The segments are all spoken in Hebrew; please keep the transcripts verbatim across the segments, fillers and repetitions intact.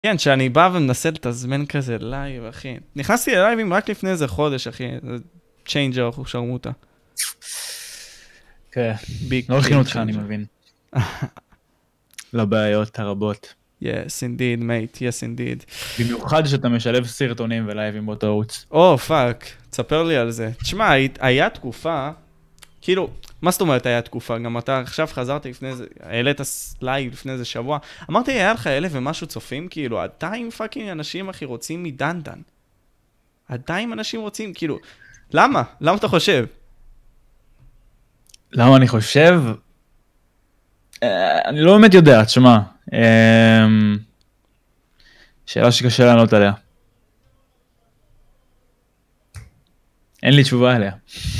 כן, שאני בא ומנסה לתזמן כזה לייב, אחי. נכנסתי ללייבים רק לפני איזה חודש, אחי. זה צ'יינג'ר, אנחנו שרמוטה. כן, ביג לא הכינו אותך, צ'יינג'ר. אני מבין. לבעיות הרבות. Yes, indeed, mate. Yes, indeed. במיוחד שאתה משלב סרטונים ולייבים באותו ערוץ. או, פאק. תספר לי על זה. תשמע, היה תקופה, כאילו, מה זאת אומרת היה תקופה? גם אתה עכשיו חזרת לפני איזה, העלית לייב לפני איזה שבוע. אמרתי, היה לך אלף ומשהו צופים, כאילו, עדיין פאקינג אנשים, אחי, רוצים מדנדן. עדיין אנשים רוצים, כאילו, למה? למה אתה חושב? למה אני חושב? אני לא באמת יודע, תשמע. שאלה שקשה לענות עליה. אין לי תשובה עליה.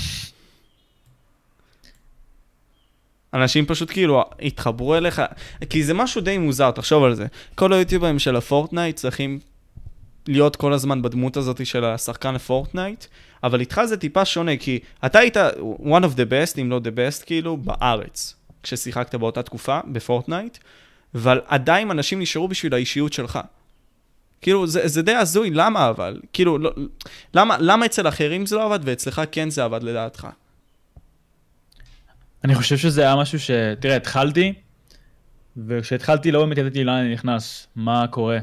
אנשים פשוט כאילו התחברו אליך, כי זה משהו די מוזר, תחשוב על זה. כל היוטיוברים של הפורטנייט צריכים להיות כל הזמן בדמות הזאת של השחקן לפורטנייט, אבל איתך זה טיפה שונה, כי אתה היית one of the best, אם לא the best, כאילו, בארץ, כששיחקת באותה תקופה, בפורטנייט, אבל עדיין אנשים נשארו בשביל האישיות שלך. כאילו, זה, זה די הזוי, למה אבל? כאילו, לא, למה, למה אצל אחרים זה לא עבד, ואצלך כן זה עבד לדעתך? אני חושב שזה היה משהו ש... תראה, התחלתי, וכשהתחלתי לא באמת ידעתי לאן אני נכנס, מה קורה.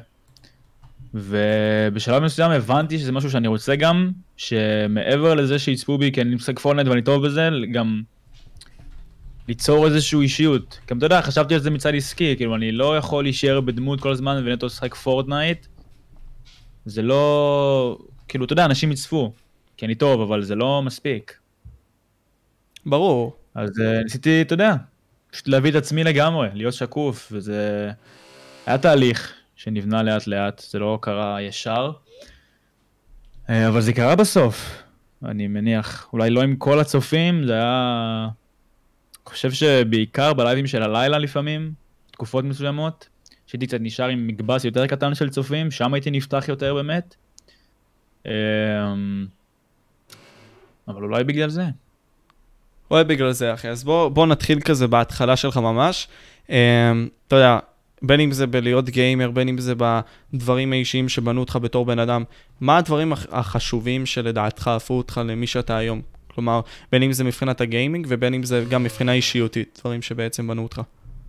ובשלב מסוים הבנתי שזה משהו שאני רוצה גם, שמעבר לזה שיצפו בי כי אני משחק פורטנייט ואני טוב בזה, גם ליצור איזושהי אישיות. גם אתה יודע, חשבתי על זה מצד עסקי, כאילו אני לא יכול להישאר בדמות כל הזמן ונטו לשחק פורטנייט. זה לא... כאילו, אתה יודע, אנשים יצפו, כי אני טוב, אבל זה לא מספיק. ברור. אז uh, ניסיתי, אתה יודע, פשוט להביא את עצמי לגמרי, להיות שקוף, וזה היה תהליך שנבנה לאט לאט, זה לא קרה ישר, uh, אבל זה קרה בסוף, אני מניח, אולי לא עם כל הצופים, זה היה, אני חושב שבעיקר בלייבים של הלילה לפעמים, תקופות מסוימות, שהייתי קצת נשאר עם מקבץ יותר קטן של צופים, שם הייתי נפתח יותר באמת, uh, אבל אולי בגלל זה. אולי בגלל זה, אחי. אז בוא, בוא נתחיל כזה בהתחלה שלך ממש. Um, אתה יודע, בין אם זה בלהיות גיימר, בין אם זה בדברים האישיים שבנו אותך בתור בן אדם, מה הדברים החשובים שלדעתך הפכו אותך למי שאתה היום? כלומר, בין אם זה מבחינת הגיימינג, ובין אם זה גם מבחינה אישיותית, דברים שבעצם בנו אותך.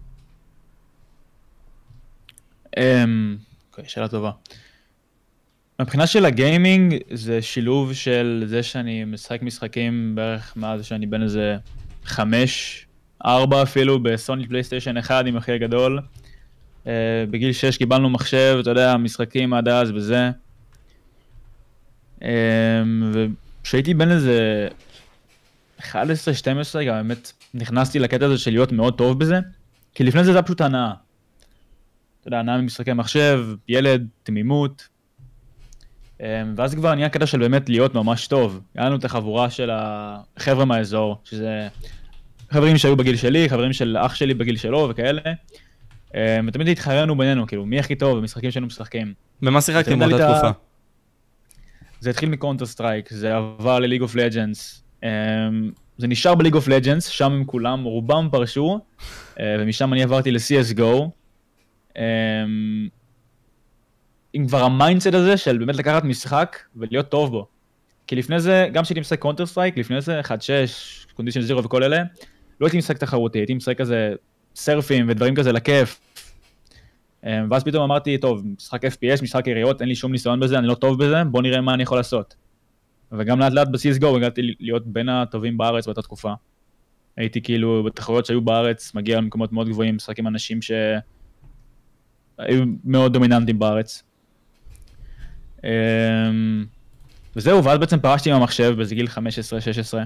Um, okay, שאלה טובה. מבחינה של הגיימינג זה שילוב של זה שאני משחק משחקים בערך מאז שאני בן איזה חמש, ארבע אפילו בסוני פלייסטיישן אחד עם אחי הגדול. Uh, בגיל שש קיבלנו מחשב, אתה יודע, משחקים עד אז וזה. Um, וכשהייתי בן איזה אחת עשרה שתים עשרה גם באמת נכנסתי לקטע הזה של להיות מאוד טוב בזה, כי לפני זה זה פשוט הנאה. אתה יודע, הנאה ממשחקי מחשב, ילד, תמימות. ואז כבר נהיה קטע של באמת להיות ממש טוב. היה לנו את החבורה של החבר'ה מהאזור, שזה חברים שהיו בגיל שלי, חברים של אח שלי בגיל שלו וכאלה. ותמיד התחרנו בינינו, כאילו, מי הכי טוב במשחקים שהיינו משחקים. במה שיחקתם באותה תקופה? זה התחיל מקונטר סטרייק, זה עבר לליג אוף לג'נדס. זה נשאר בליג אוף לג'נדס, שם הם כולם, רובם פרשו, ומשם אני עברתי ל-סי אס גו. עם כבר המיינדסט הזה של באמת לקחת משחק ולהיות טוב בו. כי לפני זה, גם כשהייתי משחק קונטר סטרייק, לפני זה אחת שש, קונדישן זירו וכל אלה, לא הייתי משחק תחרותי, הייתי משחק כזה סרפים ודברים כזה לכיף. ואז פתאום אמרתי, טוב, משחק אף פי אס, משחק יריות, אין לי שום ניסיון בזה, אני לא טוב בזה, בוא נראה מה אני יכול לעשות. וגם לאט לאט ב-סי אס גו הגעתי להיות בין הטובים בארץ באותה תקופה. הייתי כאילו בתחרויות שהיו בארץ, מגיע למקומות מאוד גבוהים, משחק עם אנשים שהיו מאוד דומיננטיים בארץ. וזהו, ואז בעצם פרשתי עם המחשב בגיל חמש עשרה שש עשרה.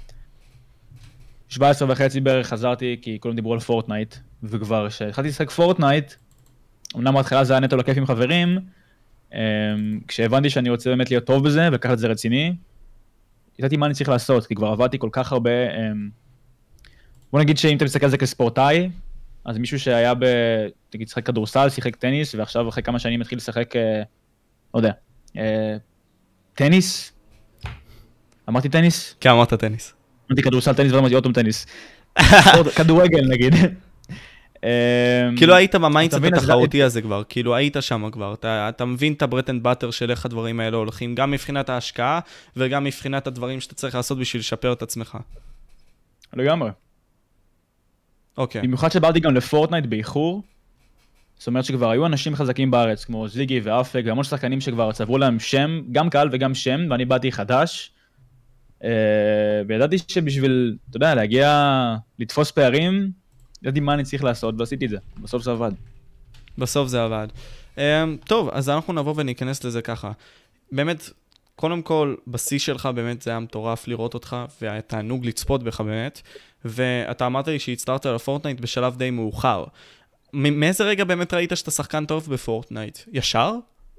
שבע עשרה וחצי בערך חזרתי כי כולם דיברו על פורטנייט, וכבר כשהתחלתי לשחק פורטנייט, אמנם בהתחלה זה היה נטו לכיף עם חברים, כשהבנתי שאני רוצה באמת להיות טוב בזה ולקחת את זה רציני, ידעתי מה אני צריך לעשות, כי כבר עבדתי כל כך הרבה, בוא נגיד שאם אתה מסתכל על זה כספורטאי, אז מישהו שהיה ב... תגיד, שחק כדורסל, שיחק טניס, ועכשיו אחרי כמה שנים התחיל לשחק, לא יודע, טניס? אמרתי טניס? כן, אמרת טניס. אמרתי כדורסל, טניס, ואמרתי אוטום טניס. כדורגל נגיד. כאילו היית במיינדסט התחרותי הזה כבר, כאילו היית שם כבר, אתה מבין את הברט אנד באטר של איך הדברים האלה הולכים, גם מבחינת ההשקעה וגם מבחינת הדברים שאתה צריך לעשות בשביל לשפר את עצמך. לגמרי. אוקיי. במיוחד שבאתי גם לפורטנייט באיחור, זאת אומרת שכבר היו אנשים חזקים בארץ, כמו זיגי ואפק, והמון שחקנים שכבר צברו להם שם, גם קהל וגם שם, ואני באתי חדש, וידעתי שבשביל, אתה יודע, להגיע, לתפוס פערים, ידעתי מה אני צריך לעשות, ועשיתי את זה. בסוף זה עבד. בסוף זה עבד. טוב, אז אנחנו נבוא וניכנס לזה ככה. באמת, קודם כל, בשיא שלך באמת זה היה מטורף לראות אותך, והתענוג לצפות בך באמת, ואתה אמרת לי שהצטרפת לפורטנייט בשלב די מאוחר. מאיזה רגע באמת ראית שאתה שחקן טוב בפורטנייט? ישר?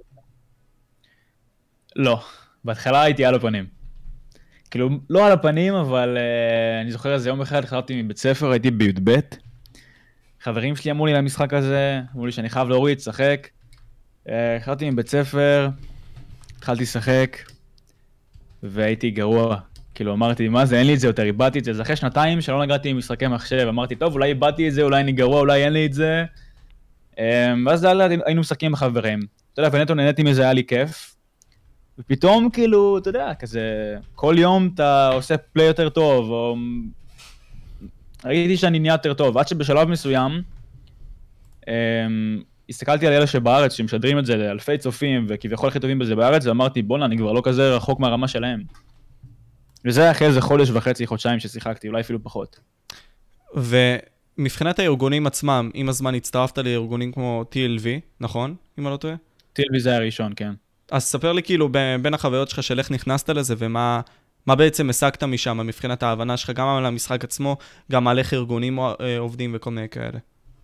לא. בהתחלה הייתי על הפנים. כאילו, לא על הפנים, אבל uh, אני זוכר איזה יום אחד, חזרתי מבית ספר, הייתי בי"ב. חברים שלי אמרו לי למשחק הזה, אמרו לי שאני חייב להוריד, לשחק. Uh, חזרתי מבית ספר, התחלתי לשחק, והייתי גרוע. כאילו, אמרתי, מה זה, אין לי את זה יותר, איבדתי את זה. זה אחרי שנתיים שלא נגעתי עם משחקי מחשב, אמרתי, טוב, אולי איבדתי את זה, אולי אני גרוע, אולי אין לי את זה. Um, ואז היינו משחקים בחברים. אתה יודע, ונטו נהניתי מזה, היה לי כיף. ופתאום כאילו, אתה יודע, כזה, כל יום אתה עושה פליי יותר טוב, או... ראיתי שאני נהיה יותר טוב, עד שבשלב מסוים, אמ... הסתכלתי על אלה שבארץ, שמשדרים את זה לאלפי צופים, וכביכול הכי טובים בזה בארץ, ואמרתי, בונה, אני כבר לא כזה רחוק מהרמה שלהם. וזה היה אחרי איזה חודש וחצי, חודשיים ששיחקתי, אולי אפילו פחות. ומבחינת הארגונים עצמם, עם הזמן הצטרפת לארגונים כמו טי אל וי, נכון? אם אני לא טועה? טי אל וי זה היה ראשון, כן. אז ספר לי כאילו בין החוויות שלך של איך נכנסת לזה ומה מה בעצם השגת משם, מבחינת ההבנה שלך, גם על המשחק עצמו, גם על איך ארגונים עובדים וכל מיני כאלה.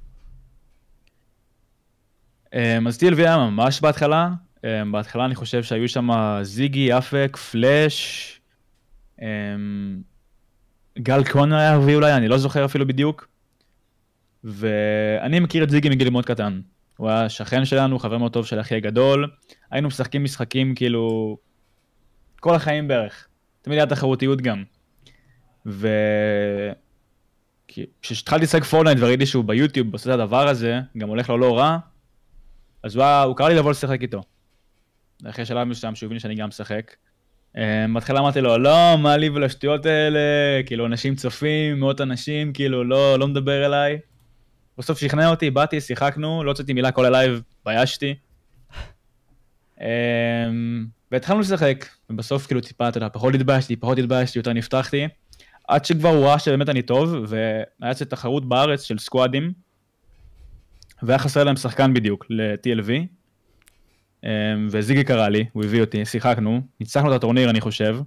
אז טי אל וי היה ממש בהתחלה, בהתחלה אני חושב שהיו שם זיגי, אפק, פלאש, גל קונר היה אהובי אולי, אני לא זוכר אפילו בדיוק, ואני מכיר את זיגי מגיל מאוד קטן. הוא היה שכן שלנו, חבר מאוד טוב של אחי הגדול. היינו משחקים משחקים כאילו... כל החיים בערך. תמיד היה תחרותיות גם. ו... כשהתחלתי לשחק פורטנייט וראיתי שהוא ביוטיוב עושה את הדבר הזה, גם הולך לו לא רע, אז הוא, היה... הוא קרא לי לבוא לשחק איתו. אחרי שלב מסוים שהוא הבין שאני גם משחק. בהתחלה אמרתי לו, לא, מה לי ולשטויות האלה, כאילו אנשים צופים, מאות אנשים, כאילו לא, לא מדבר אליי. בסוף שכנע אותי, באתי, שיחקנו, לא הוצאתי מילה כל הלייב, ביישתי. והתחלנו לשחק, ובסוף כאילו טיפה, אתה יודע, פחות התביישתי, פחות התביישתי, יותר נפתחתי, עד שכבר הוא ראה שבאמת אני טוב, והיה יצא תחרות בארץ של סקואדים, והיה חסר להם שחקן בדיוק, ל-טי אל וי, וזיגי קרא לי, הוא הביא אותי, שיחקנו, ניצחנו את הטורניר אני חושב,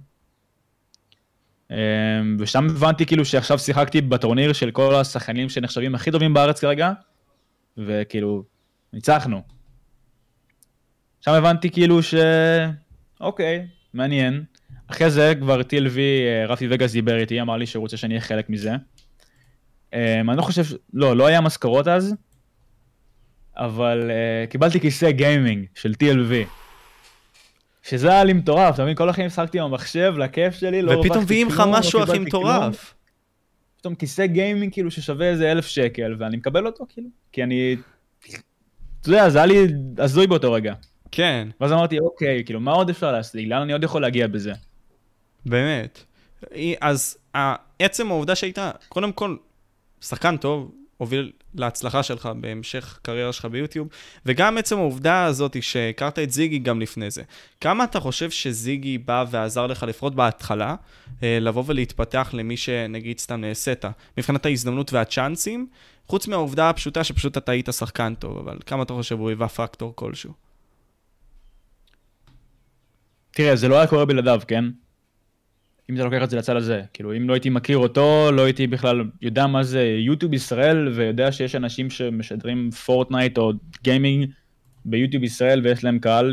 ושם הבנתי כאילו שעכשיו שיחקתי בטורניר של כל השחקנים שנחשבים הכי טובים בארץ כרגע, וכאילו, ניצחנו. שם הבנתי כאילו ש... אוקיי, מעניין. אחרי זה כבר טי אל וי, רפי וגאס דיבר איתי, אמר לי שהוא רוצה שאני אהיה חלק מזה. אני לא חושב, לא, לא היה משכורות אז, אבל קיבלתי כיסא גיימינג של טי אל וי. שזה היה לי מטורף, אתה מבין? כל החיים שחקתי במחשב, לכיף שלי, לא ופתאום מביאים לך משהו הכי מטורף. פתאום כיסא גיימינג כאילו ששווה איזה אלף שקל, ואני מקבל אותו כאילו, כי אני... אתה יודע, זה היה לי הזוי באותו רגע. כן. ואז אמרתי, אוקיי, כאילו, מה עוד אפשר להשיג? לאן אני עוד יכול להגיע בזה? באמת. אז עצם העובדה שהייתה, קודם כל, שחקן טוב, הוביל להצלחה שלך בהמשך קריירה שלך ביוטיוב, וגם עצם העובדה הזאת שהכרת את זיגי גם לפני זה. כמה אתה חושב שזיגי בא ועזר לך לפחות בהתחלה, לבוא ולהתפתח למי שנגיד סתם נעשית, מבחינת ההזדמנות והצ'אנסים, חוץ מהעובדה הפשוטה שפשוט אתה היית שחקן טוב, אבל כמה אתה חושב הוא היווה פקטור כלשהו? תראה, זה לא היה קורה בלעדיו, כן? אם אתה לוקח את זה לצד הזה, כאילו, אם לא הייתי מכיר אותו, לא הייתי בכלל יודע מה זה יוטיוב ישראל, ויודע שיש אנשים שמשדרים פורטנייט או גיימינג ביוטיוב ישראל, ויש להם קהל.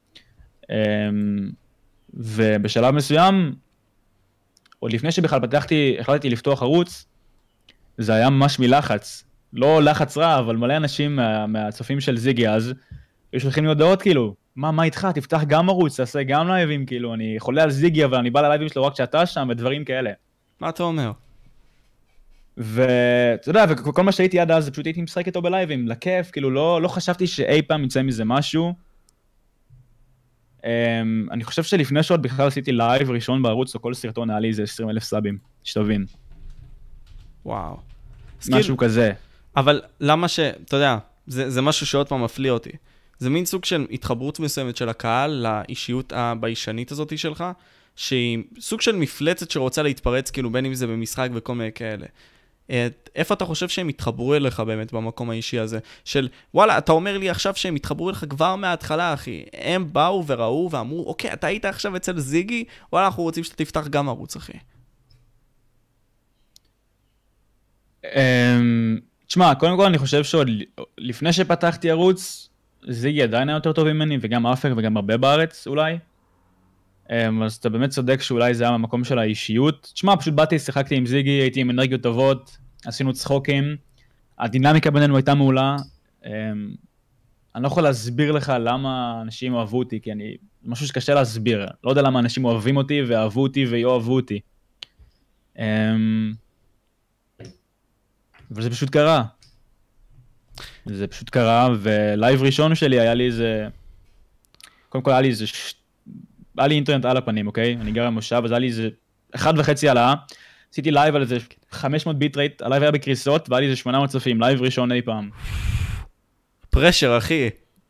ובשלב מסוים, עוד לפני שבכלל פתחתי, החלטתי לפתוח ערוץ, זה היה ממש מלחץ. לא לחץ רע, אבל מלא אנשים מה, מהצופים של זיגי אז, יש הולכים לי הודעות כאילו, מה, מה איתך? תפתח גם ערוץ, תעשה גם לייבים, כאילו, אני חולה על זיגי, אבל אני בא ללייבים שלו רק כשאתה שם, ודברים כאלה. מה אתה אומר? ואתה יודע, וכל מה שהייתי עד אז, פשוט הייתי משחק איתו בלייבים, לכיף, כאילו לא, לא חשבתי שאי פעם יצא מזה משהו. Um, אני חושב שלפני שעוד בכלל עשיתי לייב ראשון בערוץ, או כל סרטון היה לי איזה עשרים אלף סאבים, שתבין. וואו. משהו כזה. אבל למה ש... אתה יודע, זה, זה משהו שעוד פעם מפליא אותי. זה מין סוג של התחברות מסוימת של הקהל לאישיות הביישנית הזאת שלך, שהיא סוג של מפלצת שרוצה להתפרץ, כאילו בין אם זה במשחק וכל מיני כאלה. איפה אתה חושב שהם התחברו אליך באמת במקום האישי הזה? של, וואלה, אתה אומר לי עכשיו שהם התחברו אליך כבר מההתחלה, אחי. הם באו וראו ואמרו, אוקיי, אתה היית עכשיו אצל זיגי, וואלה, אנחנו רוצים שאתה תפתח גם ערוץ, אחי. תשמע, קודם כל אני חושב שעוד לפני שפתחתי ערוץ, זיגי עדיין היה יותר טוב ממני, וגם אפק וגם הרבה בארץ אולי. אז אתה באמת צודק שאולי זה היה המקום של האישיות. תשמע, פשוט באתי, שיחקתי עם זיגי, הייתי עם אנרגיות טובות, עשינו צחוקים, הדינמיקה בינינו הייתה מעולה. אני לא יכול להסביר לך למה אנשים אוהבו אותי, כי אני, משהו שקשה להסביר. לא יודע למה אנשים אוהבים אותי ואהבו אותי ויאהבו אותי. אבל זה פשוט קרה. זה פשוט קרה, ולייב ראשון שלי היה לי איזה... קודם כל היה לי איזה... ש... היה לי אינטרנט על הפנים, אוקיי? אני גר במושב, אז היה לי איזה... אחד וחצי העלאה. עשיתי לייב על איזה חמש מאות ביט רייט, הלייב היה בקריסות, והיה לי איזה שמונה מאות צופים, לייב ראשון אי פעם. פרשר, אחי.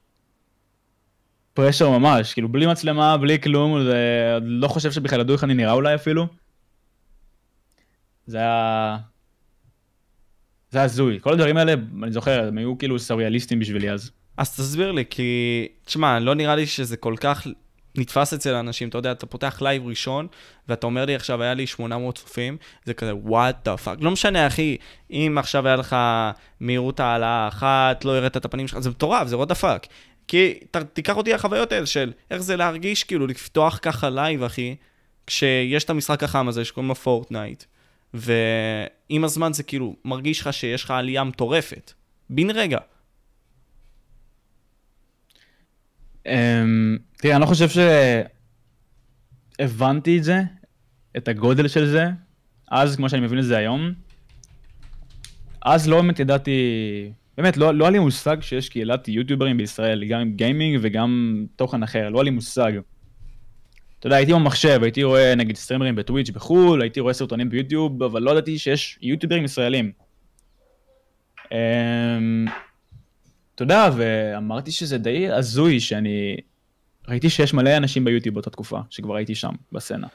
פרשר ממש, כאילו בלי מצלמה, בלי כלום, זה... לא חושב שבכלל ידעו איך אני נראה אולי אפילו. זה היה... זה הזוי. כל הדברים האלה, אני זוכר, הם היו כאילו סוריאליסטים בשבילי אז. אז תסביר לי, כי, תשמע, לא נראה לי שזה כל כך נתפס אצל האנשים. אתה יודע, אתה פותח לייב ראשון, ואתה אומר לי עכשיו, היה לי שמונה מאות צופים, זה כזה, what the fuck. לא משנה, אחי, אם עכשיו היה לך מהירות העלאה אחת, לא הראת את הפנים שלך, זה מטורף, זה what the fuck. כי ת, תיקח אותי החוויות האלה של איך זה להרגיש, כאילו, לפתוח ככה לייב, אחי, כשיש את המשחק החם הזה שקוראים לו פורטנייט. ועם הזמן זה כאילו מרגיש לך שיש לך עלייה מטורפת. בין רגע. תראה, אני לא חושב שהבנתי את זה, את הגודל של זה, אז כמו שאני מבין את זה היום, אז לא באמת ידעתי, באמת לא, לא היה לי מושג שיש קהילת יוטיוברים בישראל, גם עם גיימינג וגם תוכן אחר, לא היה לי מושג. אתה יודע, הייתי במחשב, הייתי רואה נגיד סטרימרים בטוויץ' בחול, הייתי רואה סרטונים ביוטיוב, אבל לא ידעתי שיש יוטיוברים ישראלים. אתה יודע, ואמרתי שזה די הזוי שאני... ראיתי שיש מלא אנשים ביוטיוב באותה תקופה, שכבר הייתי שם, בסצנה.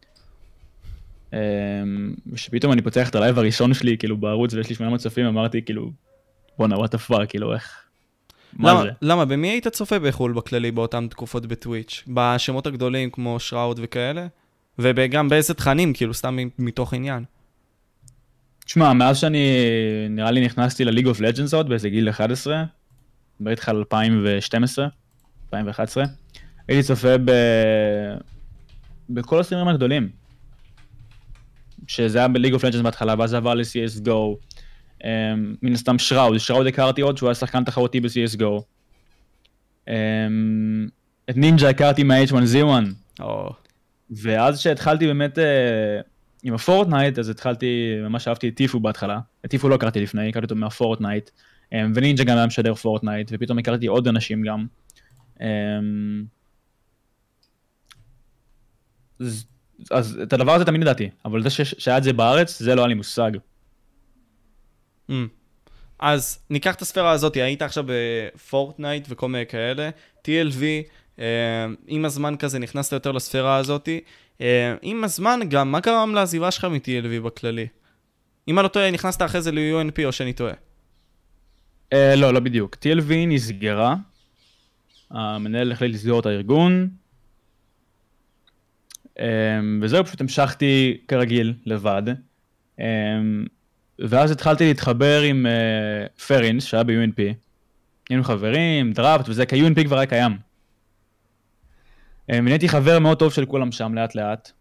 ושפתאום אני פותח את הלייב הראשון שלי, כאילו בערוץ, ויש לי שמונה מאות צופים, אמרתי כאילו, בואנה, what the fuck, כאילו, איך... למה, למה? במי היית צופה בחול בכללי באותן תקופות בטוויץ'? בשמות הגדולים כמו שראוד וכאלה? וגם באיזה תכנים, כאילו, סתם מתוך עניין. תשמע, מאז שאני, נראה לי נכנסתי לליג אוף לג'נדס עוד, באיזה גיל אחת עשרה, מדבר איתך על אלפיים ושתים עשרה, אלפיים ואחת עשרה, הייתי צופה ב... בכל הסטרימרים הגדולים. שזה היה בליג אוף לג'נדס בהתחלה, ואז עבר ל-סי אס גו, Um, מן הסתם שראוד, שראוד הכרתי עוד שהוא היה שחקן תחרותי ב-סי אס גו. Um, את נינג'ה הכרתי מה-אייץ' וואן זי וואן. Oh. ואז שהתחלתי באמת uh, עם הפורטנייט, אז התחלתי, ממש אהבתי את טיפו בהתחלה. את טיפו לא הכרתי לפני, הכרתי אותו מהפורטנייט. Um, ונינג'ה גם היה משדר פורטנייט, ופתאום הכרתי עוד אנשים גם. Um, אז, אז את הדבר הזה תמיד ידעתי, אבל זה שהיה את זה בארץ, זה לא היה לי מושג. Mm. אז ניקח את הספירה הזאת, היית עכשיו בפורטנייט וכל מיני כאלה, טי אל וי, אה, עם הזמן כזה נכנסת יותר לספירה הזאת, אה, עם הזמן גם, מה קרה לעזיבה שלך מ-טי אל וי בכללי? אם אני לא טועה, נכנסת אחרי זה ל-יו אן פי או שאני טועה? אה, לא, לא בדיוק. טי אל וי נסגרה, המנהל החליט לסגור את הארגון, אה, וזהו, פשוט המשכתי כרגיל לבד, אה, ואז התחלתי להתחבר עם uh, פרינס, שהיה ב-יו אן פי. היינו חברים, דראפט וזה, כי ה-יו אן פי כבר היה קיים. ונהייתי חבר מאוד טוב של כולם שם, לאט לאט.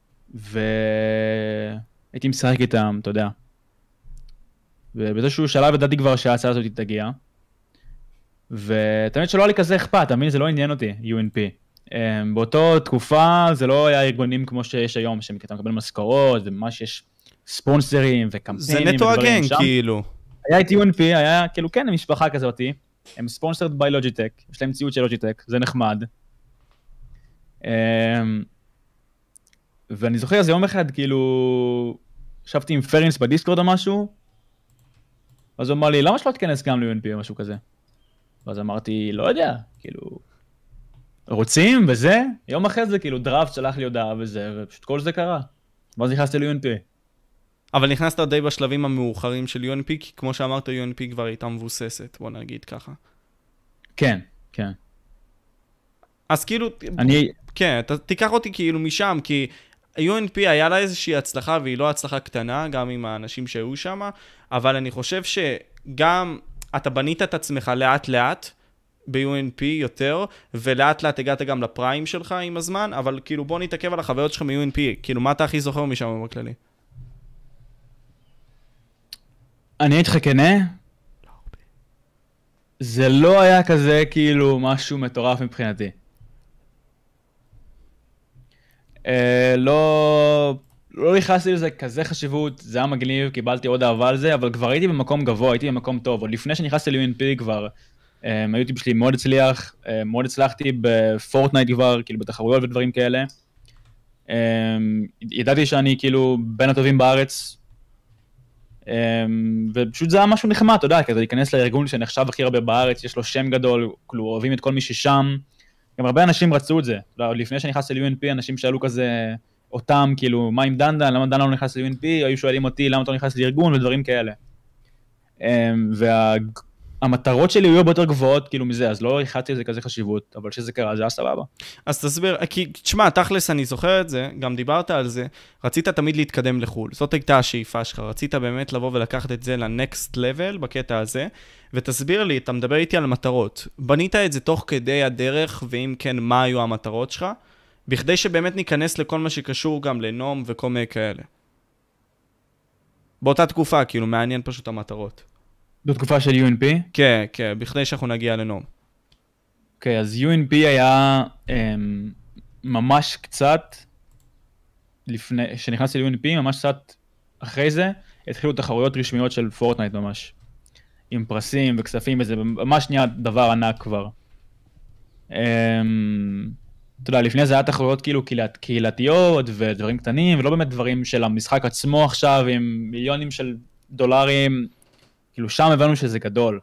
והייתי משחק איתם, אתה יודע. ובאיזשהו שלב ידעתי כבר שההצעה הזאת תגיע. ותמיד שלא היה לי כזה אכפת, תמיד זה לא עניין אותי, יו אן פי. באותו תקופה זה לא היה ארגונים כמו שיש היום, שאתה מקבל משכורות, וממש יש ספונסרים זה וקמפיינים נטו ודברים הגן, שם. כאילו. היה את יו אן פי, היה כאילו כן, משפחה כזאת, הם ספונסרד ביי לוג'יטק, יש להם ציוד של לוג'יטק, זה נחמד. ואני זוכר, אז יום אחד, כאילו, ישבתי עם פרינס בדיסקורד או משהו, אז הוא אמר לי, למה שלא תכנס גם ל-יו אן פי או משהו כזה? ואז אמרתי, לא יודע, כאילו, רוצים וזה, יום אחרי זה, כאילו, דראפט שלח לי הודעה וזה, ופשוט כל זה קרה. ואז נכנסתי ל-יו אן פי. אבל נכנסת די בשלבים המאוחרים של יו אן פי, כי כמו שאמרת, יו אן פי כבר הייתה מבוססת, בוא נגיד ככה. כן, כן. אז כאילו, אני... כן, ת, תיקח אותי כאילו משם, כי יו אן פי היה לה איזושהי הצלחה, והיא לא הצלחה קטנה, גם עם האנשים שהיו שם, אבל אני חושב שגם אתה בנית את עצמך לאט לאט, ב-יו אן פי יותר, ולאט לאט הגעת גם לפריים שלך עם הזמן, אבל כאילו בוא נתעכב על החוויות שלך מ-יו אן פי, כאילו מה אתה הכי זוכר משם בכללי? אני הייתי לך כנה, זה לא היה כזה כאילו משהו מטורף מבחינתי. אה, לא, לא נכנסתי לזה כזה חשיבות, זה היה מגניב, קיבלתי עוד אהבה על זה, אבל כבר הייתי במקום גבוה, הייתי במקום טוב, עוד לפני שנכנסתי ל-יו אן פי כבר, אה, היוטיוב שלי מאוד הצליח, אה, מאוד הצלחתי בפורטנייט כבר, כאילו בתחרויות ודברים כאלה. אה, ידעתי שאני כאילו בין הטובים בארץ, ופשוט זה היה משהו נחמד, אתה יודע, כזה להיכנס לארגון שנחשב הכי הרבה בארץ, יש לו שם גדול, כאילו אוהבים את כל מי ששם, גם הרבה אנשים רצו את זה, לפני שנכנסתי ל-יו אן פי, אנשים שאלו כזה אותם, כאילו, מה עם דנדן, למה דנדן לא נכנס ל-יו אן פי, היו שואלים אותי, למה אתה לא נכנס לארגון, ודברים כאלה. והמטרות שלי היו יותר גבוהות, כאילו מזה, אז לא החלטתי לזה כזה חשיבות, אבל שזה קרה, זה היה סבבה. אז תסביר, כי, תשמע, תכלס, אני זוכר את זה, גם דיברת על זה, רצית תמיד להתקדם לחול, זאת הייתה השאיפה שלך, רצית באמת לבוא ולקחת את זה ל-next level בקטע הזה, ותסביר לי, אתה מדבר איתי על מטרות, בנית את זה תוך כדי הדרך, ואם כן, מה היו המטרות שלך, בכדי שבאמת ניכנס לכל מה שקשור גם לנום וכל מיני כאלה. באותה תקופה, כאילו, מעניין פשוט המטרות. בתקופה של יו אן פי? כן, כן, בכדי שאנחנו נגיע לנום. אוקיי, אז יו אן פי היה אמ, ממש קצת, לפני, שנכנסתי ל-יו אן פי, ממש קצת אחרי זה, התחילו תחרויות רשמיות של פורטנייט ממש. עם פרסים וכספים, וזה ממש נהיה דבר ענק כבר. אמ, אתה יודע, לפני זה היה תחרויות כאילו קהילת, קהילתיות ודברים קטנים, ולא באמת דברים של המשחק עצמו עכשיו, עם מיליונים של דולרים, כאילו שם הבנו שזה גדול.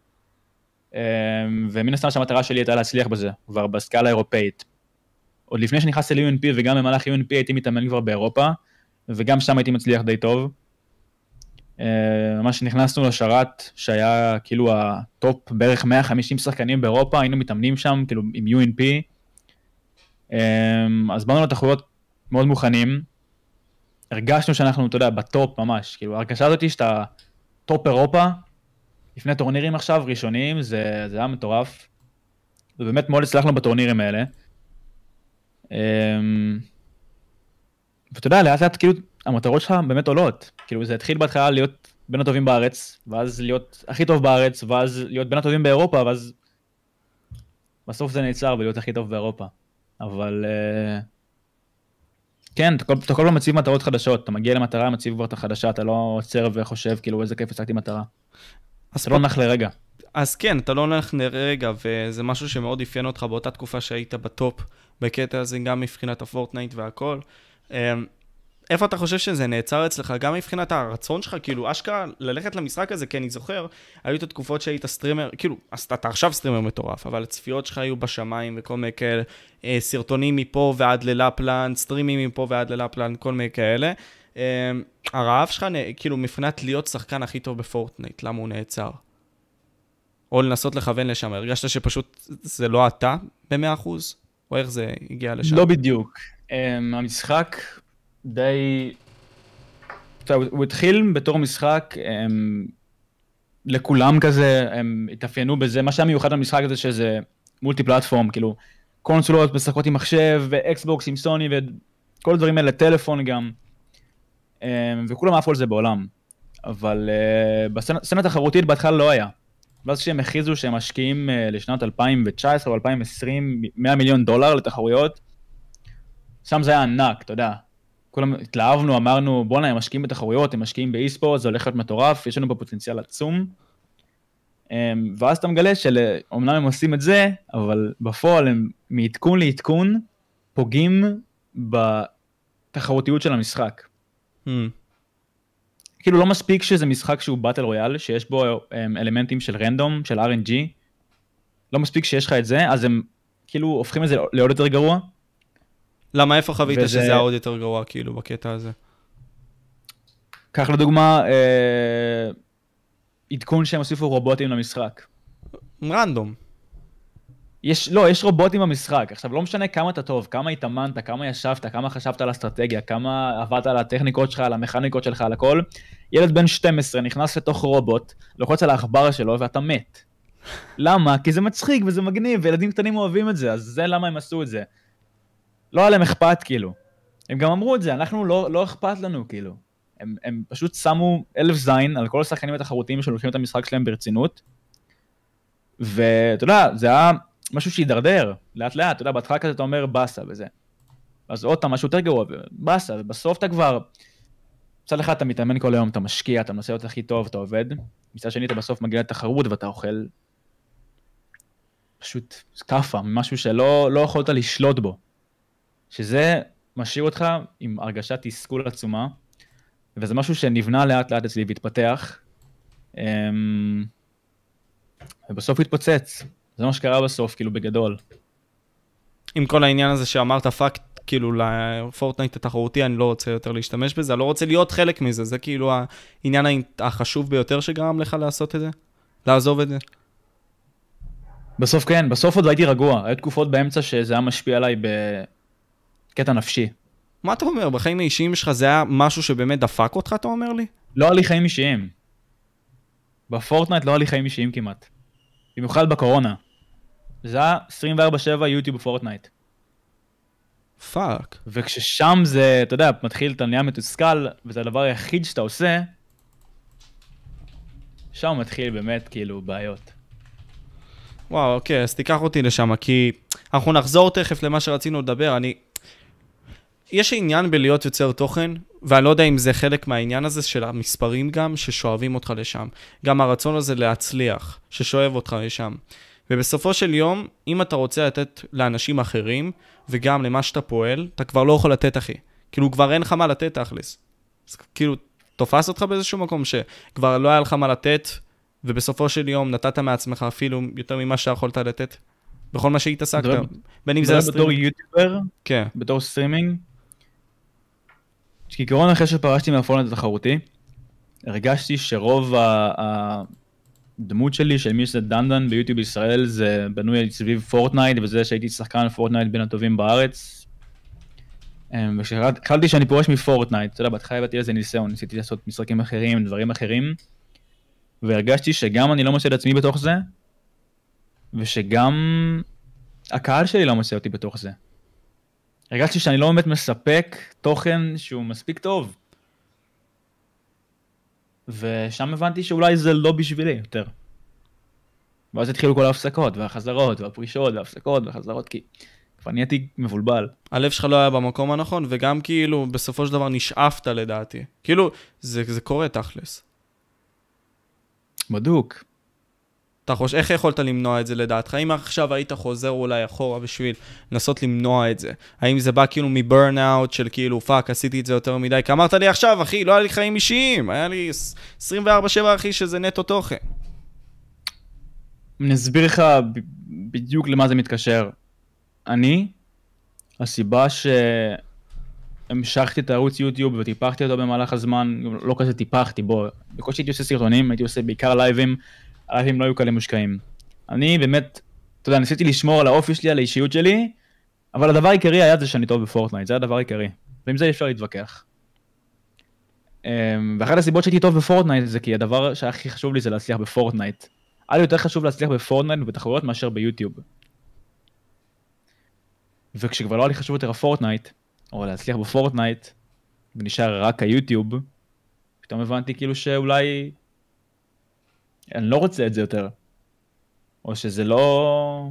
ומן הסתם שהמטרה שלי הייתה להצליח בזה, כבר בסקאלה האירופאית. עוד לפני שנכנסתי ל-יו אן פי וגם במהלך יו אן פי הייתי מתאמן כבר באירופה, וגם שם הייתי מצליח די טוב. ממש נכנסנו לשרת שהיה כאילו הטופ בערך מאה וחמישים שחקנים באירופה, היינו מתאמנים שם כאילו עם יו אן פי. אז באנו לתחרויות מאוד מוכנים, הרגשנו שאנחנו, אתה יודע, בטופ ממש, כאילו הרגשה הזאת שאתה טופ אירופה, לפני טורנירים עכשיו ראשונים, זה, זה היה מטורף, ובאמת מאוד הצלחנו בטורנירים האלה. ואתה יודע, לאט לאט כאילו המטרות שלך באמת עולות, כאילו זה התחיל בהתחלה להיות בין הטובים בארץ, ואז להיות הכי טוב בארץ, ואז להיות בין הטובים באירופה, ואז בסוף זה נעצר ולהיות הכי טוב באירופה. אבל כן, אתה כל, אתה כל פעם מציב מטרות חדשות, אתה מגיע למטרה, מציב כבר את החדשה, אתה לא עוצר וחושב כאילו איזה כיף הצגתי מטרה. אז אתה לא נח לרגע. אז כן, אתה לא נח לרגע, וזה משהו שמאוד אפיין אותך באותה תקופה שהיית בטופ בקטע הזה, גם מבחינת הפורטנייט והכל. איפה אתה חושב שזה נעצר אצלך, גם מבחינת הרצון שלך, כאילו, אשכרה ללכת למשחק הזה, כי אני זוכר, היו את התקופות שהיית סטרימר, כאילו, אתה עכשיו סטרימר מטורף, אבל הצפיות שלך היו בשמיים וכל מיני כאלה, סרטונים מפה ועד ללפלנד, סטרימים מפה ועד ללפלנד, כל מיני כאלה. הרעב שלך, כאילו, מבחינת להיות שחקן הכי טוב בפורטנייט, למה הוא נעצר? או לנסות לכוון לשם, הרגשת שפשוט זה לא אתה ב-מאה אחוז? או איך זה הגיע לשם? לא בדיוק. המשחק די... הוא התחיל בתור משחק, הם... לכולם כזה, הם התאפיינו בזה, מה שהיה מיוחד במשחק הזה שזה מולטי פלטפורם, כאילו קונסולות משחקות עם מחשב, ואקסבוקס עם סוני, וכל הדברים האלה, טלפון גם, וכולם עפו על זה בעולם. אבל בסצנה תחרותית בהתחלה לא היה. ואז כשהם הכריזו שהם משקיעים לשנת אלפיים תשע עשרה או אלפיים עשרים, מאה מיליון דולר לתחרויות, שם זה היה ענק, אתה יודע. כולם התלהבנו, אמרנו, בוא'נה, הם משקיעים בתחרויות, הם משקיעים באי-ספורט, זה הולך להיות מטורף, יש לנו פה פוטנציאל עצום. ואז אתה מגלה שאומנם הם עושים את זה, אבל בפועל הם מעדכון לעדכון, פוגעים בתחרותיות של המשחק. Hmm. כאילו לא מספיק שזה משחק שהוא באטל רויאל, שיש בו אלמנטים של רנדום, של אר אן ג'י, לא מספיק שיש לך את זה, אז הם כאילו הופכים את זה לעוד יותר גרוע. למה איפה חווית וזה... שזה עוד יותר גרוע, כאילו, בקטע הזה? כך לדוגמה, אה... עדכון שהם הוסיפו רובוטים למשחק. רנדום. יש, לא, יש רובוטים במשחק. עכשיו, לא משנה כמה אתה טוב, כמה התאמנת, כמה ישבת, כמה חשבת על האסטרטגיה, כמה עבדת על הטכניקות שלך, על המכניקות שלך, על הכל. ילד בן שתים עשרה נכנס לתוך רובוט, לוחץ על העכבר שלו ואתה מת. למה? כי זה מצחיק וזה מגניב, וילדים קטנים אוהבים את זה, אז זה למה הם עשו את זה. לא עליהם אכפת, כאילו. הם גם אמרו את זה, אנחנו לא, לא אכפת לנו, כאילו. הם, הם פשוט שמו אלף זין על כל השחקנים התחרותיים שלוקחים את המשחק שלהם ברצינות, ואתה יודע, זה היה משהו שידרדר, לאט לאט, אתה יודע, בהתחלה כזה אתה אומר בסה וזה. אז עוד אתה משהו יותר גרוע, בסה, ובסוף אתה כבר, מצד לך אתה מתאמן כל היום, אתה משקיע, אתה מנסה להיות הכי טוב, אתה עובד, מצד שני אתה בסוף מגיע לתחרות ואתה אוכל פשוט קפה, משהו שלא לא יכולת לשלוט בו, שזה משאיר אותך עם הרגשת תסכול עצומה, וזה משהו שנבנה לאט לאט אצלי והתפתח, ובסוף התפוצץ. זה מה שקרה בסוף, כאילו בגדול. עם כל העניין הזה שאמרת פאקט, כאילו לפורטנייט התחרותי, אני לא רוצה יותר להשתמש בזה, אני לא רוצה להיות חלק מזה, זה כאילו העניין החשוב ביותר שגרם לך לעשות את זה? לעזוב את זה? בסוף כן, בסוף עוד הייתי רגוע, היו תקופות באמצע שזה היה משפיע עליי בקטע נפשי. מה אתה אומר? בחיים האישיים שלך זה היה משהו שבאמת דפק אותך, אתה אומר לי? לא היה לי חיים אישיים. בפורטנייט לא היה לי חיים אישיים כמעט. במיוחד בקורונה. זה היה עשרים וארבע שבע יוטיוב בפורטנייט. פאק. וכששם זה, אתה יודע, מתחיל, אתה נהיה מתוסכל, וזה הדבר היחיד שאתה עושה, שם מתחיל באמת כאילו בעיות. וואו, אוקיי, אז תיקח אותי לשם, כי אנחנו נחזור תכף למה שרצינו לדבר, אני... יש עניין בלהיות יוצר תוכן, ואני לא יודע אם זה חלק מהעניין הזה של המספרים גם, ששואבים אותך לשם. גם הרצון הזה להצליח, ששואב אותך לשם. ובסופו של יום, אם אתה רוצה לתת לאנשים אחרים, וגם למה שאתה פועל, אתה כבר לא יכול לתת, אחי. כאילו, כבר אין לך מה לתת, תכלס. אז כאילו, תופס אותך באיזשהו מקום שכבר לא היה לך מה לתת, ובסופו של יום נתת מעצמך אפילו יותר ממה שיכולת לתת, בכל מה שהתעסקת. בין אם זה הסטרימינג. בתור יוטיובר, כן. בתור סטרימינג, כעיקרון אחרי שפרשתי מהפורטנייט התחרותי, הרגשתי שרוב הדמות שלי, של מי שזה דנדן ביוטיוב בישראל, זה בנוי סביב פורטנייט, וזה שהייתי שחקן פורטנייט בין הטובים בארץ. וכשחלתי שאני פורש מפורטנייט, אתה יודע, בהתחלה הבאתי איזה ניסיון, ניסיתי לעשות משחקים אחרים, דברים אחרים, והרגשתי שגם אני לא מוצא את עצמי בתוך זה, ושגם הקהל שלי לא מוצא אותי בתוך זה. הרגשתי שאני לא באמת מספק תוכן שהוא מספיק טוב. ושם הבנתי שאולי זה לא בשבילי יותר. ואז התחילו כל ההפסקות, והחזרות, והפרישות, וההפסקות, והחזרות, כי כבר נהייתי מבולבל. הלב שלך לא היה במקום הנכון, וגם כאילו בסופו של דבר נשאפת לדעתי. כאילו, זה, זה קורה תכלס. בדוק. אתה חושב, איך יכולת למנוע את זה לדעתך? האם עכשיו היית חוזר אולי אחורה בשביל לנסות למנוע את זה? האם זה בא כאילו מברנאוט של כאילו, פאק, עשיתי את זה יותר מדי? כי אמרת לי עכשיו, אחי, לא היה לי חיים אישיים, היה לי עשרים וארבע שבע, אחי, שזה נטו תוכן. אני אסביר לך בדיוק למה זה מתקשר. אני, הסיבה שהמשכתי את הערוץ יוטיוב וטיפחתי אותו במהלך הזמן, לא כזה טיפחתי בו, בקושי הייתי עושה סרטונים, הייתי עושה בעיקר לייבים, הלייבים לא היו כאלה מושקעים. אני באמת, אתה יודע, ניסיתי לשמור על האופי שלי, על האישיות שלי, אבל הדבר העיקרי היה זה שאני טוב בפורטנייט, זה הדבר העיקרי, ועם זה אפשר להתווכח. ואחת הסיבות שהייתי טוב בפורטנייט זה כי הדבר שהכי חשוב לי זה להצליח בפורטנייט. היה לי יותר חשוב להצליח בפורטנייט ובתחרויות מאשר ביוטיוב. וכשכבר לא היה לי חשוב יותר הפורטנייט, או להצליח בפורטנייט, ונשאר רק היוטיוב, פתאום הבנתי כאילו שאולי אני לא רוצה את זה יותר. או שזה לא...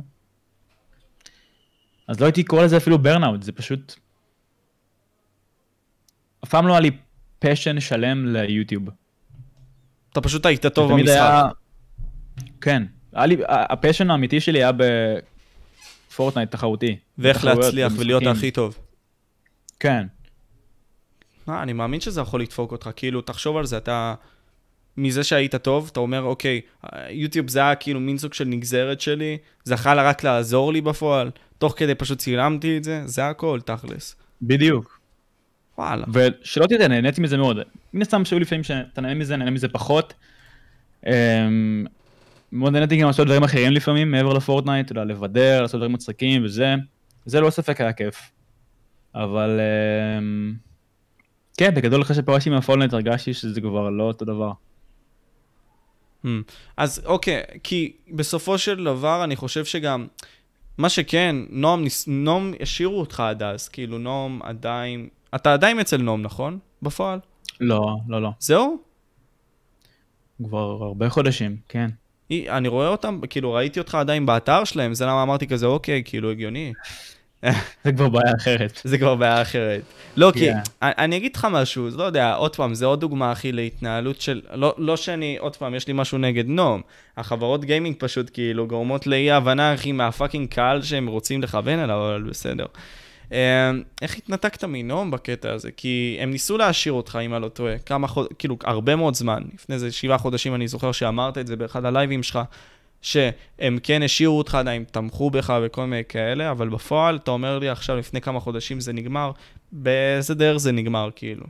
אז לא הייתי קורא לזה אפילו ברנאוט, זה פשוט... פעם לא היה לי פשן שלם ליוטיוב. אתה פשוט היית טוב תמיד במשחק. היה... כן, היה לי, הפשן האמיתי שלי היה בפורטנייט תחרותי. ואיך בתחרויות, להצליח ולהיות במשחקים. הכי טוב. כן. אה, אני מאמין שזה יכול לדפוק אותך, כאילו, תחשוב על זה, אתה... מזה שהיית טוב, אתה אומר, אוקיי, יוטיוב זה היה כאילו מין סוג של נגזרת שלי, זה יכול רק לעזור לי בפועל, תוך כדי פשוט צילמתי את זה, זה הכל, תכלס. בדיוק. וואלה. ושלא תדע, נהניתי מזה מאוד. מן הסתם שהיו לפעמים שאתה נהנה מזה, נהנה מזה פחות. אמ, מאוד נהניתי גם לעשות דברים אחרים לפעמים, מעבר לפורטנייט, אתה יודע, לבדר, לעשות דברים מצחיקים וזה. זה לא ספק היה כיף. אבל אמ, כן, בגדול אחרי שפרשתי מהפורטנייט הרגשתי שזה כבר לא אותו דבר. Hmm. אז אוקיי, כי בסופו של דבר אני חושב שגם, מה שכן, נועם, נועם השאירו אותך עד אז, כאילו נועם עדיין, אתה עדיין אצל נועם, נכון? בפועל? לא, לא, לא. זהו? כבר הרבה חודשים, כן. אני רואה אותם, כאילו ראיתי אותך עדיין באתר שלהם, זה למה אמרתי כזה, אוקיי, כאילו הגיוני. זה כבר בעיה אחרת. זה כבר בעיה אחרת. לא, כי Yeah. אני אגיד לך משהו, לא יודע, עוד פעם, זה עוד דוגמה, אחי, להתנהלות של, לא, לא שאני, עוד פעם, יש לי משהו נגד נועם. החברות גיימינג פשוט כאילו גורמות לאי הבנה, אחי, מהפאקינג קהל שהם רוצים לכוון אליו, אבל בסדר. איך התנתקת מנועם בקטע הזה? כי הם ניסו להשאיר אותך, אם אני לא טועה, כמה חוד... כאילו, הרבה מאוד זמן. לפני זה שבעה חודשים אני זוכר שאמרת את זה באחד הלייבים שלך, שהם כן השאירו אותך עדיין, תמכו בך וכל מיני כאלה, אבל בפועל, אתה אומר לי עכשיו, לפני כמה חודשים זה נגמר, באיזה דרך זה נגמר, כאילו?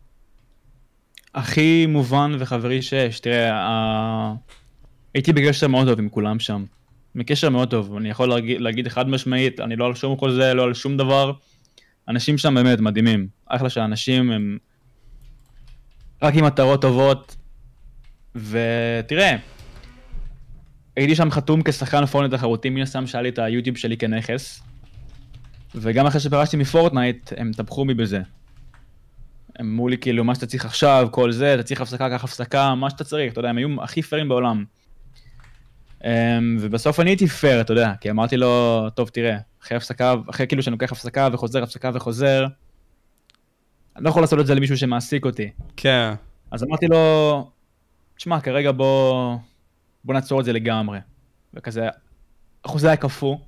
הכי מובן וחברי שיש, תראה, ה... הייתי בקשר מאוד טוב עם כולם שם. בקשר מאוד טוב, אני יכול להגיד, להגיד חד משמעית, אני לא על שום חוזה, לא על שום דבר. אנשים שם באמת מדהימים. אחלה שהאנשים הם רק עם מטרות טובות. ותראה, הייתי שם חתום כשחקן פורטנייט תחרותי, מן הסתם שהיה לי את היוטיוב שלי כנכס. וגם אחרי שפרשתי מפורטנייט, הם טבחו בי בזה. הם אמרו לי כאילו, מה שאתה צריך עכשיו, כל זה, אתה צריך הפסקה, קח הפסקה, מה שאתה צריך, אתה יודע, הם היו הכי פיירים בעולם. Um, ובסוף אני הייתי פייר, אתה יודע, כי אמרתי לו, טוב, תראה, אחרי הפסקה, אחרי כאילו שאני לוקח הפסקה וחוזר, הפסקה וחוזר, אני לא יכול לעשות את זה למישהו שמעסיק אותי. כן. אז אמרתי לו, תשמע, כרגע בוא, בוא נעצור את זה לגמרי. וכזה, החוזה היה קפוא,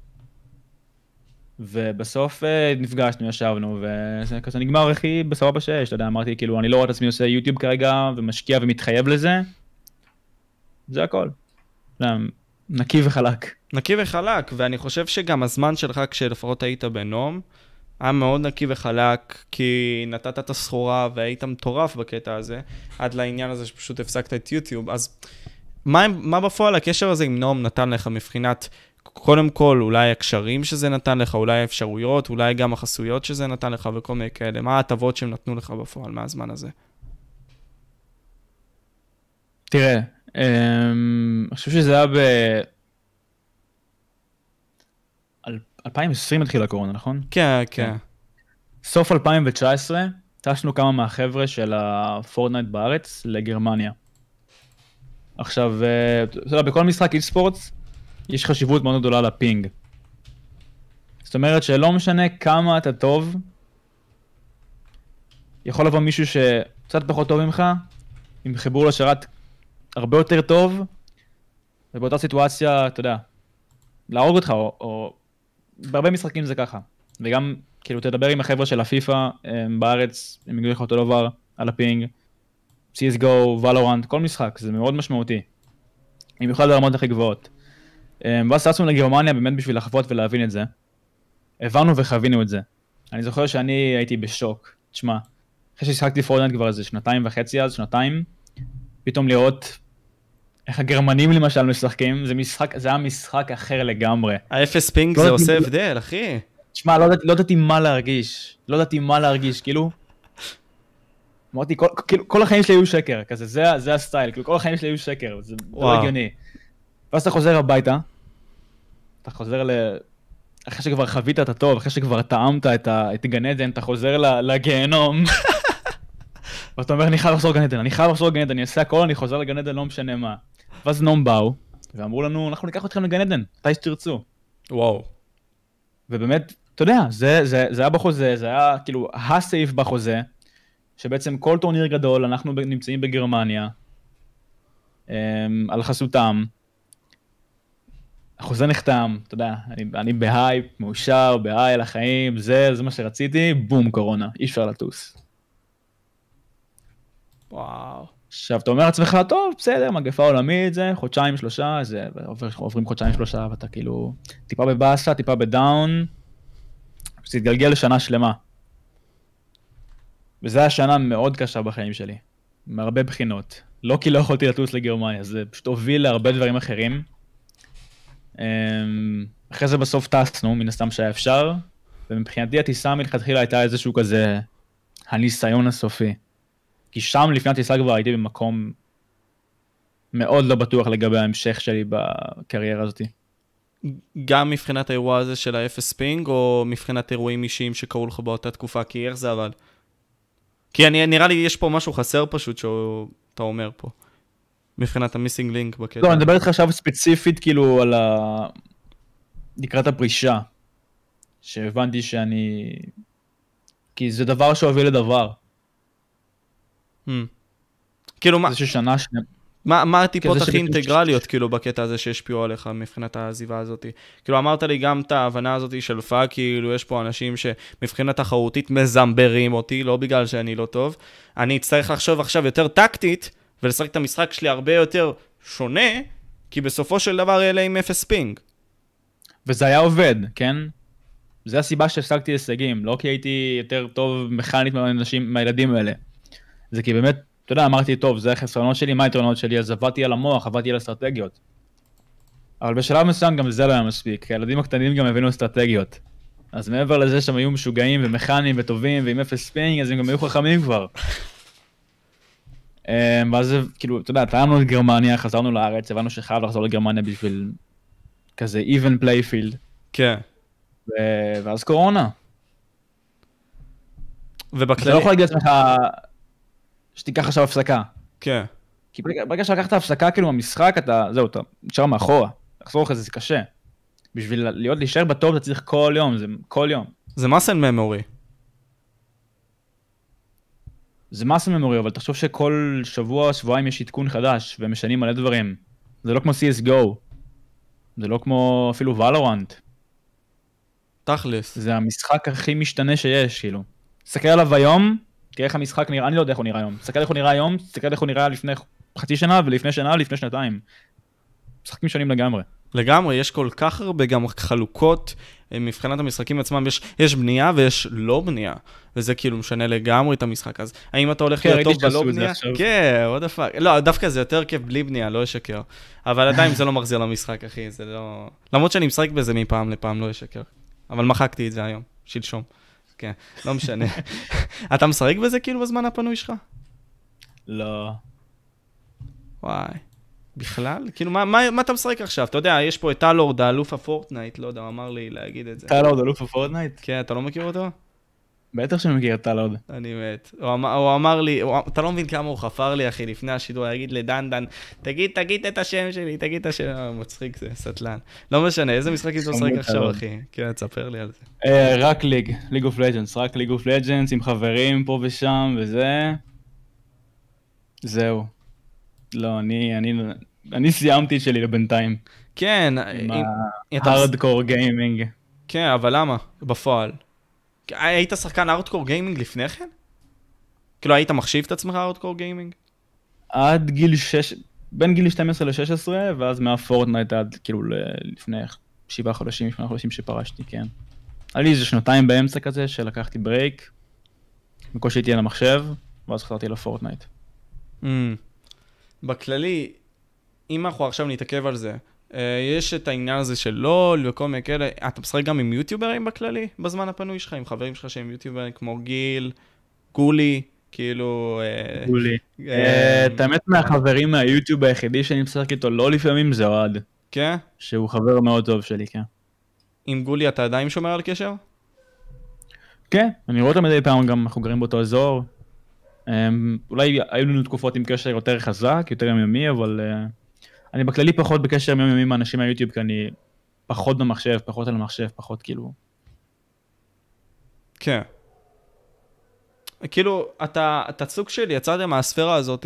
ובסוף נפגשנו, ישבנו, וזה כזה נגמר הכי בסבבה שיש, אתה יודע, אמרתי, כאילו, אני לא רואה את עצמי עושה יוטיוב כרגע, ומשקיע ומתחייב לזה, זה הכל. נקי וחלק. נקי וחלק, ואני חושב שגם הזמן שלך כשלפחות היית בנועם, היה מאוד נקי וחלק, כי נתת את הסחורה והיית מטורף בקטע הזה, עד לעניין הזה שפשוט הפסקת את יוטיוב. אז מה, מה בפועל הקשר הזה עם נועם נתן לך מבחינת, קודם כל, אולי הקשרים שזה נתן לך, אולי האפשרויות, אולי גם החסויות שזה נתן לך וכל מיני כאלה. מה ההטבות שהם נתנו לך בפועל מהזמן הזה? תראה, אני חושב שזה היה ב-אלפיים ועשרים התחילה הקורונה, נכון? כן, כן. סוף אלפיים תשע עשרה, טסנו כמה מהחבר'ה של הפורטנייט בארץ לגרמניה. עכשיו, אתה יודע, בכל משחק אי-ספורטס, יש חשיבות מאוד גדולה לפינג. זאת אומרת שלא משנה כמה אתה טוב, יכול לבוא מישהו שקצת פחות טוב ממך, עם חיבור לשרת הרבה יותר טוב, ובאותה סיטואציה, אתה יודע, להרוג אותך, או, או בהרבה משחקים זה ככה. וגם, כאילו, תדבר עם החבר'ה של הפיפה בארץ, הם יגידו לך אותו דבר על הפינג, סי אס גו, ולורנט, כל משחק, זה מאוד משמעותי. במיוחד ברמות הכי גבוהות. ואז טסנו לגרמניה באמת בשביל לחוות ולהבין את זה. הבנו וחווינו את זה. אני זוכר שאני הייתי בשוק. תשמע, אחרי ששחקתי פורטנייט כבר איזה שנתיים וחצי אז, שנתיים, פתאום לראות איך הגרמנים למשל משחקים, זה משחק, זה היה משחק אחר לגמרי. האפס פינג זה עושה הבדל, אחי. תשמע, לא ידעתי מה להרגיש. לא ידעתי מה להרגיש, כאילו. אמרתי, כל החיים שלי היו שקר, כזה, זה הסטייל, כאילו, כל החיים שלי היו שקר, זה לא הגיוני. ואז אתה חוזר הביתה, אתה חוזר ל... אחרי שכבר חווית את הטוב, אחרי שכבר טעמת את גן עדן, אתה חוזר לגיהנום, ואתה אומר, אני חייב לחזור לגן עדן, אני חייב לחזור לגן עדן, אני אעשה הכל, אני חוזר לגן עדן, לא משנה מה. ואז נועם באו, ואמרו לנו, אנחנו ניקח אתכם לגן עדן, מתי שתרצו. וואו. ובאמת, אתה יודע, זה היה בחוזה, זה היה כאילו הסעיף בחוזה, שבעצם כל טורניר גדול, אנחנו נמצאים בגרמניה, על חסותם, החוזה נחתם, אתה יודע, אני, אני בהייפ, מאושר, בהיי על החיים, זה, זה מה שרציתי, בום, קורונה, אי אפשר לטוס. וואו. עכשיו, אתה אומר לעצמך, טוב, בסדר, מגפה עולמית, זה, חודשיים, שלושה, זה, עובר, עוברים חודשיים, שלושה, ואתה כאילו, טיפה בבאסה, טיפה בדאון, זה התגלגל לשנה שלמה. וזו השנה מאוד קשה בחיים שלי, מהרבה בחינות. לא כי לא יכולתי לטוס לגרמניה, זה פשוט הוביל להרבה דברים אחרים. אחרי זה בסוף טסנו, מן הסתם שהיה אפשר, ומבחינתי הטיסה מלכתחילה הייתה איזשהו כזה הניסיון הסופי. כי שם לפני הטיסה כבר הייתי במקום מאוד לא בטוח לגבי ההמשך שלי בקריירה הזאת. גם מבחינת האירוע הזה של האפס פינג, או מבחינת אירועים אישיים שקראו לך באותה תקופה, כי איך זה אבל? כי אני, נראה לי יש פה משהו חסר פשוט שאתה אומר פה. מבחינת המיסינג לינק בקטע. לא, אני מדבר איתך עכשיו ספציפית כאילו על ה... לקראת הפרישה. שהבנתי שאני... כי זה דבר שהוביל לדבר. כאילו מה... זה ששנה שנה... מה, מה הטיפות הכי אינטגרליות כאילו בקטע הזה שהשפיעו עליך מבחינת העזיבה הזאת? כאילו אמרת לי גם את ההבנה הזאת של פאק, כאילו יש פה אנשים שמבחינת תחרותית מזמברים אותי, לא בגלל שאני לא טוב. אני אצטרך לחשוב עכשיו יותר טקטית, ולשחק את המשחק שלי הרבה יותר שונה, כי בסופו של דבר אלה עם אפס פינג. וזה היה עובד, כן? זה הסיבה שהשגתי הישגים, לא כי הייתי יותר טוב מכנית מהאנשים, מהילדים האלה. זה כי באמת, אתה יודע, אמרתי, טוב, זה החסרונות שלי, מה היתרונות שלי, אז עבדתי על המוח, עבדתי על אסטרטגיות. אבל בשלב מסוים גם זה לא היה מספיק, כי הילדים הקטנים גם הבינו אסטרטגיות. אז מעבר לזה שהם היו משוגעים ומכניים וטובים ועם אפס פינג, אז הם גם היו חכמים כבר. ואז כאילו, אתה יודע, טעמנו לגרמניה, חזרנו לארץ, הבנו שחייב לחזור לגרמניה בשביל כזה even play field. כן. ואז קורונה. ובכללי... אתה לא יכול להגיד לעצמך שתיקח עכשיו הפסקה. כן. כי ברגע שלקחת הפסקה, כאילו, המשחק, אתה, זהו, אתה נשאר מאחורה. לחזור אחרי זה, זה קשה. בשביל להיות, להישאר בטוב, אתה צריך כל יום, זה כל יום. זה muscle memory. זה muscle memory, אבל תחשוב שכל שבוע, שבועיים יש עדכון חדש, והם משנים מלא דברים. זה לא כמו סי אס גו. זה לא כמו אפילו Valorant. תכלס. זה המשחק הכי משתנה שיש, כאילו. תסתכל עליו היום, תראה איך המשחק נראה, אני לא יודע איך הוא נראה היום. תסתכל איך הוא נראה היום, תסתכל איך הוא נראה לפני חצי שנה, ולפני שנה, ולפני שנתיים. משחקים שונים לגמרי. לגמרי, יש כל כך הרבה גם חלוקות, מבחינת המשחקים עצמם, יש, יש בנייה ויש לא בנייה, וזה כאילו משנה לגמרי את המשחק. אז האם אתה הולך להיות טוב בלא בנייה? כן, עוד הפעק. לא, דווקא זה יותר כיף בלי בנייה, לא ישקר. אבל עדיין זה לא מחזיר למשחק, אחי, זה לא... למרות שאני משחק בזה מפעם לפעם, לא ישקר. אבל מחקתי את זה היום, שלשום. כן, לא משנה. אתה משחק בזה כאילו בזמן הפנוי שלך? לא. וואי. בכלל? כאילו, מה, מה, מה אתה משחק עכשיו? אתה יודע, יש פה את טלורד, האלוף הפורטנייט, לא יודע, אמר לי להגיד את זה. טלורד, אלוף הפורטנייט? כן, אתה לא מכיר אותו? בטח שאני מכיר את טלורד. אני מת. הוא אמר, הוא אמר לי, הוא, אתה לא מבין כמה הוא חפר לי, אחי, לפני השידור, יגיד לדן דן, תגיד, תגיד את השם שלי, תגיד את השם, מצחיק זה, סטלן. לא משנה, איזה משחקים אתה משחק עכשיו, אחי? כן, תספר לי על זה. רק ליג, ליג אוף לג'נדס, רק ליג אוף לג'נדס, עם חברים פה ושם, וזה... זהו. לא, אני, אני... אני סיימתי שלי לבינתיים. כן. עם ההארדקור גיימינג. כן, אבל למה? בפועל. היית שחקן הארדקור גיימינג לפני כן? כאילו היית מחשיב את עצמך הארדקור גיימינג? עד גיל שש... בין גיל שתים עשרה ל-שש עשרה, ואז מהפורטנייט עד כאילו לפני שבעה חודשים, שמונה חודשים שפרשתי, כן. היה לי איזה שנתיים באמצע כזה, שלקחתי ברייק, בקושי הייתי על המחשב, ואז חזרתי לפורטנייט. בכללי, אם אנחנו עכשיו נתעכב על זה, יש את העניין הזה של לול וכל מיני כאלה, אתה משחק גם עם יוטיוברים בכללי, בזמן הפנוי שלך, עם חברים שלך שהם יוטיוברים כמו גיל, גולי, כאילו... גולי. את האמת מהחברים מהיוטיוב היחידי שאני משחק איתו לא לפעמים זה אוהד. כן? שהוא חבר מאוד טוב שלי, כן. עם גולי אתה עדיין שומר על קשר? כן, אני רואה אותם מדי פעם, גם אנחנו גרים באותו אזור. אולי היו לנו תקופות עם קשר יותר חזק, יותר יומיומי, אבל אני בכללי פחות בקשר יומיומי עם האנשים מהיוטיוב, כי אני פחות במחשב, פחות על המחשב, פחות כאילו... כן. כאילו, אתה, אתה סוג של יצאת מהספירה הזאת,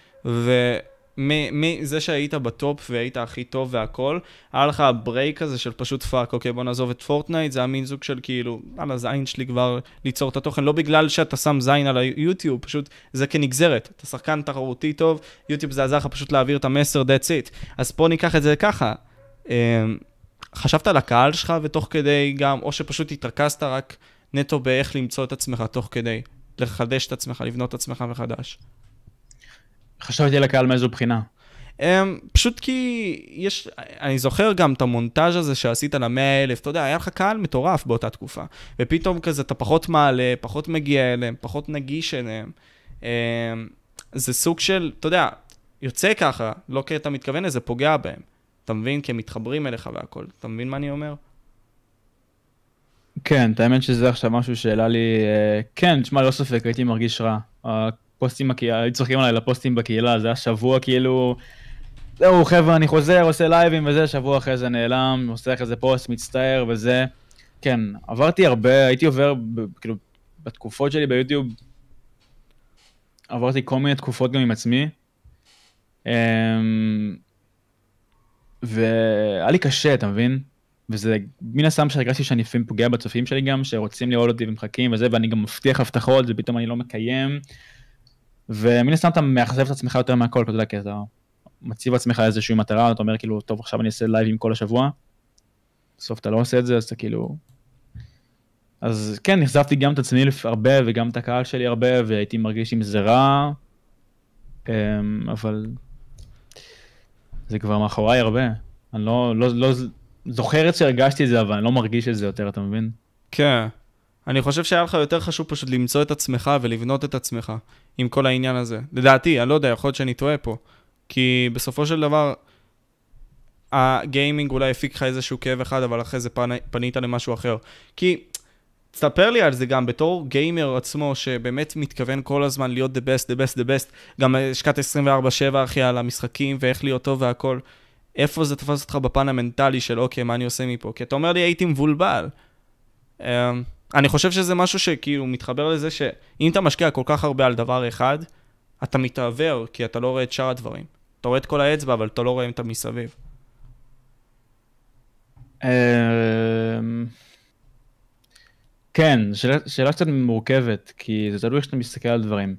ומזה שהיית בטופ והיית הכי טוב והכל, היה לך ברייק הזה של פשוט פאק, אוקיי, בוא נעזוב את פורטנייט, זה המין זוג של כאילו, על הזין שלי כבר ליצור את התוכן, לא בגלל שאתה שם זין על היוטיוב, פשוט זה כנגזרת, אתה שחקן תחרותי טוב, יוטיוב זה עזר לך פשוט להעביר את המסר, that's it. אז פה ניקח את זה ככה. חשבת על הקהל שלך ותוך כדי גם, או שפשוט התרכזת רק נטו באיך למצוא את עצמך תוך כדי, לחדש את עצמך, לבנות את עצמך מחדש. חשבתי על הקהל מאיזו בחינה. פשוט כי יש, אני זוכר גם את המונטאז' הזה שעשית למאה אלף, אתה יודע, היה לך קהל מטורף באותה תקופה, ופתאום כזה אתה פחות מעלה, פחות מגיע אליהם, פחות נגיש אליהם. זה סוג של, אתה יודע, יוצא ככה, לא כי אתה מתכוון לזה, פוגע בהם. אתה מבין? כי הם מתחברים אליך והכל. אתה מבין מה אני אומר? כן, האמת שזה עכשיו משהו שאלה לי, כן, תשמע, לא ספק, הייתי מרגיש רע. הפוסטים בקהילה, היו צוחקים עליי לפוסטים בקהילה, זה היה שבוע כאילו, זהו חבר'ה, אני חוזר, עושה לייבים וזה, שבוע אחרי זה נעלם, עושה אחרי זה פוסט, מצטער וזה. כן, עברתי הרבה, הייתי עובר, כאילו, בתקופות שלי ביוטיוב, עברתי כל מיני תקופות גם עם עצמי. והיה לי קשה, אתה מבין? וזה מן הסתם שהרגשתי שאני לפעמים פוגע בצופים שלי גם, שרוצים לראות אותי ומחכים וזה, ואני גם מבטיח הבטחות, ופתאום אני לא מקיים. ומן הסתם אתה מאכזב את עצמך יותר מהכל, אתה יודע, כי אתה מציב עצמך איזושהי מטרה, אתה אומר כאילו, טוב, עכשיו אני אעשה לייבים כל השבוע. בסוף אתה לא עושה את זה, אז אתה כאילו... אז כן, נחשפתי גם את עצמי הרבה, וגם את הקהל שלי הרבה, והייתי מרגיש עם זה רע, אבל... זה כבר מאחוריי הרבה. אני לא, לא, לא זוכרת שהרגשתי את זה, אבל אני לא מרגיש את זה יותר, אתה מבין? כן. אני חושב שהיה לך יותר חשוב פשוט למצוא את עצמך ולבנות את עצמך עם כל העניין הזה. לדעתי, אני לא יודע, יכול להיות שאני טועה פה. כי בסופו של דבר, הגיימינג אולי הפיק לך איזשהו כאב אחד, אבל אחרי זה פנית למשהו אחר. כי... תספר לי על זה גם בתור גיימר עצמו, שבאמת מתכוון כל הזמן להיות the best, the best, the best, גם השקעת עשרים וארבע שבע אחי על המשחקים ואיך להיות טוב והכל. איפה זה תפס אותך בפן המנטלי של אוקיי, מה אני עושה מפה? כי אתה אומר לי, הייתי מבולבל. אני חושב שזה משהו שכאילו מתחבר לזה שאם אתה משקיע כל כך הרבה על דבר אחד, אתה מתעבר, כי אתה לא רואה את שאר הדברים. אתה רואה את כל האצבע, אבל אתה לא רואה את המסביב. כן, שאלה, שאלה קצת מורכבת, כי זה תלוי איך שאתה מסתכל על דברים.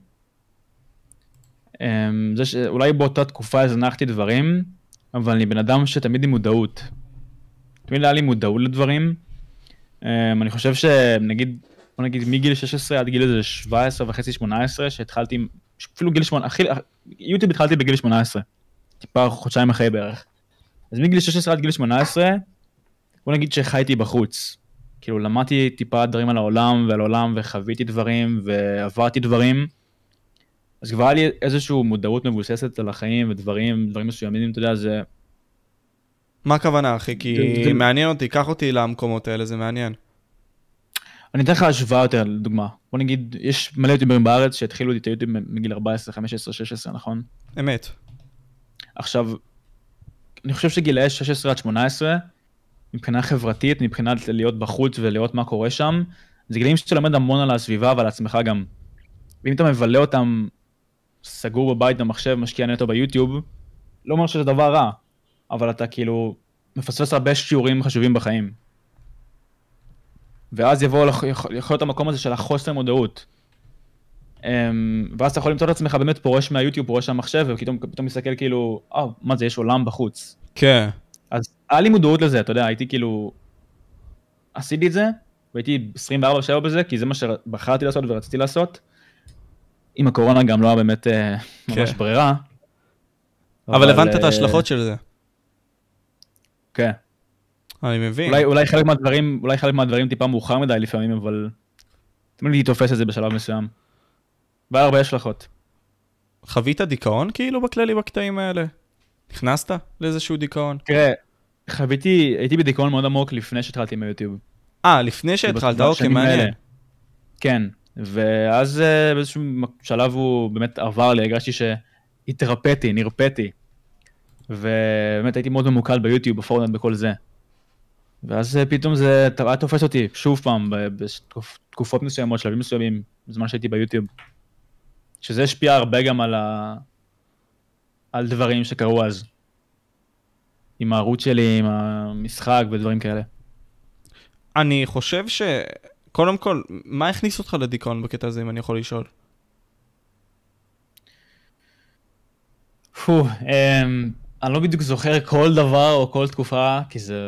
זה שאולי באותה תקופה הזנחתי דברים, אבל אני בן אדם שתמיד עם מודעות. תמיד היה לי מודעות לדברים. אני חושב שנגיד, בוא נגיד מגיל שש עשרה עד גיל איזה שבע עשרה וחצי, שמונה עשרה, שהתחלתי, אפילו גיל שמונה עשרה, יוטיוב התחלתי בגיל שמונה עשרה, טיפה חודשיים אחרי בערך. אז מגיל שש עשרה עד גיל שמונה עשרה, בוא נגיד שחייתי בחוץ. כאילו למדתי טיפה דברים על העולם ועל העולם וחוויתי דברים ועברתי דברים. אז כבר היה לי איזושהי מודעות מבוססת על החיים ודברים, דברים מסוימים, אתה יודע, זה... מה הכוונה, אחי? כי זה... מעניין אותי, קח אותי למקומות האלה, זה מעניין. אני אתן לך השוואה יותר, לדוגמה. בוא נגיד, יש מלא יוטיוברים בארץ שהתחילו את היוטיוב מגיל ארבע עשרה, חמש עשרה, שש עשרה, נכון? אמת. עכשיו, אני חושב שגילאי שש עשרה עד שמונה עשרה, מבחינה חברתית, מבחינת להיות בחוץ ולראות מה קורה שם, זה גילאים שאתה לומד המון על הסביבה ועל עצמך גם. ואם אתה מבלה אותם סגור בבית במחשב, משקיע נטו ביוטיוב, לא אומר שזה דבר רע, אבל אתה כאילו מפספס הרבה שיעורים חשובים בחיים. ואז יבוא, יכול להיות המקום הזה של החוסר מודעות. ואז אתה יכול למצוא את עצמך באמת פורש מהיוטיוב, פורש מהמחשב, ופתאום מסתכל כאילו, אה, מה זה, יש עולם בחוץ. כן. אז היה לי מודעות לזה, אתה יודע, הייתי כאילו, עשיתי את זה, והייתי עשרים וארבע שבע בזה, כי זה מה שבחרתי לעשות ורציתי לעשות. עם הקורונה גם לא היה באמת ממש ברירה. אבל הבנת את ההשלכות של זה. כן. אני מבין. אולי, אולי חלק מהדברים, אולי חלק מהדברים טיפה מאוחר מדי לפעמים, אבל תמיד לי תופס את זה בשלב מסוים. והיה הרבה השלכות. חווית דיכאון כאילו בכללי בקטעים האלה? נכנסת לאיזשהו דיכאון? תראה, חוויתי, הייתי בדיכאון מאוד עמוק לפני שהתחלתי עם היוטיוב. אה, לפני שהתחלת, אוקיי, מעניין. כן, ואז באיזשהו שלב הוא באמת עבר לי, הרגשתי שהתרפאתי, נרפאתי. ובאמת הייתי מאוד ממוקד ביוטיוב, בפורטנייט, בכל זה. ואז פתאום זה היה תופס אותי שוב פעם, בתקופות מסוימות, שלבים מסוימים, בזמן שהייתי ביוטיוב. שזה השפיע הרבה גם על, ה... על דברים שקרו אז. עם הערוץ שלי, עם המשחק ודברים כאלה. אני חושב ש... קודם כל, מה הכניס אותך לדיכאון בקטע הזה, אם אני יכול לשאול? פו, אמ, אני לא בדיוק זוכר כל דבר או כל תקופה, כי זה...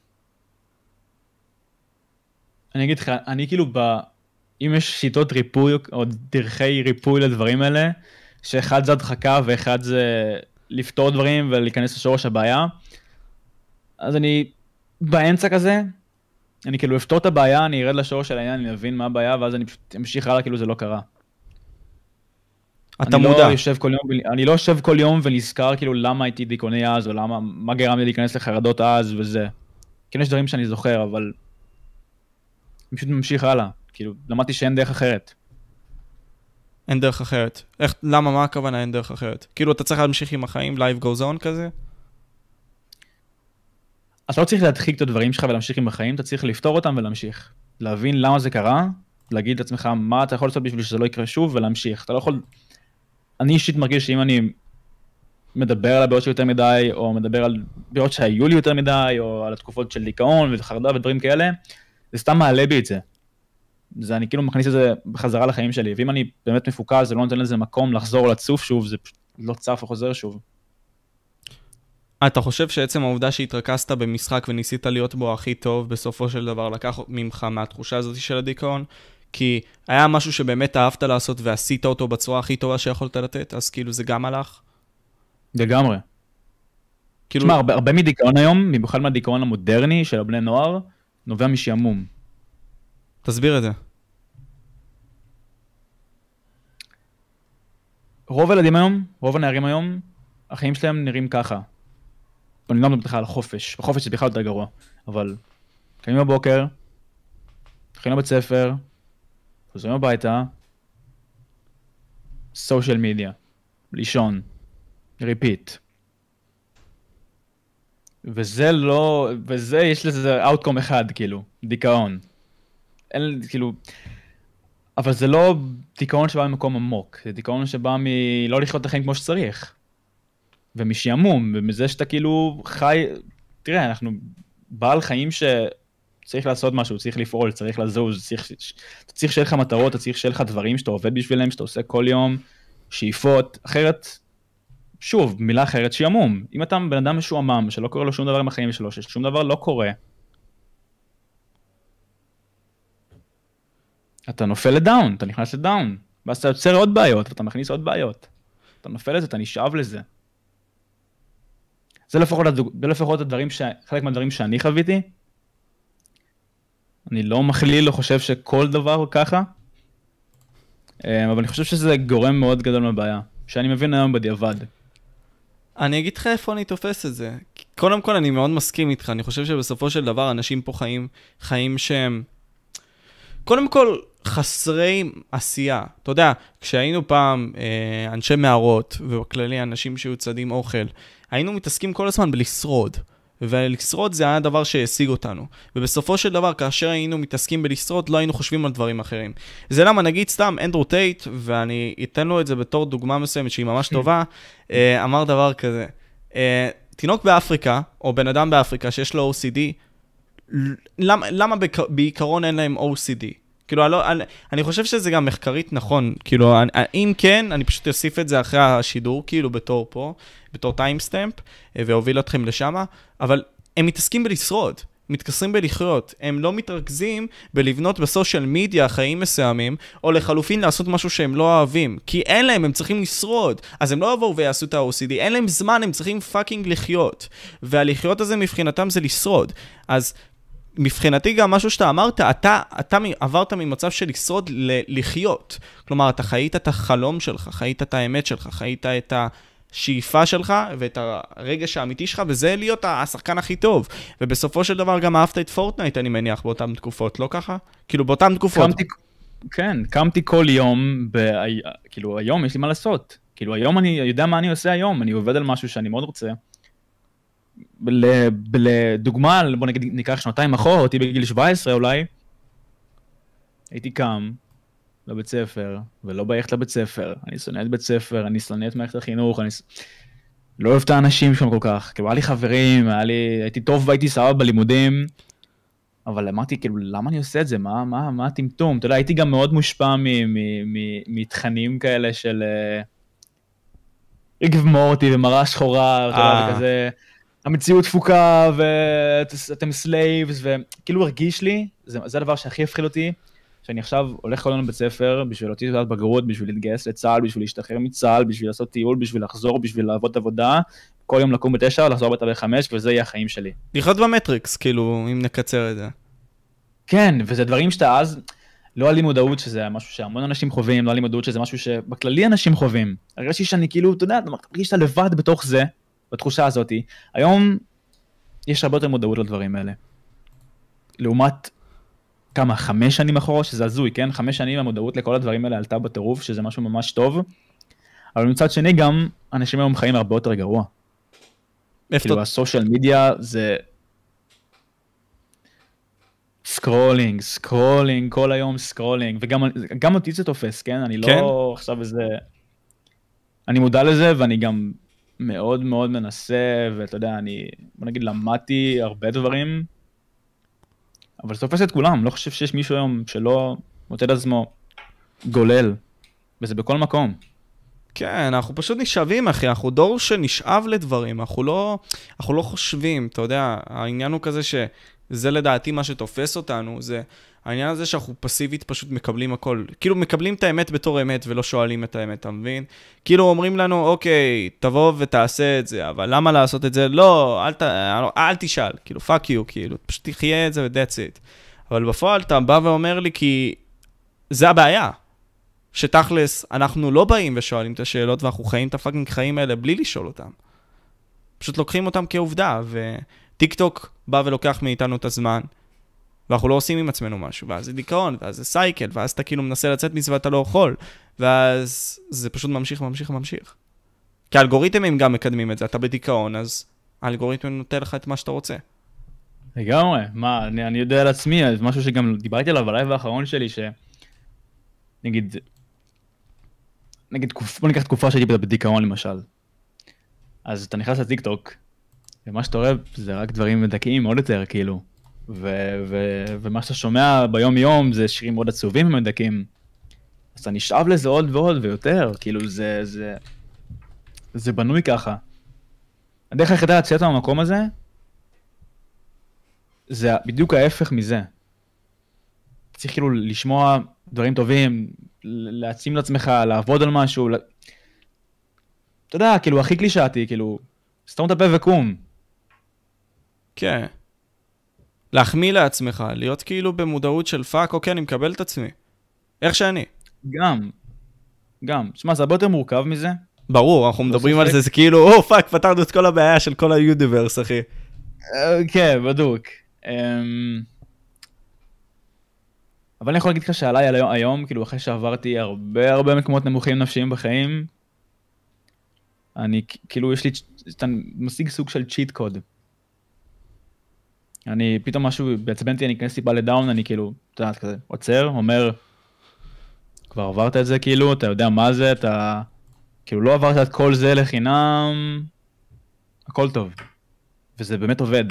אני אגיד לך, אני כאילו ב... אם יש שיטות ריפוי או דרכי ריפוי לדברים האלה, שאחד זה הדחקה ואחד זה לפתור דברים ולהיכנס לשורש הבעיה, אז אני באמצע כזה, אני כאילו אפתור את הבעיה, אני ארד לשורש של העניין, אני אבין מה הבעיה, ואז אני פשוט אמשיך הלאה כאילו זה לא קרה. אתה אני מודע. לא יושב כל יום, אני לא יושב כל יום ונזכר כאילו למה הייתי דיכאוני אז, או למה, מה גרם לי להיכנס לחרדות אז וזה. כן יש דברים שאני זוכר, אבל אני פשוט ממשיך הלאה. כאילו, למדתי שאין דרך אחרת. אין דרך אחרת. איך, למה, מה הכוונה אין דרך אחרת? כאילו, אתה צריך להמשיך עם החיים, life goes on כזה? אתה לא צריך להדחיק את הדברים שלך ולהמשיך עם החיים, אתה צריך לפתור אותם ולהמשיך. להבין למה זה קרה, להגיד לעצמך מה אתה יכול לעשות בשביל שזה לא יקרה שוב ולהמשיך. אתה לא יכול... אני אישית מרגיש שאם אני מדבר על הבעיות שלי יותר מדי, או מדבר על בעיות שהיו לי יותר מדי, או על התקופות של דיכאון וחרדה ודברים כאלה, זה סתם מעלה בי את זה. זה אני כאילו מכניס את זה בחזרה לחיים שלי, ואם אני באמת מפוקס, זה לא נותן לזה מקום לחזור לצוף שוב, זה לא צף וחוזר שוב. אתה חושב שעצם העובדה שהתרכזת במשחק וניסית להיות בו הכי טוב, בסופו של דבר לקח ממך מהתחושה הזאת של הדיכאון? כי היה משהו שבאמת אהבת לעשות ועשית אותו בצורה הכי טובה שיכולת לתת, אז כאילו זה גם הלך? לגמרי. כאילו... תשמע, הרבה, הרבה מדיכאון היום, במיוחד מהדיכאון המודרני של הבני נוער, נובע משעמום. תסביר את זה. רוב הילדים היום, רוב הנערים היום, החיים שלהם נראים ככה. אני לא מדבר בכלל על חופש, בחופש זה בכלל יותר גרוע, אבל קמים בבוקר, הולכים לבית ספר, חוזרים הביתה, סושיאל מדיה, לישון, ריפיט. וזה לא, וזה יש לזה אאוטקום אחד, כאילו, דיכאון. אין, כאילו, אבל זה לא דיכאון שבא ממקום עמוק, זה דיכאון שבא מלא לחיות את החיים כמו שצריך. ומשעמום, ומזה שאתה כאילו חי, תראה, אנחנו בעל חיים שצריך לעשות משהו, צריך לפעול, צריך לזוז, צריך, אתה צריך שיהיה לך מטרות, אתה צריך שיהיה לך דברים שאתה עובד בשבילם, שאתה עושה כל יום, שאיפות, אחרת, שוב, מילה אחרת, שעמום. אם אתה בן אדם משועמם, שלא קורה לו שום דבר עם החיים שלו, ששום דבר לא קורה, אתה נופל לדאון, אתה נכנס לדאון, ואז אתה יוצר עוד בעיות, ואתה מכניס עוד בעיות. אתה נופל לזה, אתה נשאב לזה. זה לפחות, זה לפחות הדברים ש... חלק מהדברים שאני חוויתי. אני לא מכליל, לא חושב שכל דבר הוא ככה. אבל אני חושב שזה גורם מאוד גדול מהבעיה, שאני מבין היום בדיעבד. אני אגיד לך איפה אני תופס את זה. קודם כל אני מאוד מסכים איתך, אני חושב שבסופו של דבר אנשים פה חיים, חיים שהם... קודם כל, חסרי עשייה. אתה יודע, כשהיינו פעם אה, אנשי מערות, ובכללי אנשים שהיו צדים אוכל, היינו מתעסקים כל הזמן בלשרוד. ולשרוד זה היה הדבר שהשיג אותנו. ובסופו של דבר, כאשר היינו מתעסקים בלשרוד, לא היינו חושבים על דברים אחרים. זה למה נגיד סתם, אנדרו טייט, ואני אתן לו את זה בתור דוגמה מסוימת שהיא ממש טובה, אה, אמר דבר כזה. אה, תינוק באפריקה, או בן אדם באפריקה שיש לו או סי די, למה, למה בעיקרון אין להם או סי די? כאילו, אני, אני חושב שזה גם מחקרית נכון, כאילו, אם כן, אני פשוט אוסיף את זה אחרי השידור, כאילו, בתור פה, בתור טיימסטמפ, והוביל אתכם לשם, אבל הם מתעסקים בלשרוד, מתעסקים בלחיות, הם לא מתרכזים בלבנות בסושיאל מדיה חיים מסוימים, או לחלופין לעשות משהו שהם לא אוהבים, כי אין להם, הם צריכים לשרוד, אז הם לא עברו ויעשו את ה-או סי די, אין להם זמן, הם צריכים פאקינג לחיות, והלחיות הזה מבחינתם זה לשרוד, אז מבחינתי גם משהו שאתה אמרת, אתה, אתה עברת ממצב של לשרוד ל-לחיות. כלומר, אתה חיית את החלום שלך, חיית את האמת שלך, חיית את השאיפה שלך ואת הרגש האמיתי שלך, וזה להיות השחקן הכי טוב. ובסופו של דבר גם אהבת את פורטנייט, אני מניח, באותן תקופות, לא ככה? כאילו, באותן תקופות. קמתי, כן, קמתי כל יום, ב... כאילו, היום יש לי מה לעשות. כאילו, היום אני יודע מה אני עושה היום, אני עובד על משהו שאני מאוד רוצה. לדוגמה, בוא נגיד, ניקח שנתיים אחורה, אותי בגיל שבע עשרה אולי, הייתי קם, לבית ספר, ולא בלכת לבית ספר. אני שונא את בית ספר, אני שונא את מערכת החינוך, אני לא אוהב את האנשים שם כל כך. כאילו, היה לי חברים, היה לי, הייתי טוב והייתי סבבה בלימודים, אבל אמרתי, כאילו, למה אני עושה את זה? מה, מה, מה הטמטום? אתה יודע, הייתי גם מאוד מושפע מתכנים כאלה של ריק ומורטי ומראה שחורה, אתה יודע, וכזה, המציאות תפוקה, ואתם סלייבס, וכאילו הרגיש לי, זה הדבר שהכי הפחיד אותי, שאני עכשיו הולך כל היום לבית ספר, בשביל להוציא תעודת בגרות, בשביל להתגייס לצה"ל, בשביל להשתחרר מצה"ל, בשביל לעשות טיול, בשביל לחזור, בשביל לעבוד עבודה, כל יום לקום בתשע, לחזור בתא בחמש, וזה יהיה החיים שלי. לחיות במטריקס, כאילו, אם נקצר את זה. כן, וזה דברים שאתה אז, לא על לי מודעות שזה משהו שהמון אנשים חווים, לא על לי מודעות שזה משהו שבכללי אנשים חווים. הרגשתי שאני כאילו, אתה יודע, מרגיש שאתה לבד בתוך זה, בתחושה הזאת. היום יש הרבה יותר מודעות לדברים האלה. לעומת כמה, חמש שנים אחורה, שזה הזוי, כן? חמש שנים המודעות לכל הדברים האלה עלתה בטירוף, שזה משהו ממש טוב. אבל מצד שני גם, אנשים היום חיים הרבה יותר גרוע. כאילו, הסושיאל מדיה זה סקרולינג, סקרולינג, כל היום סקרולינג, וגם גם אותי זה תופס, כן? אני לא עכשיו איזה... אני מודע לזה, ואני גם מאוד מאוד מנסה, ואתה יודע, אני, בוא נגיד, למדתי הרבה דברים, אבל זה תופס את כולם, לא חושב שיש מישהו היום שלא מוצא את עצמו גולל, וזה בכל מקום. כן, אנחנו פשוט נשאבים, אחי, אנחנו דור שנשאב לדברים, אנחנו לא, אנחנו לא חושבים, אתה יודע, העניין הוא כזה שזה לדעתי מה שתופס אותנו, זה העניין הזה שאנחנו פסיבית פשוט מקבלים הכל, כאילו מקבלים את האמת בתור אמת ולא שואלים את האמת, אתה מבין? כאילו אומרים לנו, אוקיי, תבוא ותעשה את זה, אבל למה לעשות את זה? לא, אל, ת, אל תשאל, כאילו, fuck you, כאילו, פשוט תחיה את זה ו-that's it. אבל בפועל אתה בא ואומר לי כי זה הבעיה. שתכלס, אנחנו לא באים ושואלים את השאלות, ואנחנו חיים את הפאקינג חיים האלה בלי לשאול אותם. פשוט לוקחים אותם כעובדה, וטיק טוק בא ולוקח מאיתנו את הזמן, ואנחנו לא עושים עם עצמנו משהו, ואז זה דיכאון, ואז זה סייקל, ואז אתה כאילו מנסה לצאת מזה ואתה לא אוכל, ואז זה פשוט ממשיך, ממשיך, ממשיך. כי האלגוריתמים גם מקדמים את זה, אתה בדיכאון, אז האלגוריתם נותן לך את מה שאתה רוצה. לגמרי, מה, אני, אני יודע על עצמי, זה משהו שגם דיברתי עליו בלייב האחרון שלי, ש... נגיד, נגיד, בוא ניקח תקופה שהייתי בדיכאון למשל. אז אתה נכנס לטיק טוק, ומה שאתה רואה זה רק דברים מדכאים עוד יותר, כאילו. ו- ו- ומה שאתה שומע ביום יום זה שירים מאוד עצובים ומדכאים. אז אתה נשאב לזה עוד ועוד ויותר, כאילו זה, זה, זה בנוי ככה. הדרך היחידה לצאת מהמקום הזה, זה בדיוק ההפך מזה. צריך כאילו לשמוע דברים טובים, להעצים לעצמך, לעבוד על משהו. אתה יודע, כאילו, הכי קלישאתי, כאילו, סתום את הפה וקום. כן. להחמיא לעצמך, להיות כאילו במודעות של פאק, אוקיי, אני מקבל את עצמי. איך שאני. גם, גם. תשמע, זה הרבה יותר מורכב מזה. ברור, אנחנו מדברים על זה, זה כאילו, או פאק, פתרנו את כל הבעיה של כל היוניברס, אחי. כן, בדוק. אבל אני יכול להגיד לך שעליי היום, כאילו אחרי שעברתי הרבה הרבה מקומות נמוכים נפשיים בחיים, אני כאילו יש לי, אתה משיג סוג של צ'יט קוד. אני פתאום משהו, בעצבנתי, אני אכנס טיפה לדאון, אני כאילו, אתה יודע, כזה, עוצר, אומר, כבר עברת את זה כאילו, אתה יודע מה זה, אתה כאילו לא עברת את כל זה לחינם, הכל טוב. וזה באמת עובד.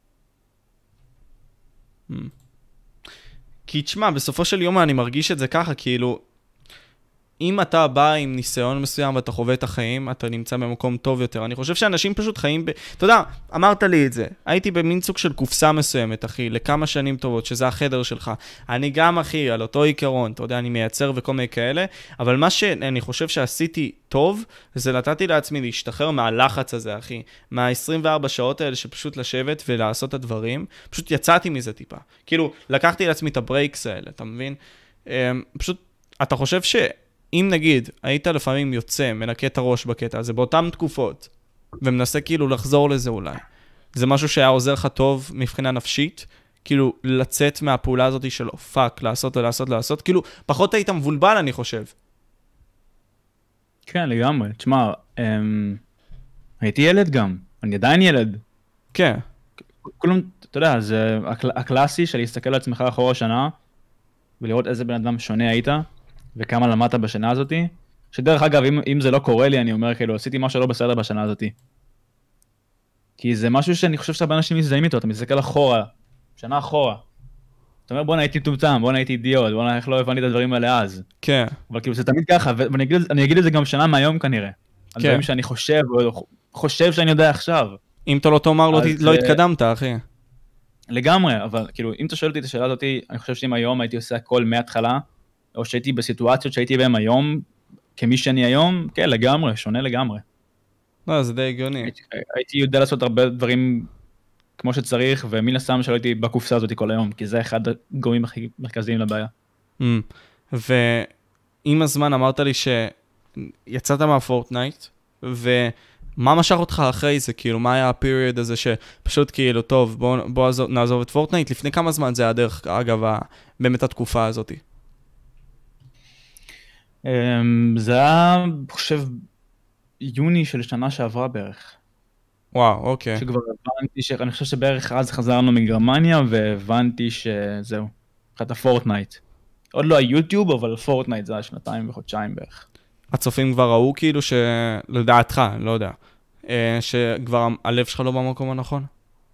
Hmm. כי תשמע, בסופו של יום אני מרגיש את זה ככה, כאילו, אם אתה בא עם ניסיון מסוים ואתה חווה את החיים, אתה נמצא במקום טוב יותר. אני חושב שאנשים פשוט חיים ב... אתה יודע, אמרת לי את זה. הייתי במין סוג של קופסה מסוימת, אחי, לכמה שנים טובות, שזה החדר שלך. אני גם, אחי, על אותו עיקרון, אתה יודע, אני מייצר וכל מיני כאלה, אבל מה שאני חושב שעשיתי טוב, זה נתתי לעצמי להשתחרר מהלחץ הזה, אחי. מה-עשרים וארבע שעות האלה שפשוט לשבת ולעשות את הדברים, פשוט יצאתי מזה טיפה. כאילו, לקחתי לעצמי את הברייקס האלה, אתה מבין? פשוט, אתה חושב ש... אם נגיד, היית לפעמים יוצא, מנקה את הראש בקטע הזה, באותן תקופות, ומנסה כאילו לחזור לזה אולי, זה משהו שהיה עוזר לך טוב מבחינה נפשית, כאילו לצאת מהפעולה הזאת של פאק, לעשות ולעשות ולעשות, כאילו פחות היית מבולבל אני חושב. כן, לגמרי. תשמע, אמ... הייתי ילד גם, אני עדיין ילד. כן. כולם, אתה יודע, זה הקל... הקלאסי של להסתכל על עצמך אחורה שנה, ולראות איזה בן אדם שונה היית, וכמה למדת בשנה הזאתי, שדרך אגב, אם, אם זה לא קורה לי, אני אומר, כאילו, עשיתי משהו לא בסדר בשנה הזאתי. כי זה משהו שאני חושב שהרבה אנשים מזדהים איתו, אתה מסתכל אחורה, שנה אחורה. אתה אומר, בוא'נה, הייתי מטומטם, בוא'נה, הייתי אידיוט, בוא'נה, איך לא הבנתי את הדברים האלה אז. כן. אבל כאילו, זה תמיד ככה, ואני אגיד, אני אגיד את זה גם שנה מהיום כנראה. על דברים שאני חושב, או חושב שאני יודע עכשיו. אם אתה לא תאמר, לא, אז, לא התקדמת, אחי. לגמרי, אבל כאילו, אם אתה שואל אותי את השאלה הזאת, אני חושב שאם היום הייתי עושה הכל מההתחלה, או שהייתי בסיטואציות שהייתי בהם היום, כמי שאני היום, כן, לגמרי, שונה לגמרי. לא, זה די הגיוני. הייתי, הייתי יודע לעשות הרבה דברים כמו שצריך, ומן הסתם שלא הייתי בקופסה הזאת כל היום, כי זה אחד הגורמים הכי מרכזיים לבעיה. Mm. ועם הזמן אמרת לי שיצאת מהפורטנייט, ומה משך אותך אחרי זה? כאילו, מה היה הפיריוד הזה שפשוט כאילו, טוב, בוא, בוא נעזוב את פורטנייט? לפני כמה זמן זה היה דרך, אגב, באמת התקופה הזאת? זה היה, חושב, יוני של שנה שעברה בערך. וואו, אוקיי. שכבר הבנתי ש... אני חושב שבערך אז חזרנו מגרמניה, והבנתי שזהו, אחת הפורטנייט. עוד לא היוטיוב, אבל פורטנייט זה היה שנתיים וחודשיים בערך. הצופים כבר ראו כאילו שלדעתך, לא יודע, שכבר הלב שלך לא במקום הנכון?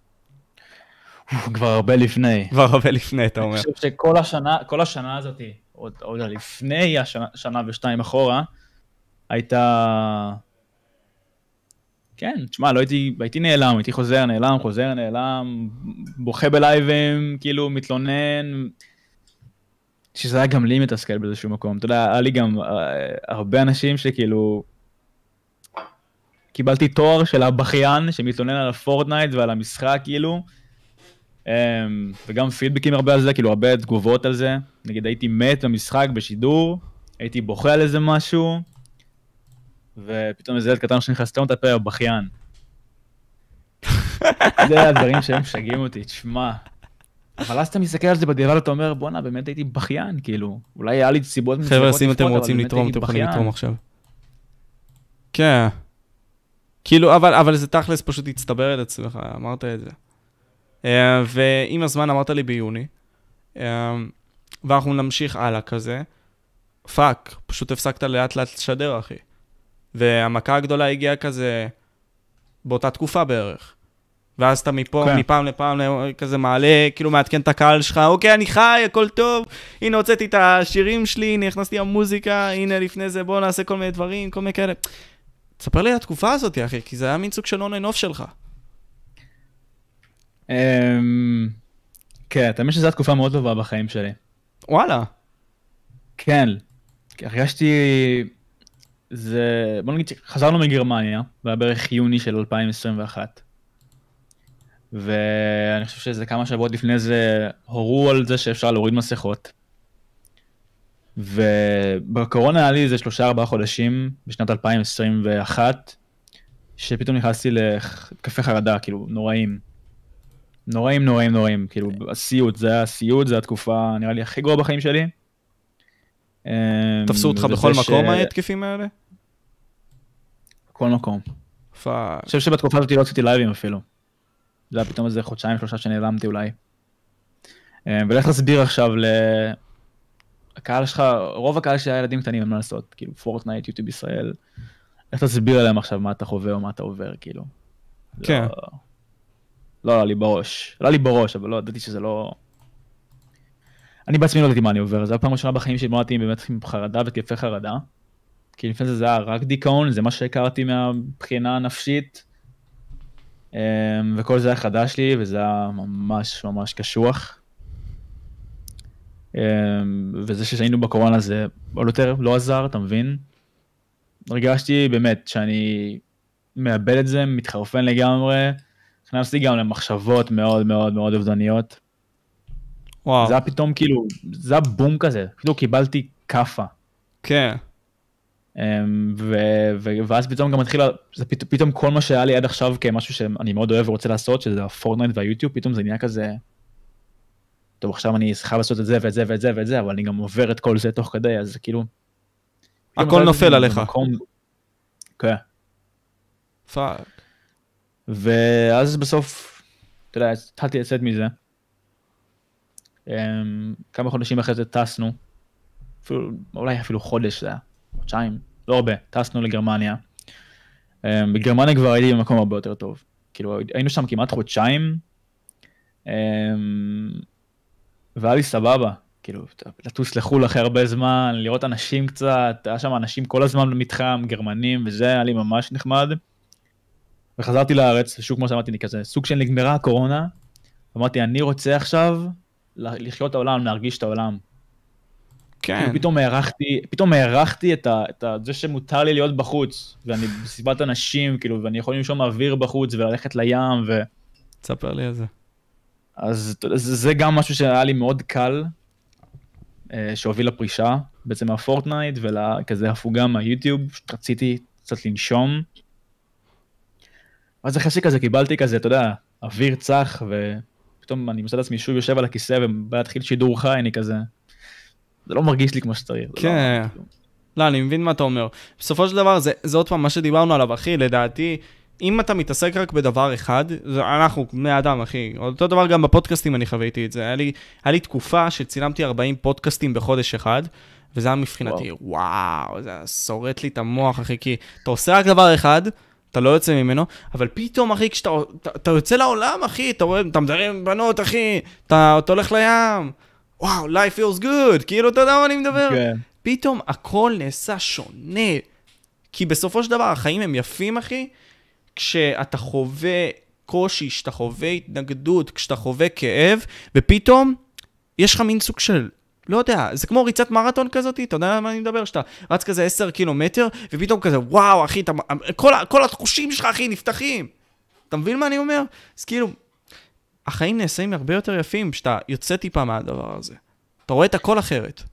כבר הרבה לפני. כבר הרבה לפני, אתה אומר. אני חושב שכל השנה, כל השנה הזאת, עוד, עוד לפני השנה, שנה ושתיים אחורה, הייתה... כן, תשמע, לא הייתי, הייתי נעלם, הייתי חוזר, נעלם, חוזר, נעלם, בוכה בלייבים, כאילו, מתלונן, שזה היה גם לי מתסכל באיזשהו מקום. אתה יודע, היה לי גם uh, הרבה אנשים שכאילו, קיבלתי תואר של הבכיין, שמתלונן על הפורטנייט ועל המשחק, כאילו, um, וגם פידבקים הרבה על זה, כאילו, הרבה תגובות על זה. נגיד, הייתי מת במשחק, בשידור, הייתי בוכה על איזה משהו, ופתאום איזה ילד קטן שנכנס לסתום את הפה, בכיין. זה הדברים שהם משגעים אותי, תשמע. אבל אז אתה מסתכל על זה בדיעבד, אתה אומר, בואנה, באמת הייתי בכיין, כאילו. אולי היה לי סיבות מצליחות לפחות, חבר'ה, אם אתם רוצים לתרום, אתם יכולים לתרום עכשיו. כן. כאילו, אבל, אבל זה תכלס פשוט הצטבר את עצמך, אמרת את זה. ועם הזמן אמרת לי ביוני, ואנחנו נמשיך הלאה כזה, פאק, פשוט הפסקת לאט לאט לשדר, אחי. והמכה הגדולה הגיעה כזה באותה תקופה בערך. ואז אתה מפה, okay. מפעם לפעם כזה מעלה, כאילו מעדכן את הקהל שלך, אוקיי, אני חי, הכל טוב, הנה הוצאתי את השירים שלי, הנה הכנסתי המוזיקה, הנה לפני זה בוא נעשה כל מיני דברים, כל מיני כאלה. תספר לי על התקופה הזאת, אחי, כי זה היה מין סוג של און אנד אוף שלך. כן, אתה מבין שזו התקופה מאוד טובה בחיים שלי. וואלה. כן, הרגשתי... זה, בוא נגיד שחזרנו מגרמניה, והיה בערך יוני של אלפיים עשרים ואחת. ואני חושב שזה כמה שבועות לפני זה, הורו על זה שאפשר להוריד מסכות. ובקורונה היה לי איזה שלושה ארבעה חודשים, בשנת אלפיים עשרים ואחת, שפתאום נכנסתי לקפה חרדה, כאילו, נוראים. נוראים, נוראים, נוראים, כאילו, הסיוט, זה היה הסיוט, זה התקופה, נראה לי, הכי גרועה בחיים שלי. תפסו אותך בכל מקום ההתקפים האלה? בכל מקום. פאק. אני חושב שבתקופה הזאת לא עשיתי לייבים אפילו. זה היה פתאום איזה חודשיים, שלושה שנעלמתי אולי. ולך תסביר עכשיו לקהל שלך, רוב הקהל שהיה ילדים קטנים, אין מה לעשות, כאילו פורטנייט, יוטיוב ישראל. לך תסביר עליהם עכשיו מה אתה חווה או מה אתה עובר, כאילו. כן. לא, לא לי בראש. לא לי בראש, אבל לא ידעתי שזה לא... אני בעצמי לא ידעתי מה אני עובר, זו הפעם ראשונה בחיים שהתמודדתי באמת עם חרדה וכיפי חרדה. כי לפני זה זה היה רק דיכאון, זה מה שהכרתי מהבחינה הנפשית. וכל זה היה חדש לי, וזה היה ממש ממש קשוח. וזה שהיינו בקורונה זה עוד יותר לא עזר, אתה מבין? הרגשתי באמת שאני מאבד את זה, מתחרפן לגמרי. נכנסתי גם למחשבות מאוד מאוד מאוד אובדניות. וואו. זה היה פתאום כאילו, זה היה בום כזה, כאילו קיבלתי קפה. כן. ו- ו- ואז פתאום גם התחילה, זה פת- פתאום כל מה שהיה לי עד עכשיו כמשהו שאני מאוד אוהב ורוצה לעשות, שזה הפורטנייט והיוטיוב, פתאום זה נהיה כזה, טוב עכשיו אני חייב לעשות את זה ואת זה ואת זה ואת זה, אבל אני גם עובר את כל זה תוך כדי, אז כאילו... הכל נופל עליך. במקום... כן. פאק. ואז בסוף, אתה יודע, התחלתי לצאת מזה. כמה חודשים אחרי זה טסנו אפילו, אולי אפילו חודש, זה היה חודשיים, לא הרבה, טסנו לגרמניה. בגרמניה כבר הייתי במקום הרבה יותר טוב. כאילו, היינו שם כמעט חודשיים, והיה לי סבבה. כאילו, לטוס לחול אחרי הרבה זמן, לראות אנשים קצת, היה שם אנשים כל הזמן במתחם, גרמנים, וזה היה לי ממש נחמד. וחזרתי לארץ, שוב כמו שאמרתי, כזה, סוג של נגמרה הקורונה, ואמרתי, אני רוצה עכשיו לחיות את העולם, להרגיש את העולם. כן. פתאום הערכתי, פתאום הערכתי את, ה, את ה, זה שמותר לי להיות בחוץ, ואני בסביבת אנשים, כאילו, ואני יכול לנשום אוויר בחוץ, וללכת לים, ו... תספר לי על זה. אז זה, זה גם משהו שהיה לי מאוד קל, שהוביל לפרישה, בעצם מהפורטנייט, ולכזה הפוגה מהיוטיוב, פשוט רציתי קצת לנשום. אז אחרי שכזה קיבלתי כזה, אתה יודע, אוויר צח, ופתאום אני מוצא את עצמי שוב יושב על הכיסא, ובא להתחיל שידור חי, אני כזה... זה לא מרגיש לי כמו שצריך. כן. לא, אני מבין מה אתה אומר. בסופו של דבר, זה, זה עוד פעם מה שדיברנו עליו, אחי, לדעתי, אם אתה מתעסק רק בדבר אחד, זה, אנחנו, בני אדם, אחי, אותו דבר גם בפודקאסטים אני חוויתי את זה. היה לי, היה לי תקופה שצילמתי ארבעים פודקאסטים בחודש אחד, וזה היה מבחינתי, וואו, וואו זה שורט לי את המוח, אחי, כי אתה עושה רק דבר אחד, אתה לא יוצא ממנו, אבל פתאום, אחי, כשאתה אתה, אתה יוצא לעולם, אחי, אתה רואה, אתה מדבר עם בנות, אחי, אתה, אתה הולך לים, וואו, life feels good, כאילו, אתה יודע מה אני מדבר? כן. פתאום הכל נעשה שונה, כי בסופו של דבר החיים הם יפים, אחי, כשאתה חווה קושי, כשאתה חווה התנגדות, כשאתה חווה כאב, ופתאום יש לך מין סוג של, לא יודע, זה כמו ריצת מרתון כזאת, אתה יודע מה אני מדבר? שאתה רץ כזה עשר קילומטר, ופתאום כזה, וואו, אחי, אתה, כל, כל התחושים שלך, אחי, נפתחים. אתה מבין מה אני אומר? אז כאילו, החיים נעשים הרבה יותר יפים, שאתה יוצא טיפה מהדבר הזה. אתה רואה את הכל אחרת.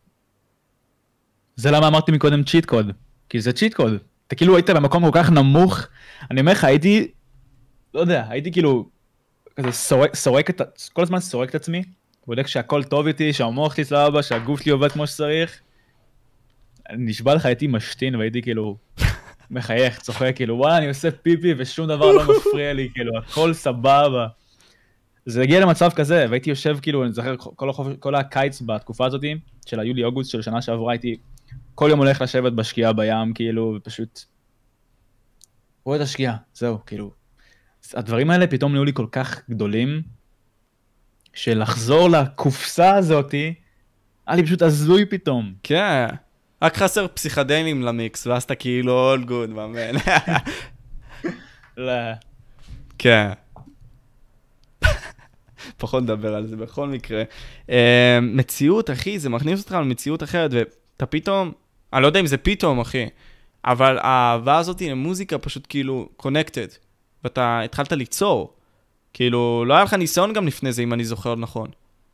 זה למה אמרתי מקודם צ'יט קוד, כי זה צ'יט קוד. אתה כאילו היית במקום כל כך נמוך, אני אומר לך, הייתי, לא יודע, הייתי כאילו, כזה סורק, סורק את, כל הזמן סורק את עצמי, בודק שהכל טוב איתי, שהמוח שלי סבבה, שהגוף שלי עובד כמו שצריך. אני נשבע לך, הייתי משתין והייתי כאילו, מחייך, צוחק, כאילו, וואלה, אני עושה פיפי ושום דבר לא מפריע לי, כאילו, הכל סבבה. זה הגיע למצב כזה, והייתי יושב, כאילו, אני זוכר, כל, החופ... כל הקיץ בתקופה הזאת, של היולי-אוגוסט של שנה שעברה, הייתי כל יום הולך לשבת בשקיעה בים, כאילו, ופשוט רואה את השקיעה, זהו, כאילו. הדברים האלה פתאום נהיו לי כל כך גדולים, שלחזור לקופסה הזאת, היה לי פשוט הזוי פתאום. כן, רק חסר פסיכדלים למיקס, ואז אתה כאילו all good, מאמן. לא. כן. פחות לדבר על זה בכל מקרה. מציאות, אחי, זה מכניס אותך למציאות אחרת, ואתה פתאום, אני לא יודע אם זה פתאום, אחי, אבל האהבה הזאת למוזיקה פשוט כאילו connected, ואתה התחלת ליצור. כאילו, לא היה לך ניסיון גם לפני זה, אם אני זוכר נכון.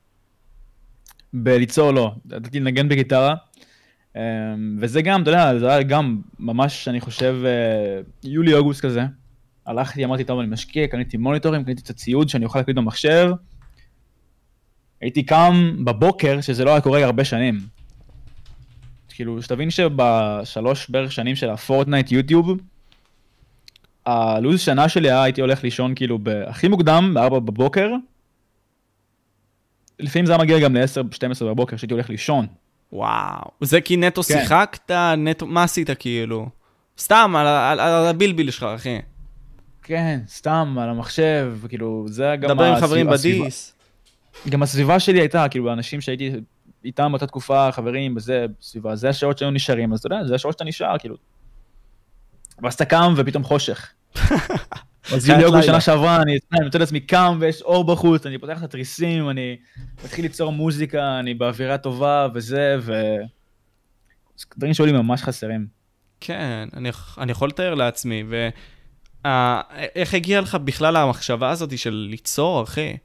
בליצור לא, ידעתי לנגן בגיטרה, וזה גם, אתה יודע, זה היה גם ממש, אני חושב, יולי-אוגוסט כזה. הלכתי, אמרתי, טוב, אני משקיע, קניתי מוניטורים, קניתי את הציוד שאני אוכל להקליט במחשב. הייתי קם בבוקר, שזה לא היה קורה הרבה שנים. כאילו, שתבין שבשלוש בערך שנים של הפורטנייט יוטיוב, הלוז שנה שלי היה, הייתי הולך לישון כאילו הכי מוקדם, בארבע בבוקר. לפעמים זה היה מגיע גם ל-עשר, שתים עשרה בבוקר, שהייתי הולך לישון. וואו, זה כי נטו כן. שיחקת, נטו, מה עשית כאילו? סתם, על, על, על הבילביל שלך, אחי. כן, סתם, על המחשב, כאילו, זה גם... דבר עם חברים בדיס. גם הסביבה שלי הייתה, כאילו, האנשים שהייתי איתם באותה תקופה, חברים, בזה, סביבה, זה השעות שהיו נשארים, אז אתה יודע, זה השעות שאתה נשאר, כאילו. ואז אתה קם ופתאום חושך. אז יולי-אוגוסט שנה שעברה, אני נותן לעצמי קם ויש אור בחוץ, אני פותח את התריסים, אני מתחיל ליצור מוזיקה, אני באווירה טובה וזה, ו... דברים שעולים ממש חסרים. כן, אני, אני יכול לתאר לעצמי, ו... אה, איך הגיע לך בכלל המחשבה הזאת של ליצור, אחי?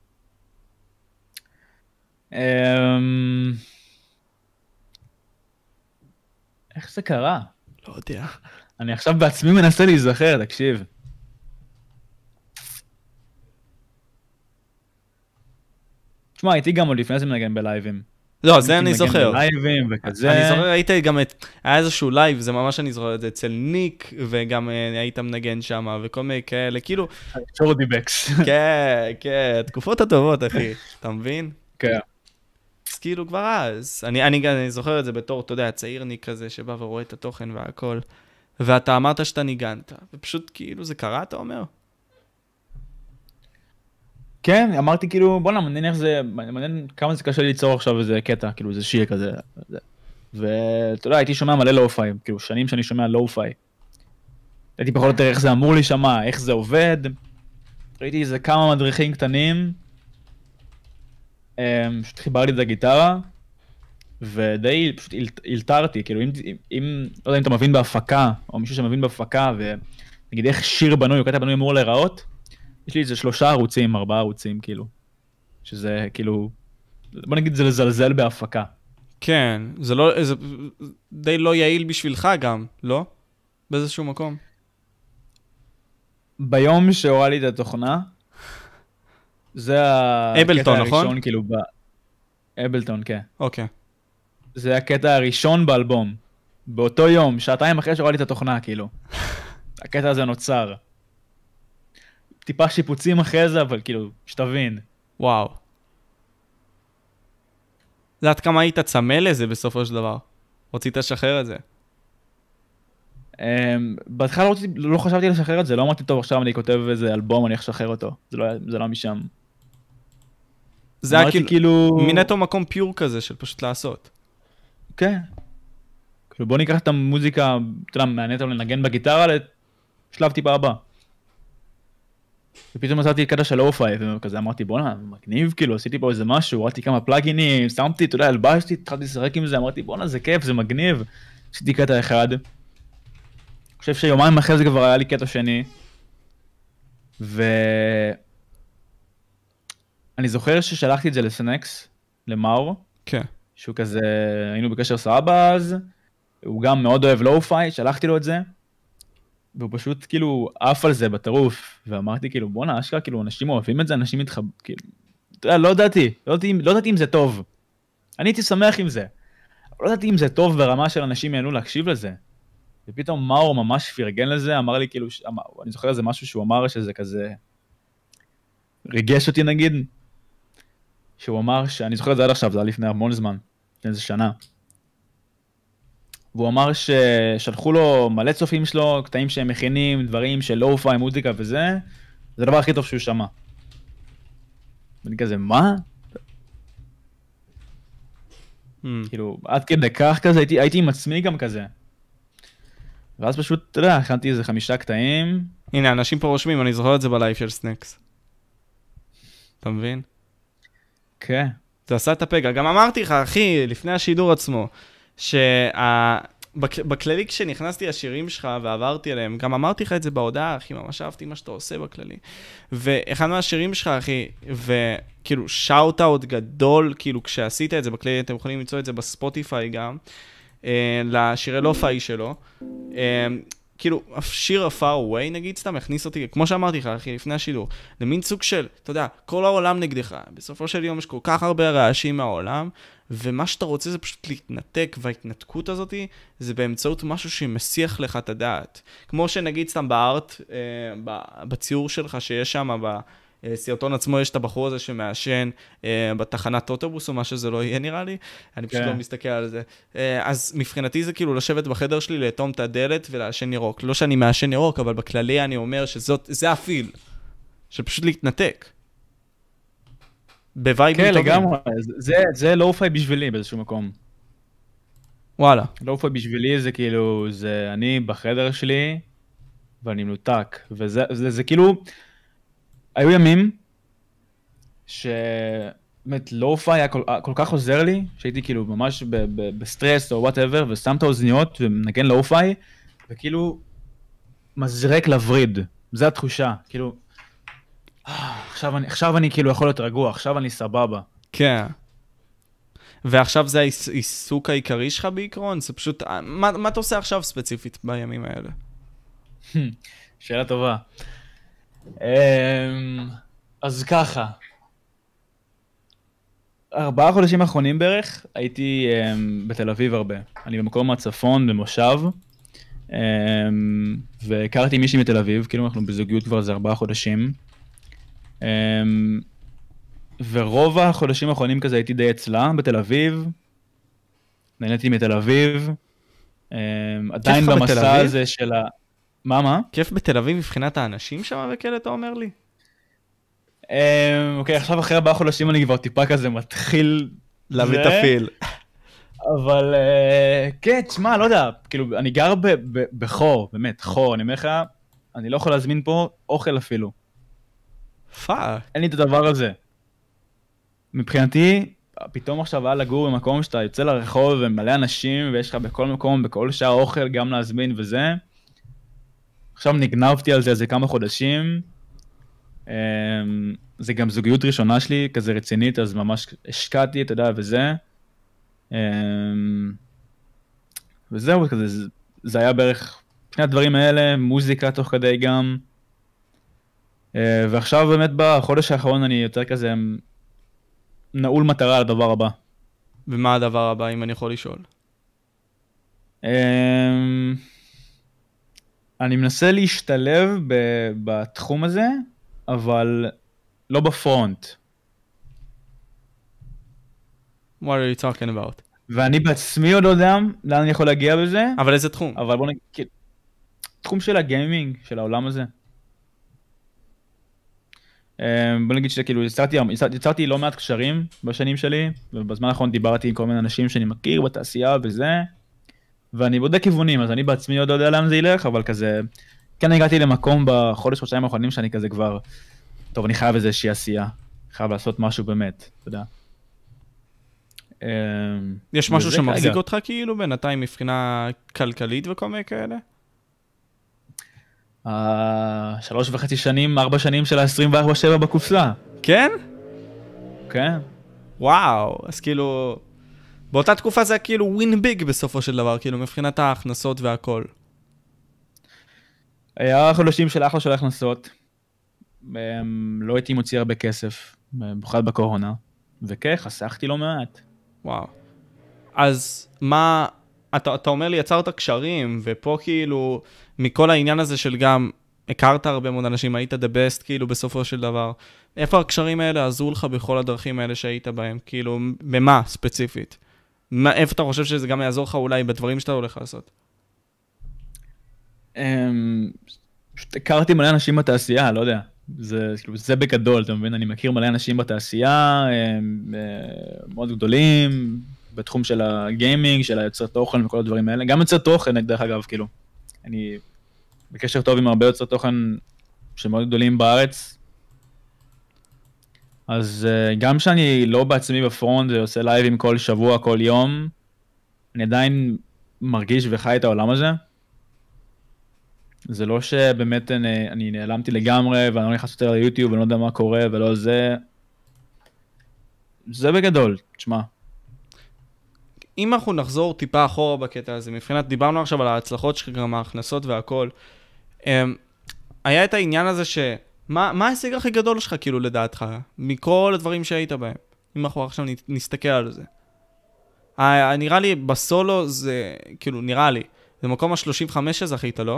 איך זה קרה? לא יודע. אני עכשיו בעצמי מנסה להיזכר, תקשיב. תשמע, הייתי גם עוד לפני זה מנגן בלייבים. לא, זה אני זוכר. בלייבים וכזה. אני זוכר, היית גם את... היה איזשהו לייב, זה ממש אני זוכר את זה, אצל ניק, וגם היית מנגן שם, וכל מיני כאלה, כאילו... שורודי בקס. כן, כן, תקופות הטובות, אחי. אתה מבין? כן. אז כאילו כבר אז. אני, אני, אני זוכר את זה בתור, אתה יודע, צעירניק כזה שבא ורואה את התוכן והכל. ואתה אמרת שאתה ניגנת, ופשוט כאילו זה קרה, אתה אומר? כן, אמרתי כאילו, בוא'נה, מעניין איך זה, מעניין כמה זה קשה ליצור עכשיו איזה קטע, כאילו איזה שיר כזה. ואתה יודע, הייתי שומע מלא לואו-פיי, כאילו שנים שאני שומע לואו-פיי. הייתי פחות או יותר איך זה אמור להישמע, איך זה עובד. ראיתי איזה כמה מדריכים קטנים. פשוט חיברתי את הגיטרה, ודי פשוט הילתרתי, כאילו אם, אם, לא יודע אם אתה מבין בהפקה, או מישהו שמבין בהפקה, ונגיד איך שיר בנוי, או קטע בנוי אמור להיראות, יש לי איזה שלושה ערוצים, ארבעה ערוצים, כאילו. שזה כאילו, בוא נגיד זה לזלזל בהפקה. כן, זה לא, זה די לא יעיל בשבילך גם, לא? באיזשהו מקום. ביום שהורדתי את התוכנה, זה הקטע הראשון, נכון? כאילו, ב... אבלטון, כן. אוקיי. זה הקטע הראשון באלבום. באותו יום, שעתיים אחרי שהורדתי את התוכנה, כאילו. הקטע הזה נוצר. טיפה שיפוצים אחרי זה, אבל כאילו, שתבין. וואו. זה עד כמה היית צמא לזה בסופו של דבר? רצית לשחרר את זה? בהתחלה לא חשבתי לשחרר את זה, לא אמרתי טוב, עכשיו אני כותב איזה אלבום, אני אשחרר אותו. זה לא משם. זה היה כאילו מנטו מקום פיור כזה של פשוט לעשות. כן. כאילו בוא ניקח את המוזיקה, אתה יודע, מהנטו לנגן בגיטרה לשלב טיפה הבא. ופתאום מצאתי קטע של לואו-פיי, וכזה אמרתי, בוא'נה, מגניב, כאילו, עשיתי פה איזה משהו, הורדתי כמה פלאגינים, שמתי, אתה יודע, הלבשתי, התחלתי לשחק עם זה, אמרתי, בוא'נה, זה כיף, זה מגניב. עשיתי קטע אחד. אני חושב שיומיים אחרי זה כבר היה לי קטע שני. ו... אני זוכר ששלחתי את זה לסנקס, למאור. כן. שהוא כזה, היינו בקשר סבא אז, הוא גם מאוד אוהב לואו-פיי, שלחתי לו את זה. והוא פשוט כאילו עף על זה בטירוף, ואמרתי כאילו בוא'נה, אשכרה, כאילו אנשים אוהבים את זה, אנשים מתחב... כאילו, אתה יודע, לא ידעתי, לא ידעתי, לא ידעתי אם זה טוב. אני הייתי שמח עם זה. לא ידעתי אם זה טוב ברמה של אנשים יענו להקשיב לזה. ופתאום מאור ממש פרגן לזה, אמר לי כאילו, אמר, אני זוכר איזה משהו שהוא אמר שזה כזה, ריגש אותי נגיד, שהוא אמר שאני זוכר את זה עד עכשיו, זה היה לפני המון זמן, לפני איזה שנה. והוא אמר ששלחו לו מלא צופים שלו, קטעים שהם מכינים, דברים של לואו-פיי, מוזיקה וזה, זה הדבר הכי טוב שהוא שמע. ואני כזה, מה? Mm. כאילו, עד כדי כך כזה, הייתי, הייתי עם עצמי גם כזה. ואז פשוט, אתה יודע, הכנתי איזה חמישה קטעים. הנה, אנשים פה רושמים, אני זוכר את זה בלייב של סנקס. אתה מבין? כן. זה עשה את הפגע. גם אמרתי לך, אחי, לפני השידור עצמו, שבכללי כשנכנסתי לשירים שלך ועברתי עליהם, גם אמרתי לך את זה בהודעה, אחי, ממש אהבתי מה שאתה עושה בכללי. ואחד מהשירים שלך, אחי, וכאילו שאוט-אוט גדול, כאילו כשעשית את זה בכללי, אתם יכולים למצוא את זה בספוטיפיי גם, לשירי לואו-פיי שלו. כאילו, שיר ה-Far Away, נגיד, סתם, הכניס אותי, כמו שאמרתי לך, אחי, לפני השידור, למין סוג של, אתה יודע, כל העולם נגדך, בסופו של יום יש כל כך הרבה רעשים מהעולם, ומה שאתה רוצה זה פשוט להתנתק, וההתנתקות הזאת זה באמצעות משהו שמסיח לך את הדעת. כמו שנגיד, סתם, בארט, בציור שלך שיש שם, בסרטון עצמו יש את הבחור הזה שמעשן בתחנת אוטובוס או מה שזה לא יהיה נראה לי, אני פשוט לא מסתכל על זה. אז מבחינתי זה כאילו לשבת בחדר שלי, לאטום את הדלת ולעשן ירוק. לא שאני מעשן ירוק, אבל בכללי אני אומר שזה הפיל, שפשוט להתנתק. בווייבים טובים. כן, לגמרי. זה לואו-פיי בשבילי באיזשהו מקום. וואלה. לואו-פיי בשבילי זה כאילו, זה אני בחדר שלי ואני מנותק. וזה כאילו... היו ימים שבאמת לואו-פיי היה כל, כל כך עוזר לי, שהייתי כאילו ממש ב, ב, בסטרס או whatever, ושם את האוזניות ומנגן לואו-פיי, וכאילו מזרק לווריד, זו התחושה, כאילו, עכשיו אני, עכשיו אני כאילו יכול להיות רגוע, עכשיו אני סבבה. כן. ועכשיו זה העיסוק העיקרי שלך בעיקרון? זה פשוט, מה, מה אתה עושה עכשיו ספציפית בימים האלה? שאלה טובה. אז ככה, ארבעה חודשים האחרונים בערך, הייתי בתל אביב הרבה. אני במקום מהצפון, במושב, והכרתי מישהי מתל אביב, כאילו אנחנו בזוגיות כבר איזה ארבעה חודשים. ורוב החודשים האחרונים כזה הייתי די אצלה, בתל אביב. נהניתי מתל אביב. אמ, עדיין לך בתל במסע אביב? הזה של ה... מה, מה? כיף בתל אביב מבחינת האנשים שם וכאלה, אתה אומר לי? אמ, אוקיי, עכשיו אחרי ארבעה חודשים אני כבר טיפה כזה מתחיל... להביא את זה, הפיל. אבל אה, כן, תשמע, לא יודע, כאילו, אני גר ב- ב- בחור, באמת, חור, אני אומר לך, אני לא יכול להזמין פה אוכל אפילו. פאק. אין לי את הדבר הזה. מבחינתי, פתאום עכשיו היה לגור במקום שאתה יוצא לרחוב ומלא אנשים, ויש לך בכל מקום, בכל שעה אוכל, גם להזמין וזה. עכשיו נגנבתי על זה איזה כמה חודשים. אמ, זה גם זוגיות ראשונה שלי, כזה רצינית, אז ממש השקעתי, אתה יודע, וזה. אמ, וזהו, כזה, זה- זה היה בערך שני הדברים האלה, מוזיקה תוך כדי גם. אה, ועכשיו באמת בחודש האחרון אני יותר כזה נעול מטרה על הדבר הבא. ומה הדבר הבא, אם אני יכול לשאול? אמ, אני מנסה להשתלב ב- בתחום הזה, אבל לא בפרונט. What are you talking about? ואני בעצמי עוד לא יודע לאן אני יכול להגיע בזה, אבל איזה תחום? אבל בוא נגיד, כאילו, תחום של הגיימינג, של העולם הזה. אמ, בוא נגיד שכאילו יצרתי, יצרתי לא מעט קשרים בשנים שלי, ובזמן האחרון דיברתי עם כל מיני אנשים שאני מכיר בתעשייה וזה, ואני בודק כיוונים, אז אני בעצמי עוד לא יודע לאן זה ילך, אבל כזה, כן הגעתי למקום בחודש, חודשיים האחרונים שאני כזה כבר, טוב, אני חייב איזושהי עשייה, חייב לעשות משהו באמת, אתה יודע. אמ, יש משהו וזה שמחזיק כרגע. אותך כאילו בינתיים מבחינה כלכלית וכל מיני כאלה? אה, שלוש וחצי שנים, ארבע שנים של ה-עשרים וארבע שבע בקופסה, כן? כן? וואו, אז כאילו... באותה תקופה זה היה כאילו ווין ביג בסופו של דבר, כאילו מבחינת ההכנסות והכל. היה חודשים של אחלה של הכנסות, אמ, לא הייתי מוציא הרבה כסף, במיוחד בקורונה, וכן, חסכתי לא מעט. וואו. אז מה... אתה, אתה אומר לי, יצרת קשרים, ופה כאילו, מכל העניין הזה של גם, הכרת הרבה מאוד אנשים, היית the best כאילו בסופו של דבר. איפה הקשרים האלה עזרו לך בכל הדרכים האלה שהיית בהם? כאילו, במה ספציפית? מה, איפה אתה חושב שזה גם יעזור לך אולי בדברים שאתה הולך לעשות? אמ, פשוט הכרתי מלא אנשים בתעשייה, לא יודע. זה, כאילו, זה בגדול, אתה מבין? אני מכיר מלא אנשים בתעשייה, הם, אה, מאוד גדולים, בתחום של הגיימינג, של היוצר תוכן וכל הדברים האלה. גם יוצר תוכן, דרך אגב, כאילו. אני בקשר טוב עם הרבה יוצר תוכן שמאוד גדולים בארץ. אז אה, גם שאני לא בעצמי בפרונט ועושה לייבים כל שבוע, כל יום, אני עדיין מרגיש וחי את העולם הזה. זה לא שבאמת אני, אני נעלמתי לגמרי, ואני לא נכנס יותר ליוטיוב, ואני לא יודע מה קורה, ולא זה. זה בגדול, תשמע. אם אנחנו נחזור טיפה אחורה בקטע הזה, מבחינת, דיברנו עכשיו על ההצלחות שלך, גם ההכנסות והכל, אמ, היה את העניין הזה ש... מה, מה ההישג הכי גדול שלך, כאילו, לדעתך? מכל הדברים שהיית בהם. אם אנחנו עכשיו נסתכל על זה. ה- נראה לי, בסולו זה, כאילו, נראה לי, זה מקום ה-שלושים וחמש שזכית, לא?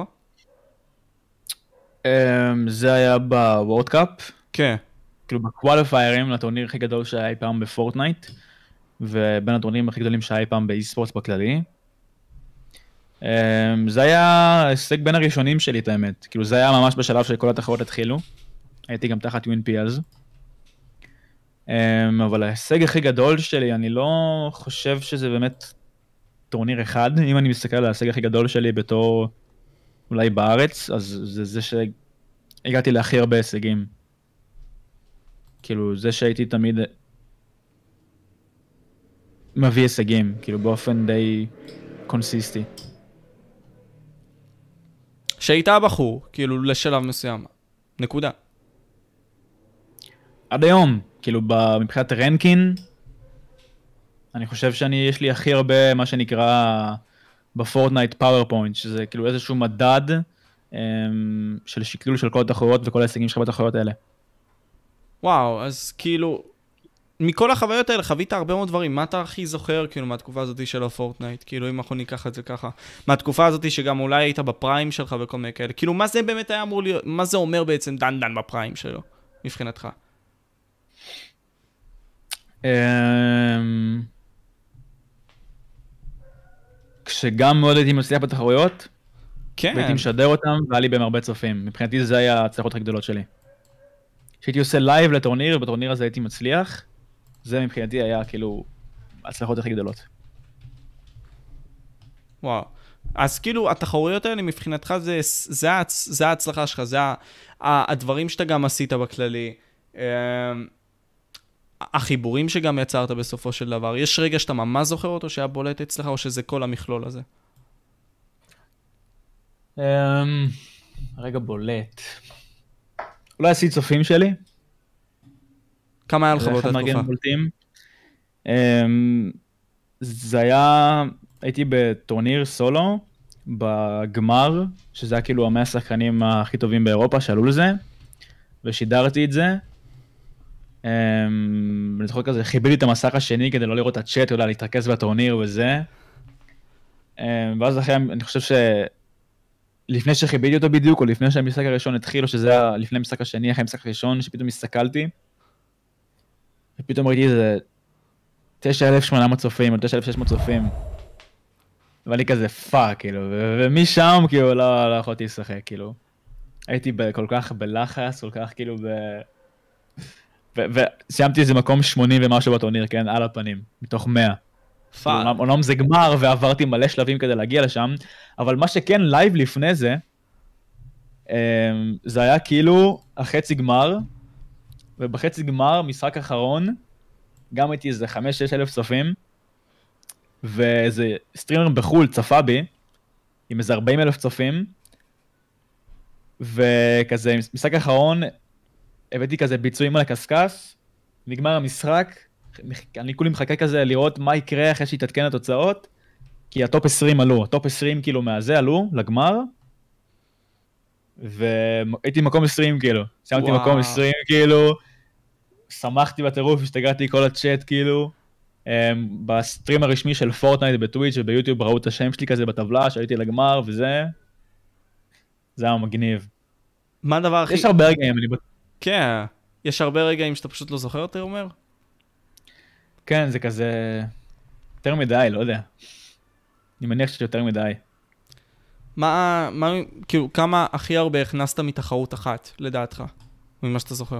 אמ, זה היה בוורד קאפ, כן. כאילו בקואליפיירים, לטורניר הכי גדול שהיה אי פעם בפורטנייט, ובין הטורנירים הכי גדולים שהיה אי פעם באי ספורט בכללי. אמ, זה היה הישג בין הראשונים שלי, את האמת. כאילו זה היה ממש בשלב שכל התחרות התחילו. הייתי גם תחת ווינפי אז. אמ, אבל ההישג הכי גדול שלי, אני לא חושב שזה באמת טורניר אחד. אם אני מסתכל על ההישג הכי גדול שלי בתור אולי בארץ, אז זה זה שהגעתי להכי הרבה הישגים. כאילו זה שהייתי תמיד מביא הישגים, כאילו באופן די קונסיסטי. שהיית הבחור, כאילו, לשלב מסוים. נקודה. עד היום, כאילו ב- מבחינת רנקין, אני חושב שאני, יש לי הכי הרבה מה שנקרא בפורטנייט פאורפוינט, שזה כאילו איזשהו מדד אמ, של שקלול של כל התחרויות וכל ההישגים שלך בתחרויות האלה. וואו, אז כאילו, מכל החוויות האלה חווית הרבה מאוד דברים. מה אתה הכי זוכר, כאילו, מהתקופה הזאת של הפורטנייט? כאילו, אם אנחנו ניקח את זה ככה. מהתקופה הזאת שגם אולי היית בפריים שלך וכל מיני כאלה. כאילו, מה זה באמת היה אמור להיות? מה זה אומר בעצם דן דן בפריים שלו, מבחינתך? אמ, כשגם מאוד הייתי מצליח בתחרויות, והייתי כן. משדר אותם, והיה לי בהם הרבה צופים. מבחינתי זה היה ההצלחות הכי גדולות שלי. כשהייתי עושה לייב לטורניר, ובטורניר הזה הייתי מצליח, זה מבחינתי היה כאילו ההצלחות הכי גדולות. וואו. אז כאילו, התחרויות האלה מבחינתך זה, זה, ההצ- זה ההצלחה שלך, זה ה- ה- הדברים שאתה גם עשית בכללי. אמ, החיבורים שגם יצרת בסופו של דבר. יש רגע שאתה ממש זוכר אותו שהיה בולט אצלך, או שזה כל המכלול הזה? אמ, רגע בולט. אולי השיא צופים שלי. כמה היה לך זה באותה אחד מהרגעים תקופה? הבולטים. אמ, זה היה, הייתי בטורניר סולו, בגמר, שזה היה כאילו המאה השחקנים הכי טובים באירופה שעלו לזה, ושידרתי את זה. אמ, אני זוכר כזה, חיביתי את המסך השני כדי לא לראות את הצ'אט, אולי להתרכז בטורניר וזה. אמ, ואז אחרי, אני חושב ש... לפני שחיביתי אותו בדיוק, או לפני שהמשחק הראשון התחיל, או שזה היה לפני המשחק השני, אחרי המשחק הראשון, שפתאום הסתכלתי, ופתאום ראיתי איזה תשעת אלפים ושמונה מאות צופים, או תשעת אלפים ושש מאות צופים. ואני כזה פאק, כאילו, ו- ומשם, כאילו, לא, לא יכולתי לשחק, כאילו. הייתי ב- כל כך בלחץ, כל כך, כאילו, ב... ו- וסיימתי איזה מקום שמונים ומשהו בטורניר, כן, על הפנים, מתוך מאה. פאק. כאילו, אומנם זה גמר, ועברתי מלא שלבים כדי להגיע לשם, אבל מה שכן, לייב לפני זה, אמ, זה היה כאילו החצי גמר, ובחצי גמר, משחק אחרון, גם הייתי איזה חמש שש אלף צופים, ואיזה סטרימר בחול צפה בי, עם איזה ארבעים אלף צופים, וכזה, משחק אחרון, הבאתי כזה ביצועים על הקסקס, נגמר המשחק, אני כולי מחכה כזה לראות מה יקרה אחרי שיתעדכן התוצאות, כי הטופ עשרים עלו, הטופ עשרים כאילו מהזה עלו לגמר, והייתי מקום עשרים כאילו, סיימתי וואו. מקום עשרים כאילו, שמחתי בטירוף, השתגעתי כל הצ'אט כאילו, um, בסטרים הרשמי של פורטנייט בטוויץ' וביוטיוב ראו את השם שלי כזה בטבלה, שהייתי לגמר וזה, זה היה מגניב. מה הדבר הכי... יש הרבה רגעים, אני... כן. יש הרבה רגעים שאתה פשוט לא זוכר, אתה אומר? כן, זה כזה, יותר מדי, לא יודע. אני מניח שזה יותר מדי. מה, מה, כאילו, כמה הכי הרבה הכנסת מתחרות אחת, לדעתך? ממה שאתה זוכר.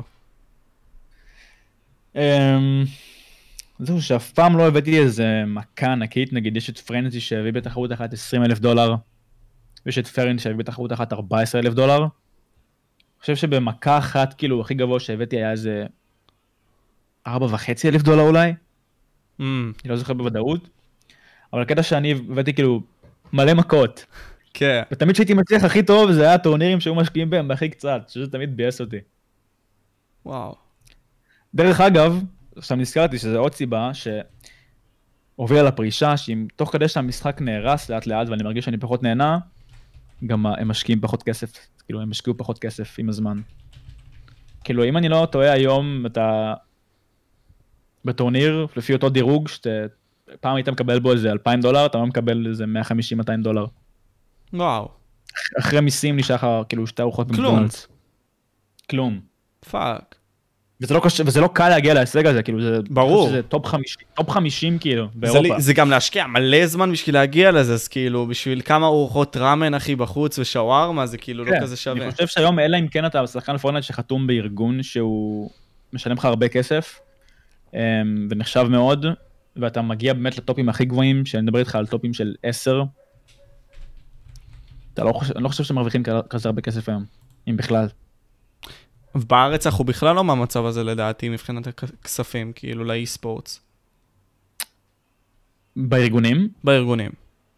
Um, זהו, שאף פעם לא הבאתי איזה מכה ענקית, נגיד יש את פרנזי שהביא בתחרות אחת עשרים אלף דולר, ויש את פרנזי שהביא בתחרות אחת ארבעה עשר אלף דולר. אני חושב שבמכה אחת, כאילו, הכי גבוה שהבאתי היה איזה ארבע וחצי אלף דולר אולי, Mm. אני לא זוכר בוודאות, אבל הקטע שאני הבאתי כאילו מלא מכות, כן. ותמיד שהייתי מצליח הכי טוב, זה היה הטורנירים שהיו משקיעים בהם בהכי קצת, שזה תמיד ביאס אותי. וואו. דרך אגב, עכשיו נזכרתי שזה עוד סיבה שהובילה לפרישה, שאם תוך כדי שהמשחק נהרס לאט לאט ואני מרגיש שאני פחות נהנה, גם הם משקיעים פחות כסף, כאילו הם משקיעו פחות כסף עם הזמן. כאילו אם אני לא טועה היום, אתה בטורניר, לפי אותו דירוג, שפעם היית מקבל בו איזה אלפיים דולר, אתה לא מקבל איזה מאה חמישים מאתיים דולר. וואו. אחרי מיסים נשאר לך כאילו שתי ארוחות כלום. במקדונלדס. כלום. פאק. וזה לא קשה, וזה לא קל להגיע להישג הזה, כאילו זה... ברור. זה טופ חמישים, טופ חמישים כאילו, זה, באירופה. לי- זה גם להשקיע מלא זמן בשביל להגיע לזה, אז כאילו, בשביל כמה ארוחות ראמן אחי בחוץ ושווארמה, זה כאילו לא כן, כזה שווה. אני חושב שהיום, אלא אם כן אתה שחקן פורטנייט שחתום בארגון שהוא משלם לך הרבה כסף, אמ, ונחשב מאוד, ואתה מגיע באמת לטופים הכי גבוהים, שאני מדבר איתך על טופים של עשר, אתה לא חושב, אני לא חושב שמרוויחים כזה הרבה כסף היום, אם בכלל. בארץ אנחנו בכלל לא מהמצב הזה לדעתי, מבחינת הכספים, כאילו, לאי ספורטס. בארגונים, בארגונים.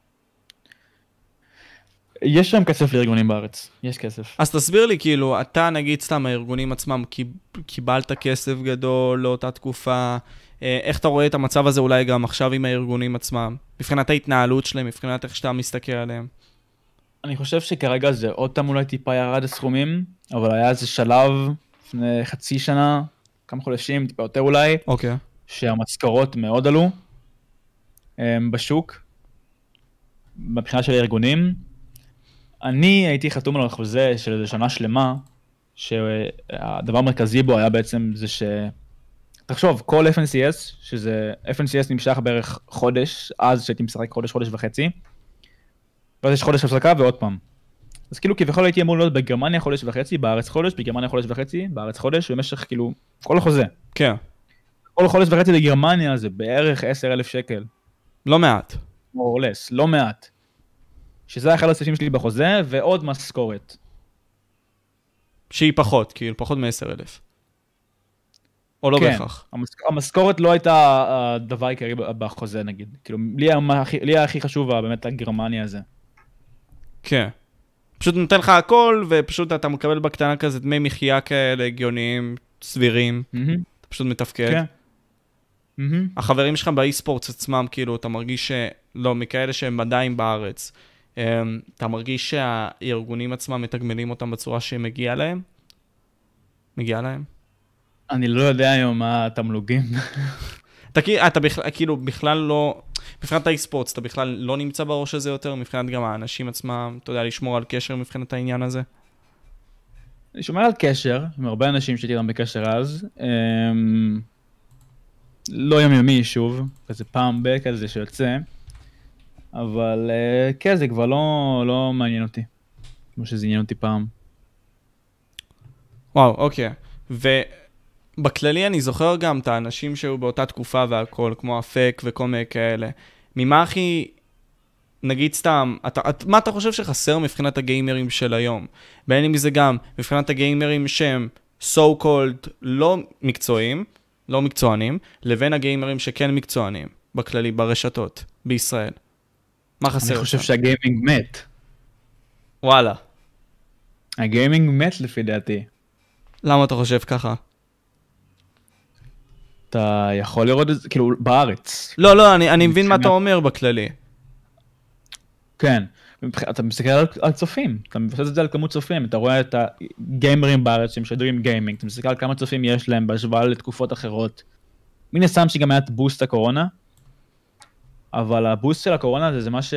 יש שם כסף לארגונים בארץ, יש כסף. אז תסביר לי, כאילו, אתה נגיד סתם הארגונים עצמם, קיב- קיבלת כסף גדול לאותה תקופה, אה, איך אתה רואה את המצב הזה אולי גם עכשיו עם הארגונים עצמם, מבחינת ההתנהלות שלהם, מבחינת איך שאתה מסתכל עליהם. אני חושב שכרגע זה עוד פעם אולי טיפה ירד הסכומים, אבל היה איזה שלב לפני חצי שנה, כמה חודשים, טיפה יותר אולי, אוקיי. שהמשכורות מאוד עלו הם, בשוק, מבחינה של הארגונים. אני הייתי חתום על החוזה של איזה שנה שלמה, שהדבר המרכזי בו היה בעצם זה שאתה תחשוב, כל אף אן סי אס, שזה, אף אן סי אס נמשך בערך חודש, אז שהייתי משחק חודש, חודש וחצי, ואז יש חודש הפסקה ועוד פעם. אז כאילו כביכול הייתי אמור להיות בגרמניה חודש וחצי, בארץ חודש, בגרמניה חודש וחצי, בארץ חודש, במשך כאילו, כל החוזה. כן. כל חודש וחצי בגרמניה זה בערך עשרת אלפים שקל. לא מעט. more or less, לא מעט. שזה אחד הסעיפים שלי בחוזה, ועוד משכורת. שהיא פחות, כאילו, פחות מ-עשרת אלפים. או לא כן, בהכרח. המס... המשכורת לא הייתה הדבר העיקרי בחוזה נגיד. כאילו, לי היה, לי היה הכי חשוב באמת הגרמניה הזה. כן. פשוט נותן לך הכל, ופשוט אתה מקבל בקטנה כזה דמי מחיה כאלה, הגיוניים, סבירים. Mm-hmm. אתה פשוט מתפקד. כן. Mm-hmm. החברים שלך באי-ספורט עצמם, כאילו, אתה מרגיש ש... לא, מכאלה שהם עדיין בארץ. אתה מרגיש שהארגונים עצמם מתגמלים אותם בצורה שמגיע להם? מגיע להם? אני לא יודע היום מה התמלוגים. אתה, אתה בכלל, כאילו בכלל לא, מבחינת האי-ספורט, אתה בכלל לא נמצא בראש הזה יותר, מבחינת גם האנשים עצמם, אתה יודע, לשמור על קשר מבחינת העניין הזה? אני שומר על קשר, עם הרבה אנשים שהייתי איתם בקשר אז, אמ... לא יומיומי שוב, כזה פעם בכזה שיוצא, אבל uh, כן, זה כבר לא, לא מעניין אותי, כמו שזה עניין אותי פעם. וואו, אוקיי. ובכללי אני זוכר גם את האנשים שהיו באותה תקופה והכל, כמו אפק וכל מיני כאלה. ממה הכי, נגיד סתם, אתה, את, מה אתה חושב שחסר מבחינת הגיימרים של היום? בין אם זה גם מבחינת הגיימרים שהם so called לא מקצועיים, לא מקצוענים, לבין הגיימרים שכן מקצוענים, בכללי, ברשתות, בישראל. מה חסר? אני חושב שהגיימינג מת. וואלה. הגיימינג מת לפי דעתי. למה אתה חושב ככה? אתה יכול לראות את זה, כאילו, בארץ. לא, לא, אני, אני מבין מה אתה אומר בכללי. כן. אתה מסתכל על, על צופים, אתה מבסס את זה על כמות צופים, אתה רואה את הגיימרים בארץ שמשדרים גיימינג, אתה מסתכל על כמה צופים יש להם בהשוואה לתקופות אחרות. מן הסתם שגם היה את בוסט הקורונה, אבל הבוסט של הקורונה זה, זה מה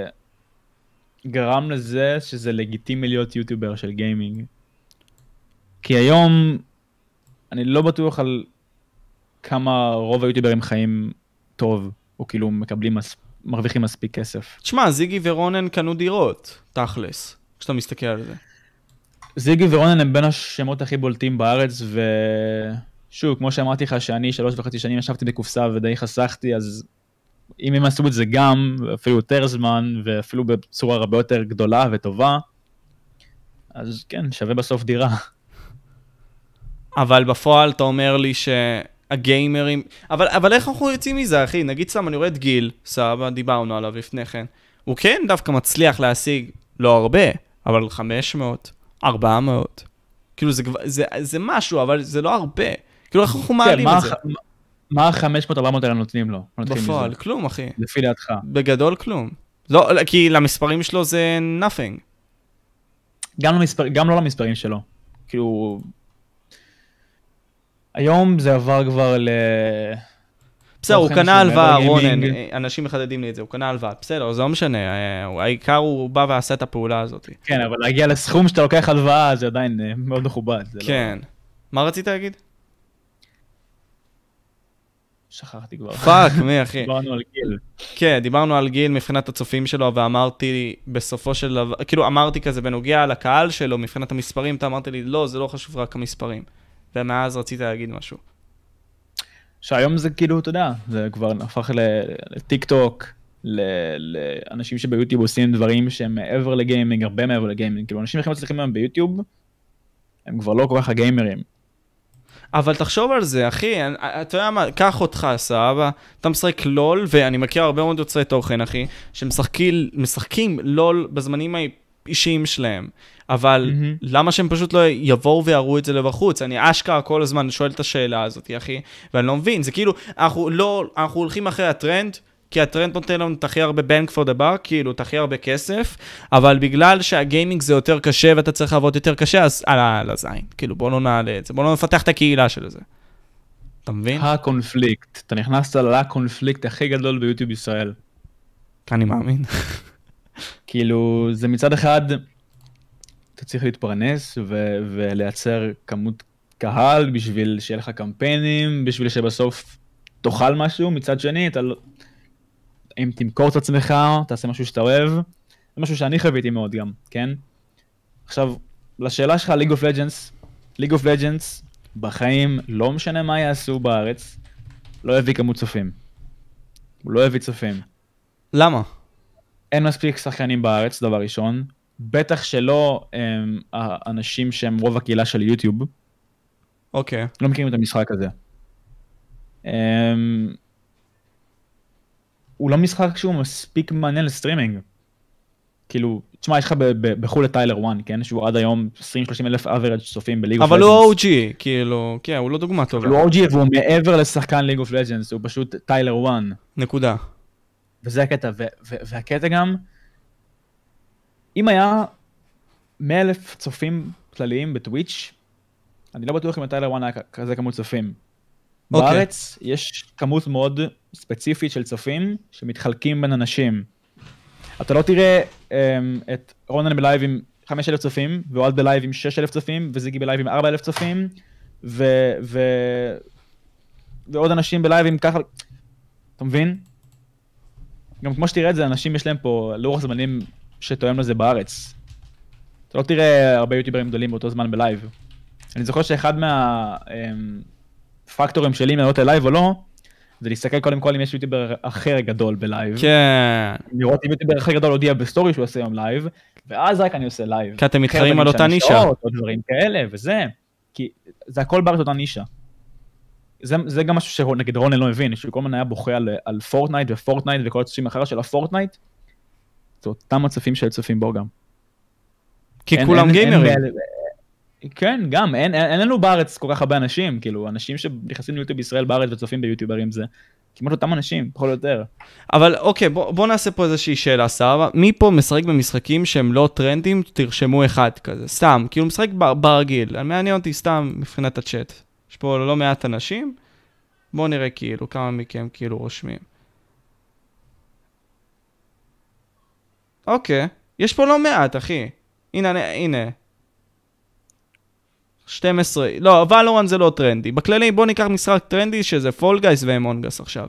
שגרם לזה שזה לגיטימי להיות יוטיובר של גיימינג. כי היום אני לא בטוח על כמה רוב היוטיוברים חיים טוב, או כאילו מקבלים, מרוויחים מספיק כסף. תשמע, זיגי ורונן קנו דירות, תכלס, כשאתה מסתכל על זה. זיגי ורונן הם בין השמות הכי בולטים בארץ, ושוב, כמו שאמרתי לך שאני שלוש וחצי שנים ישבתי בקופסה ודי חסכתי, אז אם הם עשו את זה גם, אפילו יותר זמן, ואפילו בצורה הרבה יותר גדולה וטובה, אז כן, שווה בסוף דירה. אבל בפועל אתה אומר לי שהגיימרים... אבל, אבל איך אנחנו יוצאים מזה, אחי? נגיד סתם, אני רואה את גיל, סבא, דיברנו עליו לפני כן. הוא כן דווקא מצליח להשיג, לא הרבה, אבל חמש מאות, ארבע מאות. כאילו זה, זה, זה משהו, אבל זה לא הרבה. כאילו איך אנחנו מעלים כן, את זה? מה ה-חמש מאות ארבע מאות האלה נותנים לו? בפועל, כלום, אחי. לפי דעתך. בגדול, כלום. לא, כי למספרים שלו זה nothing. גם, למספר, גם לא למספרים שלו. כאילו... היום זה עבר כבר ל... בסדר, הוא קנה הלוואה, רונן, אנשים מחדדים לי את זה, הוא קנה הלוואה, בסדר, זה לא משנה, העיקר הוא בא ועשה את הפעולה הזאת. כן, אבל להגיע לסכום שאתה לוקח הלוואה, זה עדיין מאוד מכובד. כן. מה רצית להגיד? שכחתי כבר. פאק, מי אחי? דיברנו על גיל. כן, דיברנו על גיל מבחינת הצופים שלו, ואמרתי בסופו של דבר, כאילו אמרתי כזה בנוגע לקהל שלו, מבחינת המספרים, אתה אמרת לי, לא, זה לא חשוב רק המספרים. ומאז רצית להגיד משהו. שהיום זה כאילו, אתה יודע, זה כבר הפך לטיק טוק, לאנשים שביוטיוב עושים דברים שהם מעבר לגיימינג, הרבה מעבר לגיימינג. כאילו, אנשים הכי מצליחים היום ביוטיוב, הם כבר לא כל כך הגיימרים. אבל תחשוב על זה, אחי, אתה יודע מה, קח אותך, סבא, אתה משחק לול, ואני מכיר הרבה מאוד יוצרי תוכן, אחי, שמשחקים לול בזמנים האישיים שלהם, אבל mm-hmm. למה שהם פשוט לא יבואו ויראו את זה לבחוץ? אני אשכרה כל הזמן שואל את השאלה הזאת, אחי, ואני לא מבין, זה כאילו, אנחנו, לא, אנחנו הולכים אחרי הטרנד, כי הטרנד נותן לנו את הכי הרבה bang for the buck, כאילו, את הכי הרבה כסף, אבל בגלל שהגיימינג זה יותר קשה, ואתה צריך לעבוד יותר קשה, אז על הזין. כאילו, בוא לא נעלה את זה, בוא לא נפתח את הקהילה של זה. אתה מבין? הקונפליקט. אתה נכנסת לקונפליקט הכי גדול ביוטיוב ישראל. אני מאמין. כאילו, זה מצד אחד, אתה צריך להתפרנס ו- ולייצר כמות קהל, בשביל שיהיה לך קמפיינים, בשביל שבסוף תאכל משהו, מצד שני, אתה לא... אם תמכור את עצמך, תעשה משהו שאתה אוהב, זה משהו שאני חוויתי מאוד גם, כן? עכשיו, לשאלה שלך, League of Legends, League of Legends, בחיים, לא משנה מה יעשו בארץ, לא יביא כמות צופים. הוא לא יביא צופים. למה? אין מספיק שחקנים בארץ, דבר ראשון. בטח שלא הם, האנשים שהם רוב הקהילה של יוטיוב. אוקיי. לא מכירים את המשחק הזה. הם, הוא לא משחק שהוא מספיק מעניין לסטרימינג. כאילו, תשמע, יש לך בחו"ל את טיילר וואן, כן? שהוא עד היום עשרים שלושים אלף אברג' צופים בליג אוף לג'נדס. אבל הוא או ג'י, כאילו, כן, הוא לא דוגמה טובה. הוא או ג'י והוא מעבר לשחקן ליג אוף לג'נדס, הוא פשוט טיילר וואן. נקודה. וזה הקטע, והקטע גם, אם היה מאה אלף צופים כלליים בטוויץ', אני לא בטוח אם הטיילר וואן היה כזה כמות צופים. בארץ יש כמות מאוד ספציפית של צופים שמתחלקים בין אנשים. אתה לא תראה את רונן בלייב עם חמשת אלפים צופים, ואוהד בלייב עם שישה אלף צופים, וזיגי בלייב עם ארבעה אלף צופים, ועוד אנשים בלייב עם ככה... אתה מבין? גם כמו שתראה את זה, אנשים יש להם פה לאורך זמנים שתואם לזה בארץ. אתה לא תראה הרבה יוטיוברים גדולים באותו זמן בלייב. אני זוכר שאחד מהפקטורים שלי אם לעלות ללייב או לא, זה להסתכל קודם כל אם יש יוטיובר אחר גדול בלייב. כן. לראות אם יוטיובר אחר גדול הודיע בסטורי שהוא עושה יום לייב, ואז רק אני עושה לייב. כי אתם מתחרים על אותה נישה. או דברים כאלה, וזה. כי זה הכל בארץ אותה נישה. זה, זה גם משהו שנגיד רונן לא מבין, שכל הזמן היה בוכה על, על פורטנייט ופורטנייט וכל הצופים אחר של הפורטנייט, זה אותם הצופים של צופים בו גם. כי אין, כולם אין, גיימרים. אין, אין, כן, גם, אין, אין, אין לנו בארץ כל כך הרבה אנשים, כאילו, אנשים שנכנסים ליוטיוב בישראל בארץ וצופים ביוטיוברים זה, כמעט אותם אנשים, פחות או יותר. אבל אוקיי, בוא, בוא נעשה פה איזושהי שאלה, סבבה? מי פה משחק במשחקים שהם לא טרנדים, תרשמו אחד כזה, סתם, כאילו משחק ברגיל, מעניין אותי סתם מבחינת הצ'אט. יש פה לא מעט אנשים, בואו נראה כאילו, כמה מכם כאילו רושמים. אוקיי, יש פה לא מעט, אחי. הנה, הנה. שתים עשרה, לא, ולורנט זה לא טרנדי. בכללי, בואו ניקח משחק טרנדי שזה פול גייס ואמונגס עכשיו.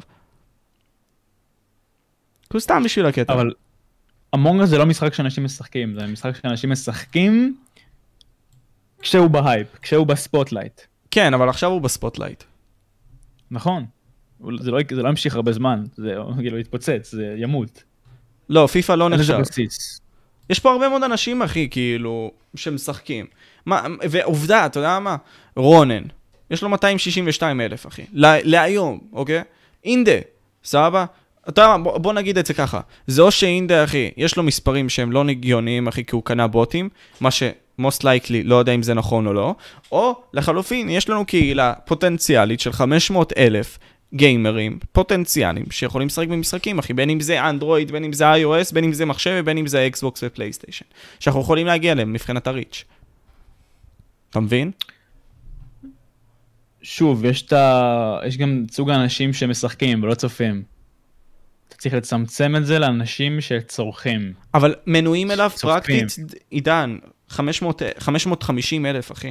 כאילו סתם בשביל הקטע. אבל אמונגס זה לא משחק שאנשים משחקים, זה משחק שאנשים משחקים כשהוא בהייפ, כשהוא בספוטלייט. כן, אבל עכשיו הוא בספוטלייט. נכון. זה לא, זה לא המשיך הרבה זמן, זה כאילו יתפוצץ, זה ימות. לא, פיפה לא נחשב. בסיס. יש פה הרבה מאוד אנשים, אחי, כאילו, שמשחקים. מה, ועובדה, אתה יודע מה? רונן, יש לו מאתיים שישים ושתיים אלף, אחי. לה, להיום, אוקיי? אינדה, סבבה? אתה יודע מה, בוא, בוא נגיד את זה ככה. זה או שאינדה, אחי, יש לו מספרים שהם לא נגיוניים, אחי, כי הוא קנה בוטים, מה ש... most likely, לא יודע אם זה נכון או לא, או לחלופין, יש לנו קהילה פוטנציאלית של חמש מאות אלף גיימרים פוטנציאליים שיכולים לשחק במשחקים, אחי, בין אם זה אנדרואיד, בין אם זה iOS, בין אם זה מחשב, ובין אם זה אקסבוקס ופלייסטיישן, שאנחנו יכולים להגיע אליהם מבחינת הריץ'. אתה מבין? שוב, יש, את ה... יש גם סוג האנשים שמשחקים ולא צופים. אתה צריך לצמצם את זה לאנשים שצורכים. אבל מנויים אליו פרקטית, עידן, חמש מאות וחמישים אלף, אחי.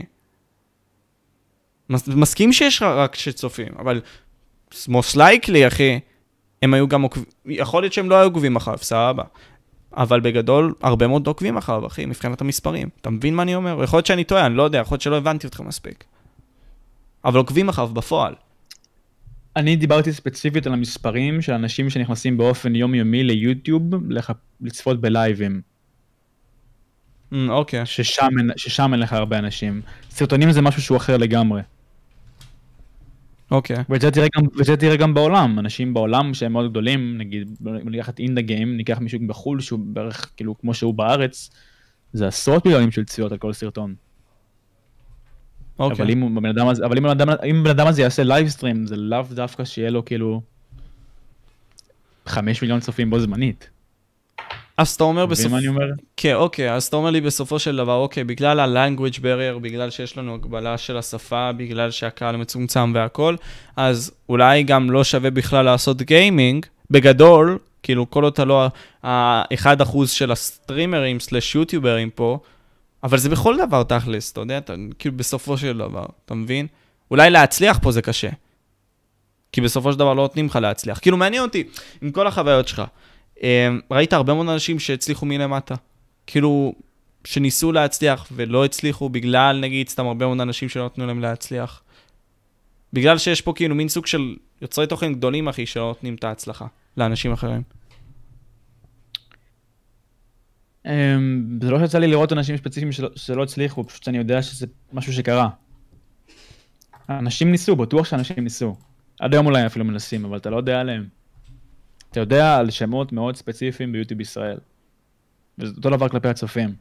מסכים שיש רק שצופים, אבל most likely, אחי, הם היו גם עוקבים, יכול להיות שהם לא היו עוקבים אחריו, סבבה. אבל בגדול, הרבה מאוד עוקבים אחריו, אחי, מבחינת המספרים. אתה מבין מה אני אומר? יכול להיות שאני טועה, אני לא יודע, יכול להיות שלא הבנתי אותך מספיק. אבל עוקבים אחריו בפועל. אני דיברתי ספציפית על המספרים של אנשים שנכנסים באופן יומיומי ליוטיוב לצפות בלייבים. אוקיי. ששם, ששם אין לך הרבה אנשים. סרטונים זה משהו שהוא אחר לגמרי. אוקיי. וזה תראה גם, וזה תראה גם בעולם. אנשים בעולם שהם מאוד גדולים, נגיד, ניקח את אינדה גיים, ניקח מישהו בחול שהוא בערך, כאילו, כמו שהוא בארץ, זה עשרות מיליונים של צפיות על כל סרטון. אוקיי. אבל אם בן אדם הזה, אבל אם בן אדם, אם בן אדם הזה יעשה לייבסטרים, זה לאו דווקא שיהיה לו כאילו חמש מיליון צופים בו זמנית. אז אתה אומר בסוף... מה אני אומר? כן, אוקיי, אז אתה אומר לי בסופו של דבר, אוקיי, בגלל ה-language barrier, בגלל שיש לנו הגבלה של השפה, בגלל שהקהל מצומצם והכל, אז אולי גם לא שווה בכלל לעשות גיימינג, בגדול, כאילו כל אותה לא ה-אחד אחוז של הסטרימרים סלש יוטיוברים פה, אבל זה בכל דבר תכלס, אתה יודע, אתה, כאילו בסופו של דבר, אתה מבין? אולי להצליח פה זה קשה. כי בסופו של דבר לא נותנים לך להצליח. כאילו מעניין אותי, עם כל החוויות שלך, ראית הרבה מאוד אנשים שהצליחו מלמטה. כאילו, שניסו להצליח ולא הצליחו בגלל, נגיד, סתם הרבה מאוד אנשים שלא נתנו להם להצליח. בגלל שיש פה כאילו מין סוג של יוצרי תוכן גדולים, אחי, שלא נותנים את ההצלחה לאנשים אחרים. זה לא שיצא לי לראות אנשים ספציפיים שלא הצליחו, פשוט אני יודע שזה משהו שקרה. אנשים ניסו, בטוח שאנשים ניסו. עד היום אולי אפילו מנסים, אבל אתה לא יודע עליהם. אתה יודע על שמות מאוד ספציפיים ביוטיוב ישראל. וזה אותו דבר כלפי הצופים.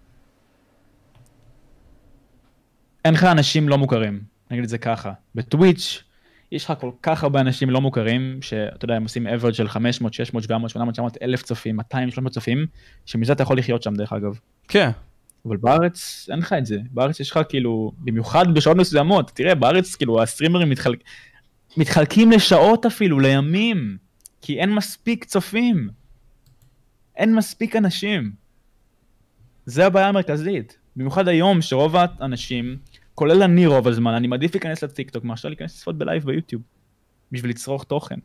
אין לך אנשים לא מוכרים, נגיד את זה ככה. בטוויץ' יש לך כל כך הרבה אנשים לא מוכרים, שאתה יודע, הם עושים average של חמש מאות, שש מאות, שבע מאות, שמונה מאות, תשע מאות, אלף צופים, מאתיים, שלוש מאות צופים, שמזה אתה יכול לחיות שם דרך אגב. כן. אבל בארץ אין לך את זה. בארץ יש לך כאילו, במיוחד בשעות מסוימות, תראה, בארץ כאילו הסטרימרים מתחלק... מתחלקים לשעות אפילו, לימים, כי אין מספיק צופים. אין מספיק אנשים. זה הבעיה המרכזית. במיוחד היום שרוב האנשים, כולל אני רוב הזמן, אני מעדיף להיכנס לטיקטוק, מאשר להיכנס לצפות בלייב ביוטיוב, בשביל לצרוך תוכן.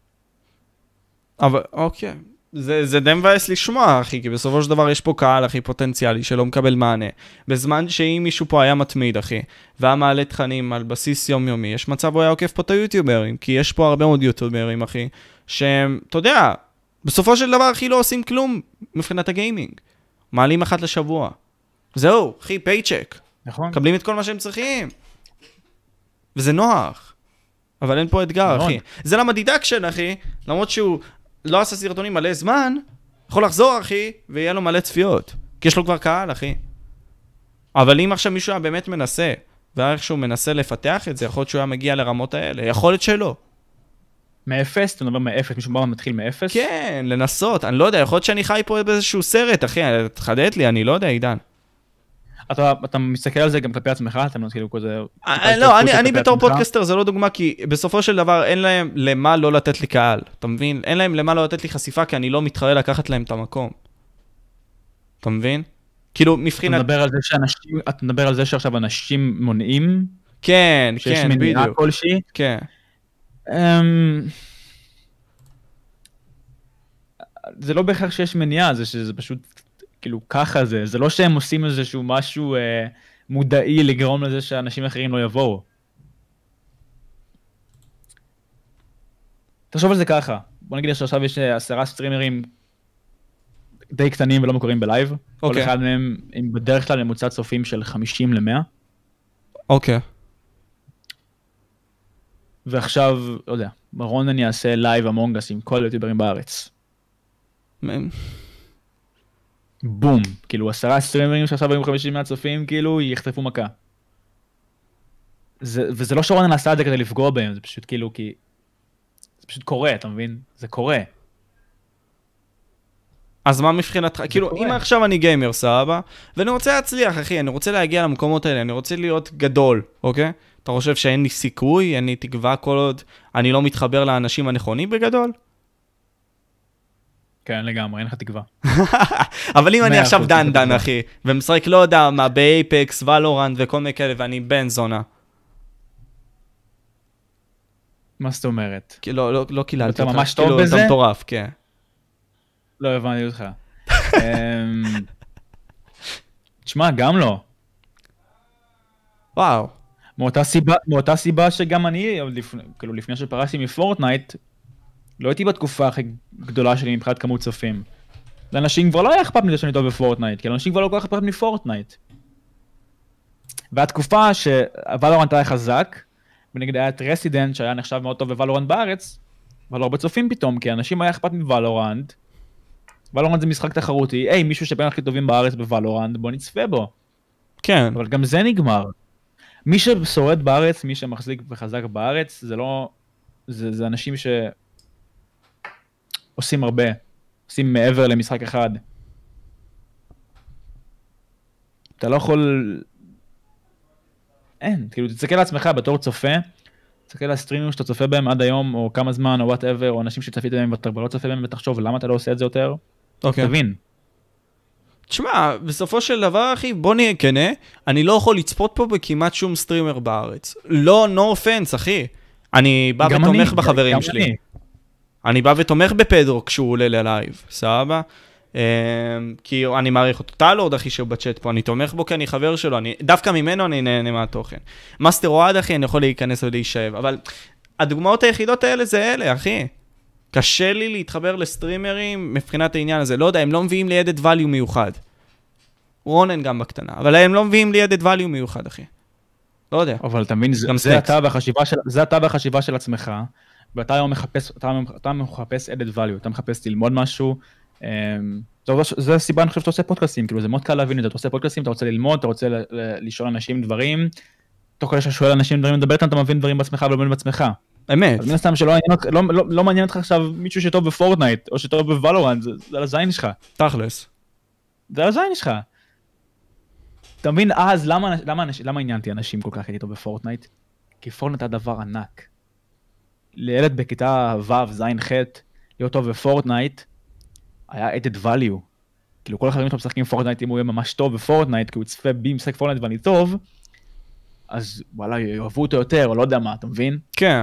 אבל אוקיי, זה, זה די מבאס לשמוע, אחי, כי בסופו של דבר יש פה קהל, אחי, פוטנציאלי, שלא מקבל מענה. בזמן שאם מישהו פה היה מתמיד, אחי, והיה מעלה תכנים על בסיס יומיומי, יש מצב הוא היה עוקף פה את היוטיוברים, כי יש פה הרבה מאוד יוטיוברים, אחי, שהם, אתה יודע, בסופו של דבר, אחי, לא עושים כלום מבחינת הגיימינג. מעלים אחת לשבוע. זהו, אחי, פייצ'ק. נכון. מקבלים את כל מה שהם צריכים. וזה נוח. אבל אין פה אתגר, נכון. אחי. זה למה דידקשן, אחי, למרות שהוא לא עשה סרטונים מלא זמן, יכול לחזור, אחי, ויהיה לו מלא צפיות. כי יש לו כבר קהל, אחי. אבל אם עכשיו מישהו היה באמת מנסה, ואיך שהוא מנסה לפתח את זה, יכול להיות שהוא היה מגיע לרמות האלה. יכול להיות שלא. מאפס? אתה מדבר מאפס? מישהו בא מתחיל מאפס? כן, לנסות. אני לא יודע, יכול להיות שאני חי פה באיזשהו סרט, אחי. תחדד לי, אני לא יודע, עידן. אתה, אתה מסתכל על זה גם כלפי עצמך, אתה לא כאילו כזה... לא, אני, אני בתור פודקאסטר זה לא דוגמה, כי בסופו של דבר אין להם למה לא לתת לי קהל, אתה מבין? אין להם למה לא לתת לי חשיפה, כי אני לא מתחרה לקחת להם את המקום. אתה מבין? כאילו, מבחינת... אתה מדבר על זה שאנשים, אתה מדבר על זה שעכשיו אנשים מונעים? כן, כן, בדיוק. שיש מניעה כלשהי? כן. זה לא בהכרח שיש מניעה, זה שזה פשוט... כאילו ככה זה, זה לא שהם עושים איזשהו משהו אה, מודעי לגרום לזה שאנשים אחרים לא יבואו. תחשוב על זה ככה, בוא נגיד שעכשיו יש עשרה סטרימרים די קטנים ולא מוכרים בלייב, okay. כל אחד מהם עם בדרך כלל ממוצע צופים של חמישים למאה. אוקיי. Okay. ועכשיו, לא יודע, רון אני אעשה לייב אמונגס עם כל היוטיוברים בארץ. בום, כאילו עשרה סטרימרים שעכשיו היו חמישים מהצופים, כאילו יחטפו מכה. זה, וזה לא שרון נעשה את זה כדי לפגוע בהם, זה פשוט כאילו כי... זה פשוט קורה, אתה מבין? זה קורה. אז מה מבחינתך? כאילו, קורה. אם עכשיו אני גיימר, סבבה, ואני רוצה להצליח, אחי, אני רוצה להגיע למקומות האלה, אני רוצה להיות גדול, אוקיי? אתה חושב שאין לי סיכוי, אין לי תקווה כל עוד אני לא מתחבר לאנשים הנכונים בגדול? כן, לגמרי, אין לך תקווה. אבל אם אני עכשיו דן דן, אחי, ומשחק לא יודע מה, באייפקס, ולורנט וכל מיני כאלה, ואני בן זונה. מה זאת אומרת? לא, לא, לא קיללתי אותך. אתה ממש טוב בזה? אתה מטורף, כן. לא הבנתי אותך. תשמע, גם לא. וואו. מאותה סיבה, מאותה סיבה שגם אני, כאילו לפני שפרשתי מפורטנייט, לא הייתי בתקופה הכי גדולה שלי מבחינת כמות צופים. לאנשים כבר לא היה אכפת מזה שאני טוב בפורטנייט, כי לאנשים כבר לא כל כך אכפת מפורטנייט. והתקופה שוולורנט היה חזק, ונגד היה את רסידנט שהיה נחשב מאוד טוב בוולורנט בארץ, אבל לא הרבה צופים פתאום, כי אנשים היה אכפת מוולורנט. וולורנט זה משחק תחרותי, היי, מישהו שבין הכי טובים בארץ בוולורנט, בוא נצפה בו. כן. אבל גם זה נגמר. מי ששורד בארץ, מי שמחזיק וחזק בארץ, זה לא... זה, זה אנשים ש... עושים הרבה, עושים מעבר למשחק אחד. אתה לא יכול... אין, כאילו תצטכל לעצמך בתור צופה, תצטכל על הסטרימים שאתה צופה בהם עד היום, או כמה זמן, או whatever, או אנשים שצפית בהם ואתה לא צופה בהם, ותחשוב למה אתה לא עושה את זה יותר, אוקיי. תבין. תשמע, בסופו של דבר, אחי, בוא נהיה כנה, אני לא יכול לצפות פה בכמעט שום סטרימר בארץ. לא, no offense, אחי. אני בא ותומך בחברים שלי. אני. אני בא ותומך בפדרו כשהוא עולה ללייב, סבבה? כי אני מעריך אותו. טלורד, אחי, שהוא בצ'אט פה, אני תומך בו כי אני חבר שלו, אני, דווקא ממנו אני נהנה מהתוכן. מאסטר אוהד, אחי, אני יכול להיכנס ולהישאב, אבל הדוגמאות היחידות האלה זה אלה, אחי. קשה לי להתחבר לסטרימרים מבחינת העניין הזה. לא יודע, הם לא מביאים לי added value מיוחד. רונן גם בקטנה, אבל הם לא מביאים לי added value מיוחד, אחי. לא יודע. אבל אתה מבין, זה אתה בחשיבה של, זה אתה בחשיבה של עצמך, ואתה היום מחפש, אתה, אתה מחפש added value, אתה מחפש ללמוד משהו, זה הסיבה, אני חושב שאתה עושה פודקאסטים, כאילו זה מאוד קל להבין את זה, אתה עושה פודקאסטים, אתה רוצה ללמוד, אתה רוצה לשאול אנשים דברים, תוך כדי שאתה שואל אנשים דברים, מדבר איתם, אתה מבין דברים בעצמך ולא מבין בעצמך. אמת. אז מן הסתם שלא לא, לא, לא מעניין אותך עכשיו מישהו שטוב בפורטנייט, או שטוב בוולורנט, זה, זה על הזין שלך. תכלס. זה על הזין שלך. אתה מבין, אז למה, למה, למה עניינתי אנשים כל כך איתו בפורטנייט? כי פורטנייט היה דבר ענק. לילד בכיתה ו', ז', ח', להיות טוב בפורטנייט, היה added value. כאילו כל החברים שלו משחקים פורטנייט, אם הוא יהיה ממש טוב בפורטנייט, כי הוא צפה בי משחק פורטנייט ואני טוב, אז וואלה, יאהבו אותו יותר, או לא יודע מה, אתה מבין? כן.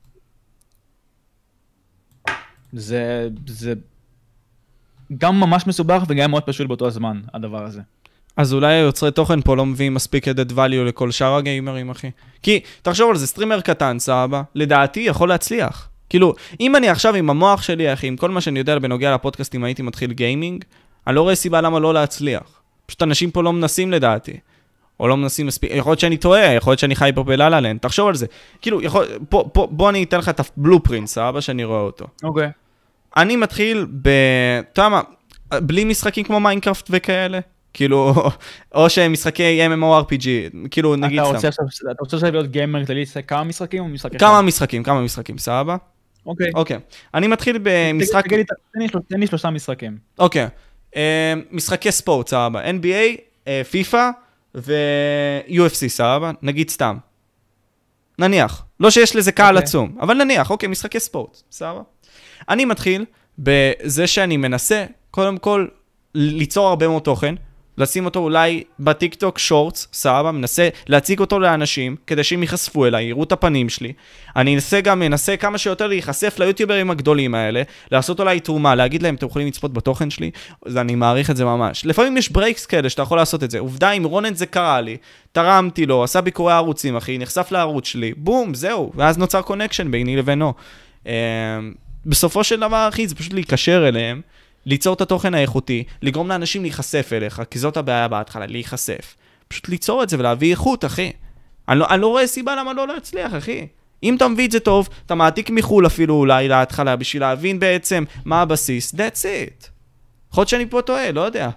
זה, זה גם ממש מסובך וגם מאוד פשוט באותו הזמן, הדבר הזה. אז אולי היוצרי תוכן פה לא מביאים מספיק added value לכל שאר הגיימרים, אחי. כי, תחשוב על זה, סטרימר קטן, סבבה, לדעתי יכול להצליח. כאילו, אם אני עכשיו עם המוח שלי, אחי, עם כל מה שאני יודע בנוגע לפודקאסטים, הייתי מתחיל גיימינג, אני לא רואה סיבה למה לא להצליח. פשוט אנשים פה לא מנסים לדעתי. או לא מנסים מספיק, יכול להיות שאני טועה, יכול להיות שאני חי פה בללה לנד, תחשוב על זה. כאילו, יכול, פה, פה, בוא אני אתן לך את הבלופרינט, סבבה, שאני רואה אותו. אוקיי. אני מתחיל ב... אתה יודע מה, בלי משחקים כמו מיינקראפט וכאלה, כאילו, או שהם משחקי אם אם או אר פי ג'י, כאילו, נגיד סתם. אתה רוצה עכשיו להיות גיימר כללי, כמה משחקים או משחק אחד? כמה משחקים, כמה משחקים, סבבה? אוקיי. אוקיי. אני מתחיל במשחק... תגיד לי, תן לי שלושה משחקים. אוקיי. משחקי ספורט, סבבה. אן בי איי, פיפה ו-יו אף סי, סבבה? נגיד סתם. נניח. לא שיש לזה קהל עצום, אבל נניח, אוקיי, משחקי ספורט, סבבה? אני מתחיל בזה שאני מנסה, קודם כל, ליצור הרבה מאוד תוכן, לשים אותו אולי בטיקטוק שורטס, סבבה, מנסה להציג אותו לאנשים, כדי שהם יחשפו אליי, יראו את הפנים שלי. אני אנסה גם, מנסה כמה שיותר להיחשף ליוטיוברים הגדולים האלה, לעשות אולי תרומה, להגיד להם, אתם יכולים לצפות בתוכן שלי, אז אני מעריך את זה ממש. לפעמים יש ברייקס כאלה שאתה יכול לעשות את זה. עובדה, עם רונן זה קרה לי, תרמתי לו, עשה ביקורי ערוצים, אחי, נחשף לערוץ שלי, בום, זהו, ואז נוצר קונקשן ביני לבינו. בסופו של דבר, אחי, זה פשוט להיקשר אליהם, ליצור את התוכן האיכותי, לגרום לאנשים להיחשף אליך, כי זאת הבעיה בהתחלה, להיחשף. פשוט ליצור את זה ולהביא איכות, אחי. אני לא, אני לא רואה סיבה למה לא להצליח, אחי. אם אתה מביא את זה טוב, אתה מעתיק מחול אפילו אולי להתחלה, בשביל להבין בעצם מה הבסיס, that's it. יכול להיות שאני פה טועה, לא יודע.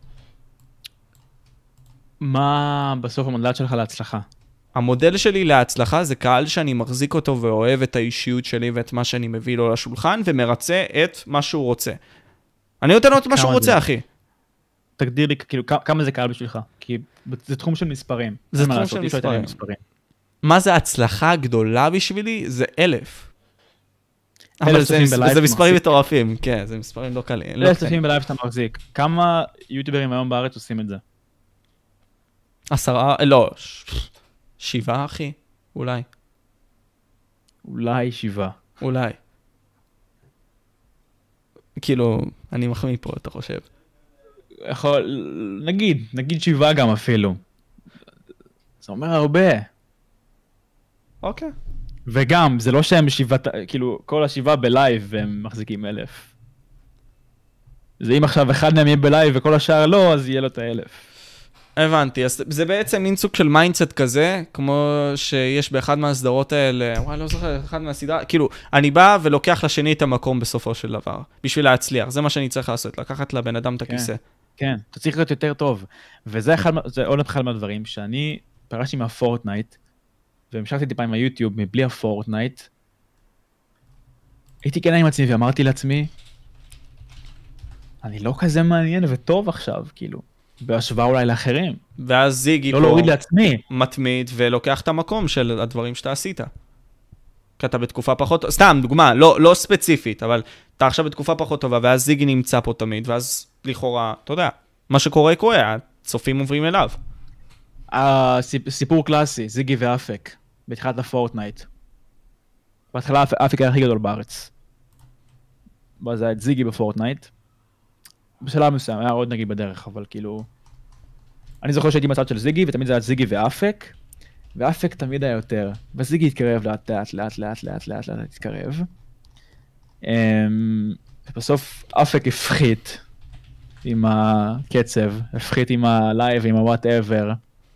מה בסוף המודל שלך להצלחה? המודל שלי להצלחה זה קהל שאני מחזיק אותו ואוהב את האישיות שלי ואת מה שאני מביא לו לשולחן, ומרצה את מה שהוא רוצה. אני נותן לו את מה שהוא רוצה, אחי. תגדיר לי, כאילו, כמה זה קהל בשבילך? כי זה תחום של מספרים. זה תחום של מספרים. מה זה הצלחה גדולה בשבילי? זה אלף. אבל זה מספרים מטורפים, כן, זה מספרים לא קלים. אלף צופים בלייב שאתה מחזיק. כמה יוטיוברים היום בארץ עושים את זה? עשרה, לא, שבעה, אחי, אולי. אולי שבעה. אולי. כאילו, אני מחמיא פה, אתה חושב? יכול, נגיד, נגיד שבעה גם אפילו. זה אומר הרבה. אוקיי. וגם, זה לא שהם שבעה, כאילו, כל השבעה בלייב והם מחזיקים אלף. זה אם עכשיו אחד מהם יהיה בלייב וכל השאר לא, אז יהיה לו את האלף. הבנתי, אז זה בעצם מין סוג של מיינדסט כזה, כמו שיש באחד מהסדרות האלה, וואי, לא זוכר, אחד מהסדרה, כאילו, אני בא ולוקח לשני את המקום בסופו של דבר, בשביל להצליח, זה מה שאני צריך לעשות, לקחת לבן אדם את הכיסא. כן, אתה צריך להיות יותר טוב, וזה עוד אחד מהדברים, שאני פרשתי מהפורטנייט, והמשכתי טיפה עם היוטיוב מבלי הפורטנייט, הייתי כן עם עצמי ואמרתי לעצמי, אני לא כזה מעניין וטוב עכשיו, כאילו. בהשוואה אולי לאחרים. ואז זיגי לא להוריד לעצמי. מתמיד ולוקח את המקום של הדברים שאתה עשית. כי אתה בתקופה פחות... סתם, דוגמה, לא, לא ספציפית, אבל אתה עכשיו בתקופה פחות טובה, ואז זיגי נמצא פה תמיד, ואז לכאורה, אתה יודע, מה שקורה קורה, הצופים עוברים אליו. סיפור קלאסי, זיגי ואפק, בתחילת הפורטנייט. בהתחלה אפק היה הכי גדול בארץ. ואז היה את זיגי בפורטנייט. בשלב מסוים, היה עוד נגיד בדרך, אבל כאילו... אני זוכר שהייתי בצד של זיגי, ותמיד זה היה זיגי ואפק, ואפק תמיד היה יותר. וזיגי התקרב לאט לאט לאט לאט לאט לאט לאט התקרב. בסוף אפק הפחית עם הקצב, הפחית עם הלייב, עם ה-whatever.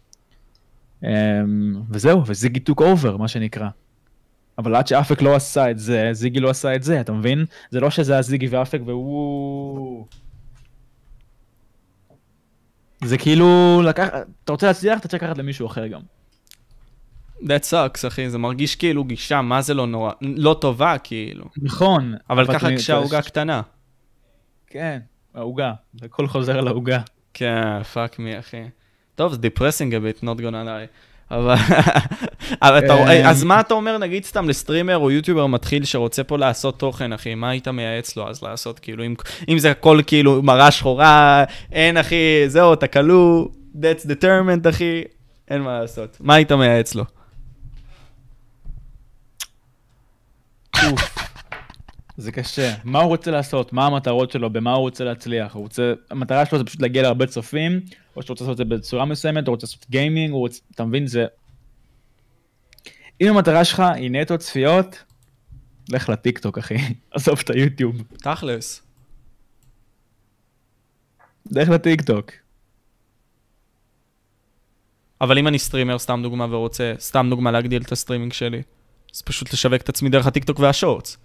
וזהו, וזיגי took over, מה שנקרא. אבל עד שאפק לא עשה את זה, זיגי לא עשה את זה, אתה מבין? זה לא שזה היה זיגי ואפק ווואו. זה כאילו, לקח... אתה רוצה להצליח, אתה צריך לקחת למישהו אחר גם. That sucks, אחי, זה מרגיש כאילו גישה, מה זה לא נורא, לא טובה, כאילו. נכון. אבל ככה כשהעוגה קטנה. כן, העוגה, הכל חוזר על העוגה. כן, fuck me, אחי. טוב, זה depressing a bit, not gonna lie. אבל, אבל אתה, אז מה אתה אומר, נגיד סתם לסטרימר או יוטיובר מתחיל שרוצה פה לעשות תוכן, אחי, מה היית מייעץ לו אז לעשות, כאילו, אם, אם זה הכל כאילו מראה שחורה, אין, אחי, זהו, אתה כלוא, that's determined, אחי, אין מה לעשות. מה היית מייעץ לו? זה קשה. מה הוא רוצה לעשות? מה המטרות שלו? במה הוא רוצה להצליח? הוא רוצה... המטרה שלו זה פשוט להגיע להרבה צופים, או שאתה רוצה לעשות את זה בצורה מסוימת, או רוצה לעשות גיימינג, הוא רוצה... אתה מבין? זה... אם המטרה שלך היא נטו צפיות, לך לטיקטוק, אחי. עזוב את היוטיוב. תכלס. לך לטיקטוק. אבל אם אני סטרימר, סתם דוגמה, ורוצה, סתם דוגמה להגדיל את הסטרימינג שלי, אז פשוט לשווק את עצמי דרך הטיקטוק והשורטס.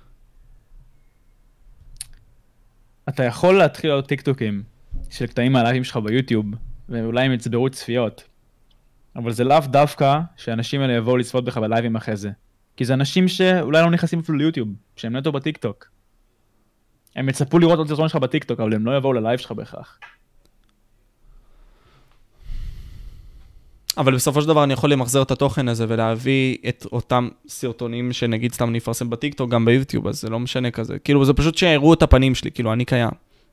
אתה יכול להתחיל לעוד טיקטוקים של קטעים מהלייבים שלך ביוטיוב, ואולי הם יצברו צפיות. אבל זה לאו דווקא שאנשים האלה יבואו לצפות בך בלייבים אחרי זה. כי זה אנשים שאולי לא נכנסים אפילו ליוטיוב, שהם נטו בטיקטוק. הם יצפו לראות עוד סרטון שלך בטיקטוק, אבל הם לא יבואו ללייב שלך בהכרח. אבל בסופו של דבר אני יכול למחזר את התוכן הזה ולהביא את אותם סרטונים שנגיד סתם אני אפרסם בטיקטוק גם ביוטיוב, אז זה לא משנה כזה. כאילו זה פשוט שיראו את הפנים שלי, כאילו אני קיים.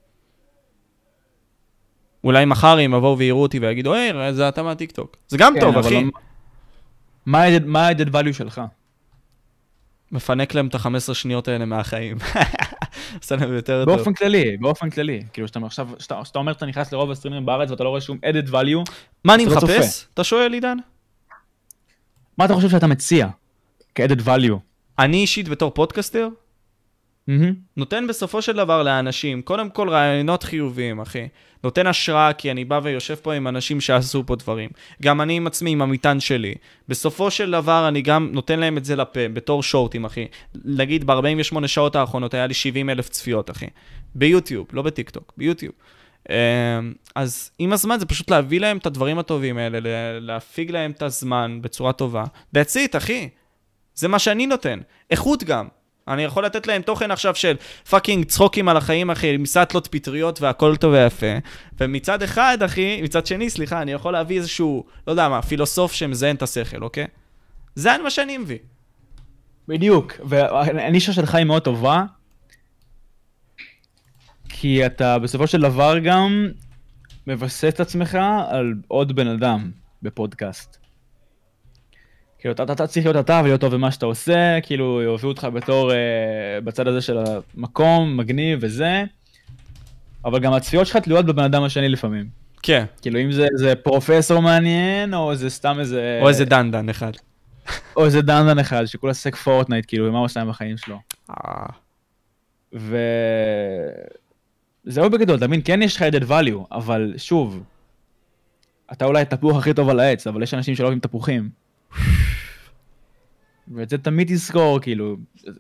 אולי מחר הם יבואו ויראו אותי ויגידו, היי, זה אתה מהטיקטוק. זה גם טוב, אחי. מה ה-added value שלך? מפנק להם את ה-חמש עשרה שניות האלה מהחיים. עושה להם יותר טוב. באופן כללי, באופן כללי. כאילו שאתה עכשיו, שאתה אומר שאתה נכנס לרוב הסטרימים בארץ ואתה לא רואה שום added value. מה אני מחפש? אתה שואל, עידן? מה אתה חושב שאתה מציע כ-added value? אני אישית בתור פודקאסטר, נותן בסופו של דבר לאנשים, קודם כל רעיונות חיוביים, אחי. נותן השראה, כי אני בא ויושב פה עם אנשים שעשו פה דברים. גם אני עם עצמי, עם המטען שלי. בסופו של דבר, אני גם נותן להם את זה לפה, בתור שורטים, אחי. נגיד, ב-ארבעים ושמונה שעות האחרונות היה לי שבעים אלף צפיות, אחי. ביוטיוב, לא בטיקטוק, ביוטיוב. אז עם הזמן זה פשוט להביא להם את הדברים הטובים האלה, להפיג להם את הזמן בצורה טובה. That's it, אחי. זה מה שאני נותן. איכות גם. אני יכול לתת להם תוכן עכשיו של פאקינג צחוקים על החיים, אחי, מסעטלות פטריות והכל טוב ויפה. ומצד אחד, אחי, מצד שני, סליחה, אני יכול להביא איזשהו, לא יודע מה, פילוסוף שמזיין את השכל, אוקיי? זה מה שאני מביא. בדיוק, והנישה שלך היא מאוד טובה, כי אתה בסופו של דבר גם מבסס את עצמך על עוד בן אדם בפודקאסט. כאילו, אתה, אתה צריך להיות אתה ולהיות טוב במה שאתה עושה, כאילו, יוביאו אותך בתור, אה, בצד הזה של המקום, מגניב וזה, אבל גם הצפיות שלך תלויות בבן אדם השני לפעמים. כן. כאילו, אם זה, זה פרופסור מעניין, או זה סתם איזה... או איזה דנדן אחד. או איזה דנדן אחד, שכולה עסק פורטנייט, כאילו, ומה הוא עושה עם החיים שלו. אה. ו... זהו בגדול, תבין, כן יש לך added value, אבל שוב, אתה אולי התפוח הכי טוב על העץ, אבל יש אנשים שלא אוהבים תפוחים. ואת זה תמיד תזכור, כאילו...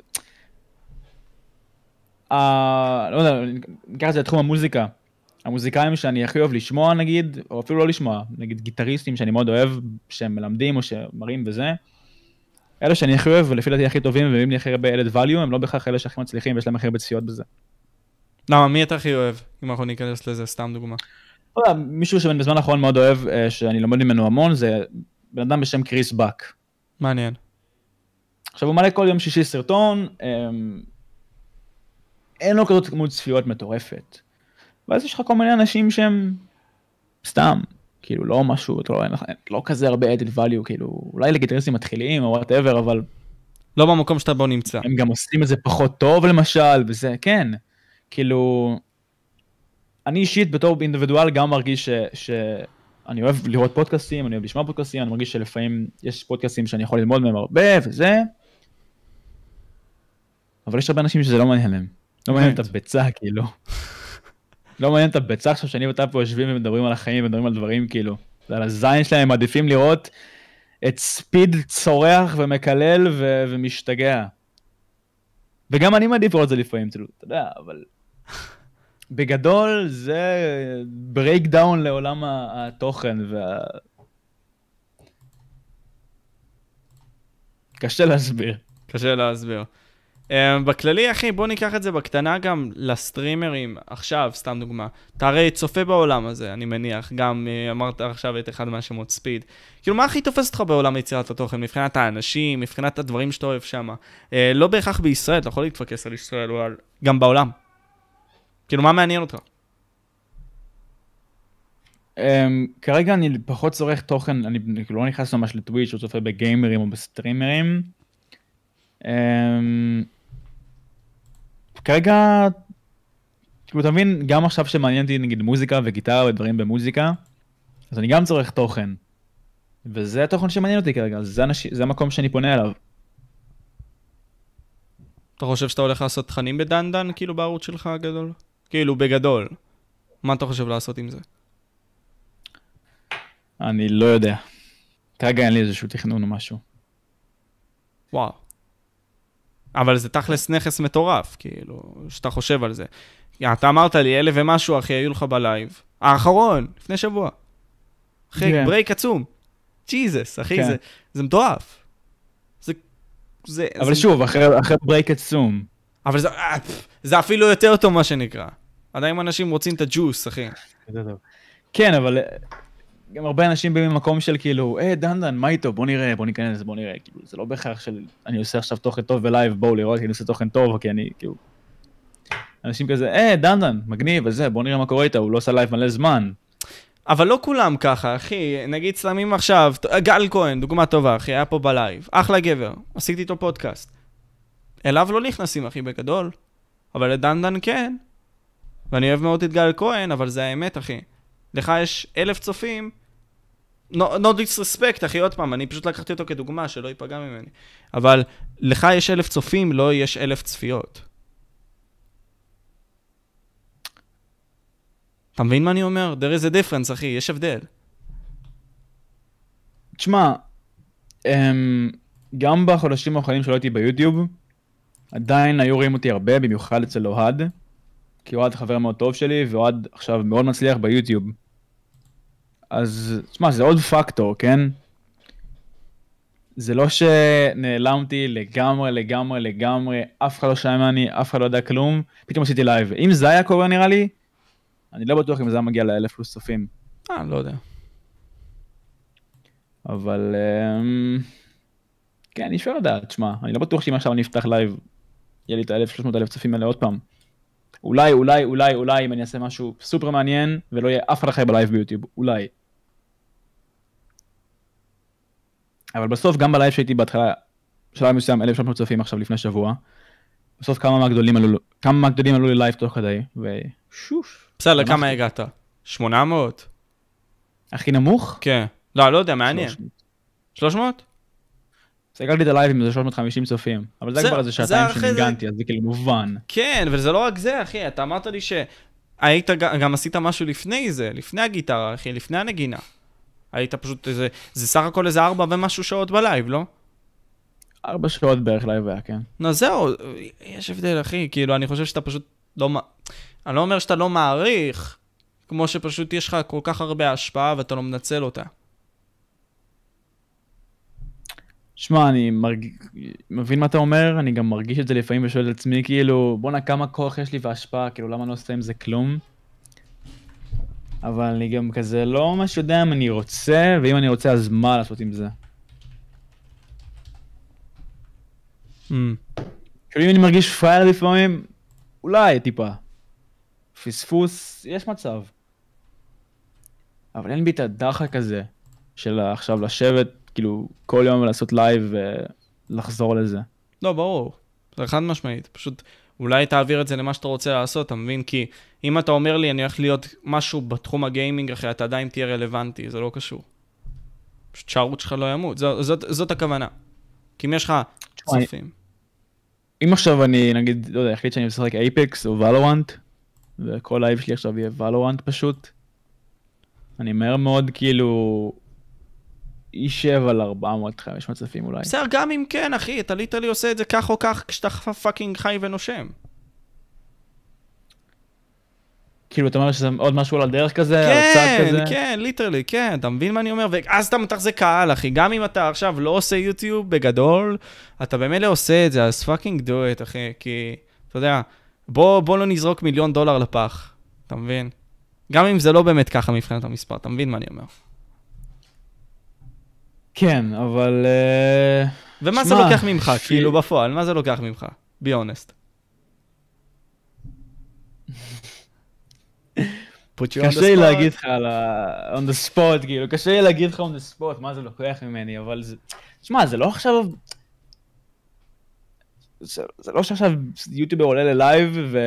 לא יודע, ניקח את זה לתחום המוזיקה. המוזיקאים שאני הכי אוהב לשמוע, נגיד, או אפילו לא לשמוע, נגיד גיטריסטים שאני מאוד אוהב, שהם מלמדים או שמראים וזה, אלה שאני הכי אוהב, ולפי דעתי הכי טובים, ומביאים לי הכי הרבה added value, הם לא בהכרח אלה שהכי מצליחים, ויש להם הכי הרבה צפיות בזה. למה, מי אתה הכי אוהב? אם אנחנו ניכנס לזה, סתם דוגמה. לא יודע, מישהו שאני בזמן האחרון מאוד אוהב, שאני לומד ממנו המון, זה בן אדם בשם קריס בק. מעניין. עכשיו, הוא מעלה כל יום שישי סרטון, אין לו כזאת כמות צפיות מטורפת, ואז יש לך כל מיני אנשים שהם סתם, כאילו לא משהו, לא, לא כזה הרבה added value, כאילו אולי לגיטריסטים מתחילים או whatever, אבל לא במקום שאתה בו נמצא. הם גם עושים את זה פחות טוב למשל, וזה, כן, כאילו, אני אישית בתור אינדיבידואל גם מרגיש ש, שאני אוהב לראות פודקאסטים, אני אוהב לשמוע פודקאסטים, אני מרגיש שלפעמים יש פודקאסטים שאני יכול ללמוד מהם הרבה וזה, אבל יש הרבה אנשים שזה לא מעניין להם, לא מעניין את הביצה, כאילו. לא מעניין את הביצה עכשיו שאני ואתה פה יושבים ומדברים על החיים ומדברים על דברים, כאילו. על הזין שלהם מעדיפים לראות את ספיד צורח ומקלל ו- ומשתגע. וגם אני מעדיף לראות את זה לפעמים, אתה יודע, אבל בגדול זה ברייק דאון לעולם התוכן וה... קשה להסביר. קשה להסביר. Uh, בכללי, אחי, בוא ניקח את זה בקטנה גם לסטרימרים. עכשיו, סתם דוגמה. אתה הרי צופה בעולם הזה, אני מניח. גם uh, אמרת עכשיו את אחד מהשמות ספיד. כאילו, מה הכי תופס אותך בעולם יצירת התוכן? מבחינת האנשים, מבחינת הדברים שאתה אוהב שם. Uh, לא בהכרח בישראל, אתה יכול להתפקס על ישראל או על... גם בעולם. כאילו, מה מעניין אותך? Um, כרגע אני פחות צורך תוכן, אני לא נכנס ממש לטוויץ' או צופה בגיימרים או בסטרימרים. Um, כרגע, כאילו, אתה מבין, גם עכשיו שמעניין אותי נגיד מוזיקה וגיטרה ודברים במוזיקה, אז אני גם צורך תוכן. וזה התוכן שמעניין אותי כרגע, זה, אנש... זה המקום שאני פונה אליו. אתה חושב שאתה הולך לעשות תכנים בדנדן, כאילו בערוץ שלך הגדול? כאילו, בגדול. מה אתה חושב לעשות עם זה? אני לא יודע. כרגע אין לי איזשהו תכנון או משהו. וואו. אבל זה תכלס נכס מטורף, כאילו, שאתה חושב על זה. אתה אמרת לי, אלה ומשהו, אחי, היו לך בלייב. האחרון, לפני שבוע. אחי, yeah. ברייק עצום. ג'יזס, אחי, okay. זה, זה מטורף. זה, זה, אבל זה... שוב, אחרי, אחרי ברייק עצום. אבל זה, זה אפילו יותר טוב מה שנקרא. עדיין אנשים רוצים את הג'וס, אחי. כן, אבל גם הרבה אנשים באים ממקום של כאילו, אה, דנדן, מה איתו? בוא נראה, בוא ניכנס, בוא נראה. כאילו, זה לא בהכרח של, אני עושה עכשיו תוכן טוב בלייב, בואו לראות, כי אני עושה תוכן טוב, כי אני, כאילו... אנשים כזה, אה, דנדן, מגניב, וזה, בוא נראה מה קורה איתה, הוא לא עושה לייב מלא זמן. אבל לא כולם ככה, אחי, נגיד סלמים עכשיו, גל כהן, דוגמה טובה, אחי, היה פה בלייב, אחלה גבר, עשיתי איתו פודקאסט. אליו לא נכנסים, אחי, בגדול, אבל לדנדן כן. ואני אוהב מאוד את גל כהן, אבל זה האמת, אחי. לך יש אלף צופים, no, no disrespect, אחי, עוד פעם, אני פשוט לקחתי אותו כדוגמה, שלא ייפגע ממני. אבל לך יש אלף צופים, לא יש אלף צפיות. אתה מבין מה אני אומר? There is a difference, אחי, יש הבדל. תשמע, גם בחודשים האחרונים שלא הייתי ביוטיוב, עדיין היו רואים אותי הרבה, במיוחד אצל אוהד, כי אוהד חבר מאוד טוב שלי, ואוהד עכשיו מאוד מצליח ביוטיוב. אז, תשמע, זה עוד פקטור, כן? זה לא שנעלמתי לגמרי, לגמרי, לגמרי, אף אחד לא שמע אני, אף אחד לא יודע כלום, פתאום עשיתי לייב. אם זה היה קורה נראה לי, אני לא בטוח אם זה היה מגיע לאלף פלוס צופים. אה, לא יודע. אבל, כן, אני שואל לדעת, תשמע, אני לא בטוח שאם עכשיו אני אפתח לייב, יהיה לי את ה-אלף ושלוש מאות אלף צופים האלה עוד פעם. אולי, אולי, אולי, אולי, אם אני אעשה משהו סופר מעניין, ולא יהיה אף אחד אחר בלייב ביוטיוב, אולי. אבל בסוף, גם בלייב שהייתי בהתחלה, שלב מסוים, אלף ושלוש מאות צופים עכשיו לפני שבוע, בסוף כמה מהגדולים עלו, כמה מהגדולים עלו לי לייב תוך כדי, ושוש. בסדר, כמה הגעת? שמונה מאות? הכי נמוך? כן. לא, לא יודע, מעניין. שלוש מאות? סגרתי את הלייב עם איזה שלוש מאות וחמישים צופים, אבל זה כבר איזה שעתיים שניגנתי, אז זה כאילו מובן. כן, וזה לא רק זה, אחי, אתה אמרת לי שהיית, גם עשית משהו לפני זה, לפני הגיטרה, אחי, לפני הנגינה. היית פשוט איזה, זה סך הכל איזה ארבע ומשהו שעות בלייב, לא? ארבע שעות בערך לייב היה, כן. נו, זהו, יש הבדל, אחי, כאילו, אני חושב שאתה פשוט לא, אני לא אומר שאתה לא מעריך, כמו שפשוט יש לך כל כך הרבה השפעה ואתה לא מנצל אותה. שמע, אני מרג... מבין מה אתה אומר, אני גם מרגיש את זה לפעמים ושואל את עצמי, כאילו, בוא'נה, כמה כוח יש לי והשפעה, כאילו, למה אני לא עושה עם זה כלום? אבל אני גם כזה לא ממש יודע אם אני רוצה, ואם אני רוצה, אז מה לעשות עם זה? Mm. כאילו, אם אני מרגיש פרייר לפעמים, אולי טיפה. פספוס, יש מצב. אבל אין בי את הדחק הזה, של עכשיו לשבת, כאילו, כל יום ולעשות לייב ולחזור לזה. לא, ברור. זה חד משמעית. פשוט אולי תעביר את זה למה שאתה רוצה לעשות, אתה מבין? כי אם אתה אומר לי, אני הולך להיות משהו בתחום הגיימינג, אחרי אתה עדיין תהיה רלוונטי, זה לא קשור. פשוט שהערוץ שלך לא ימות. זאת, זאת, זאת הכוונה. כי אם יש לך צופים. אם עכשיו אני, נגיד, לא יודע, החליט שאני משחק אייפקס או ולורנט, וכל לייב שלי עכשיו יהיה ולורנט פשוט, אני מהר מאוד כאילו יישב על ארבע מאות חמש מאות צופים אולי. בסדר, גם אם כן, אחי, אתה ליטרלי עושה את זה כך או כך, כשאתה פאקינג חי ונושם. כאילו, אתה אומר שזה עוד משהו על הדרך כזה, כן, כזה? כן, ליטרלי, כן, אתה מבין מה אני אומר? ואז אתה מתחזק קהל, אחי, גם אם אתה עכשיו לא עושה יוטיוב בגדול, אתה באמת לא עושה את זה, אז פאקינג do it, אחי, כי, אתה יודע, בוא, בוא לא נזרוק מיליון דולר לפח, אתה מבין? גם אם זה לא באמת ככה מבחינת המספר, אתה מבין מה אני אומר? כן, אבל... ומה זה לוקח ממך, כאילו בפועל, מה זה לוקח ממך? be honest. קשה לי להגיד לך על ה... on the spot, כאילו, קשה לי להגיד לך on the spot, מה זה לוקח ממני, אבל זה... תשמע, זה לא עכשיו... זה לא שעכשיו יוטיובר עולה ללייב ו...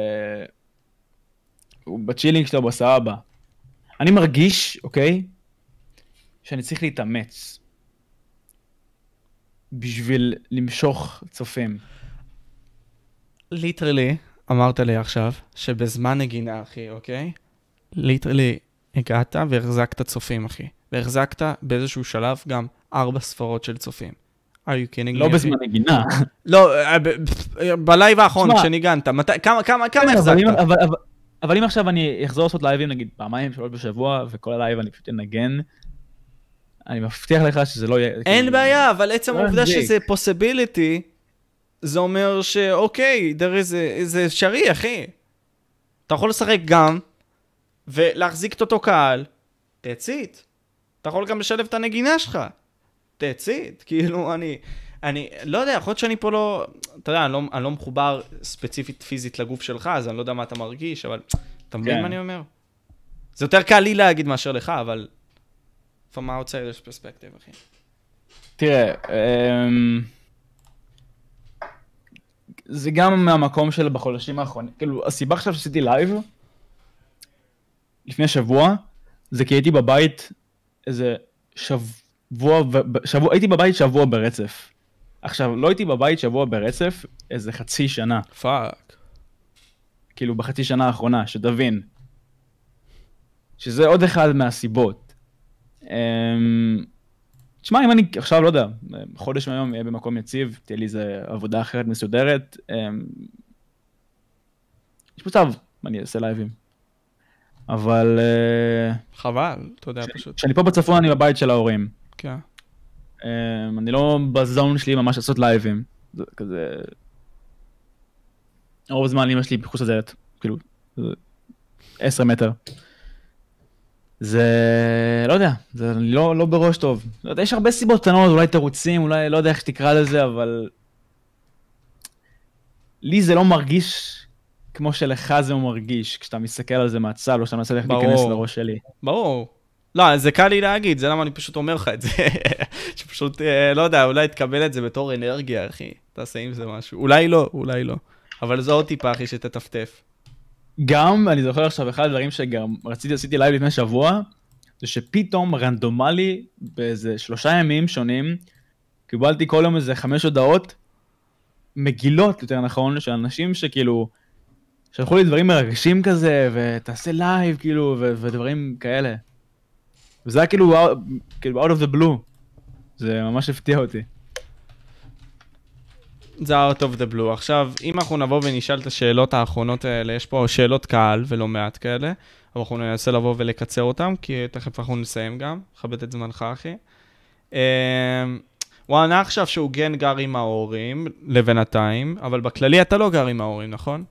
הוא בצ'ילינג שלו בסבבה. אני מרגיש, אוקיי, שאני צריך להתאמץ בשביל למשוך צופים. ליטרלי, אמרת לי עכשיו, שבזמן נגינה, אחי, אוקיי? ליטרלי, הגעת והחזקת צופים, אחי. והחזקת באיזשהו שלב גם ארבע ספרות של צופים. are you kidding me? לא בזמן נגינה. לא, בלייב האחרון כשניגנת, כמה החזקת? אבל אם עכשיו אני אחזור לעשות לייבים, נגיד פעמיים, שלוש בשבוע, וכל הלייב אני פשוט אנגן, אני מבטיח לך שזה לא יהיה... אין בעיה, אבל עצם העובדה שזה possibility, זה אומר שאוקיי, זה אפשרי, אחי. אתה יכול לשחק גם, ולהחזיק את אותו קהל, תצית. אתה יכול גם לשלב את הנגינה שלך. תצית. כאילו, אני... אני לא יודע, יכול להיות שאני פה לא... אתה יודע, אני לא, אני לא מחובר ספציפית פיזית לגוף שלך, אז אני לא יודע מה אתה מרגיש, אבל... אתה מבין מה אני אומר? זה יותר קל לי להגיד מאשר לך, אבל... from outside perspective, אחי. תראה, זה גם מהמקום של בחודשים האחרונים. כאילו, הסיבה עכשיו שעשיתי לייב, לפני שבוע, זה כי הייתי בבית איזה שבוע, שבוע, הייתי בבית שבוע ברצף. עכשיו, לא הייתי בבית שבוע ברצף איזה חצי שנה. פאק. כאילו, בחצי שנה האחרונה, שתבין. שזה עוד אחד מהסיבות. תשמע, אם אני עכשיו, לא יודע, חודש מהיום יהיה במקום יציב, תהיה לי איזה עבודה אחרת מסודרת, יש מצב, אני אעשה לייבים. אבל... חבל, אתה יודע פשוט. כשאני פה בצפון, אני בבית של ההורים. כן. אני לא בזון שלי ממש לעשות לייבים. זה כזה... רוב הזמן אמא שלי בחוץ לדלת, כאילו, עשרה מטר. זה, לא יודע, זה לא, לא בראש טוב. לא יודע, יש הרבה סיבות קטנות, אולי תירוצים, אולי לא יודע איך שתקרא לזה, אבל... לי זה לא מרגיש כמו שלך זה מרגיש, כשאתה מסתכל על זה מהצד, או שאתה מנסה להיכנס לראש שלי. ברור. לא, זה קל לי להגיד, זה למה אני פשוט אומר לך את זה. שפשוט, לא יודע, אולי תקבל את זה בתור אנרגיה, אחי. תעשה עם זה משהו. אולי לא, אולי לא. אבל זו עוד טיפה, אחי, שתטפטף. גם, אני זוכר עכשיו, אחד הדברים שגם רציתי, עשיתי לייב לפני שבוע, זה שפתאום רנדומלי, באיזה שלושה ימים שונים, קיבלתי כל יום איזה חמש הודעות, מגילות, יותר נכון, של אנשים שכאילו, שלחו לי דברים מרגשים כזה, ותעשה לייב, כאילו, ו- ודברים כאלה. וזה היה כאילו, כאילו, out of the blue. זה ממש הפתיע אותי. זה out of the blue. עכשיו, אם אנחנו נבוא ונשאל את השאלות האחרונות האלה, יש פה שאלות קהל ולא מעט כאלה, אבל אנחנו ננסה לבוא ולקצר אותם, כי תכף אנחנו נסיים גם. חבט את זמנך, אחי. הוא ענה עכשיו שהוא כן גר עם ההורים, לבינתיים, אבל בכללי אתה לא גר עם ההורים, נכון?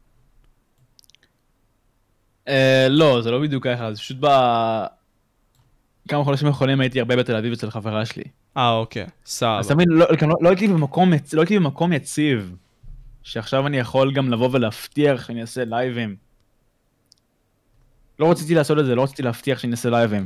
לא, זה לא בדיוק ככה, זה פשוט ב... כמה חודשים האחרונים הייתי הרבה בתל אביב אצל חברה שלי. אה, אוקיי, סבבה. אז תמיד, לא, לא, לא הייתי במקום, לא הייתי במקום יציב, שעכשיו אני יכול גם לבוא ולהבטיח שאני אעשה לייבים. לא רציתי לעשות את זה, לא רציתי להבטיח שאני אעשה לייבים.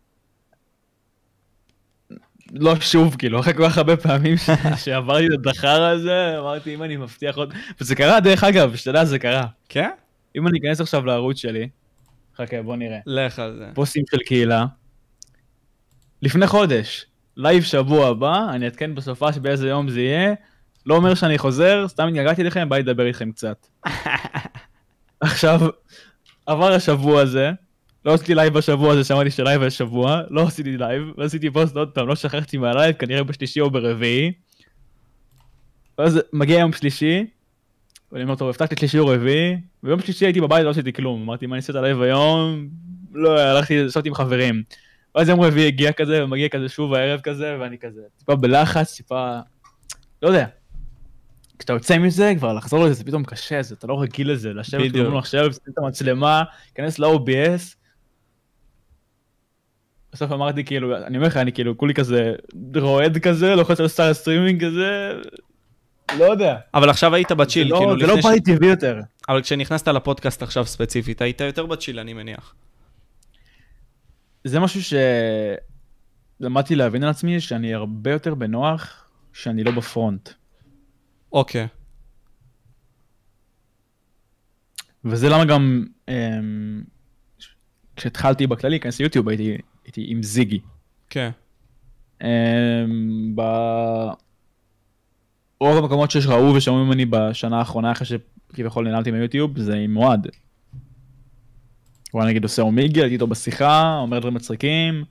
לא שוב, כאילו, אחרי כל כך הרבה פעמים שעברתי את הדחר הזה, אמרתי, אם אני מבטיח עוד... וזה קרה, דרך אגב, שתדע, זה קרה. כן? אם אני אכנס עכשיו לערוץ שלי, חכה, בוא נראה. לך על זה. פוסטים של קהילה. לפני חודש, לייב שבוע הבא, אני אתקן בסופה שבאיזה יום זה יהיה, לא אומר שאני חוזר, סתם התגעגעתי לכם, בא לדבר איתכם קצת. עכשיו, עבר השבוע הזה, לא עשיתי לייב בשבוע הזה, שמעתי שלייב השבוע, לא עשיתי לייב, ועשיתי פוסט עוד פעם, לא שכחתי מהלייב, כנראה בשלישי או ברביעי. ואז מגיע יום שלישי, ואני אומר, טוב, הבטחתי שלישי או רביעי, ויום שלישי הייתי בבית, לא עשיתי כלום, אמרתי, מה אני אעשה את הלייב היום? לא, הלכתי, ישבתי עם חברים. ואז יום רביעי הגיע כזה, ומגיע כזה שוב הערב כזה, ואני כזה, טיפה בלחץ, טיפה, לא יודע. כשאתה יוצא מזה, כבר לחזור לזה, זה פתאום קשה, זה, אתה לא רגיל לזה, לשבת כאילו עכשיו, לשים את המצלמה, כנס ל-או בי אס. בסוף אמרתי כאילו, אני אומר לך, אני כאילו, כולי כזה רועד כזה, לוחץ על סטאר סטרימינג כזה, לא יודע. אבל עכשיו היית בצ'יל, זה כאילו לא, זה לא בא לי טבעי יותר. אבל כשנכנסת לפודקאסט עכשיו ספציפית, היית יותר בצ'יל, אני מניח. זה משהו שלמדתי להבין על עצמי, שאני הרבה יותר בנוח, שאני לא בפרונט. אוקיי. וזה למה גם, כשהתחלתי בכללי, כנס ליוטיוב, הייתי, הייתי עם זיגי. כן. ברוב המקומות שיש ראו ושמעו ממני בשנה האחרונה, אחרי שכביכול נעלמתי מיוטיוב, זה עם מועד. הוא נגיד עושה אומיגי, הייתי איתו בשיחה, אומר דברים מצחיקים,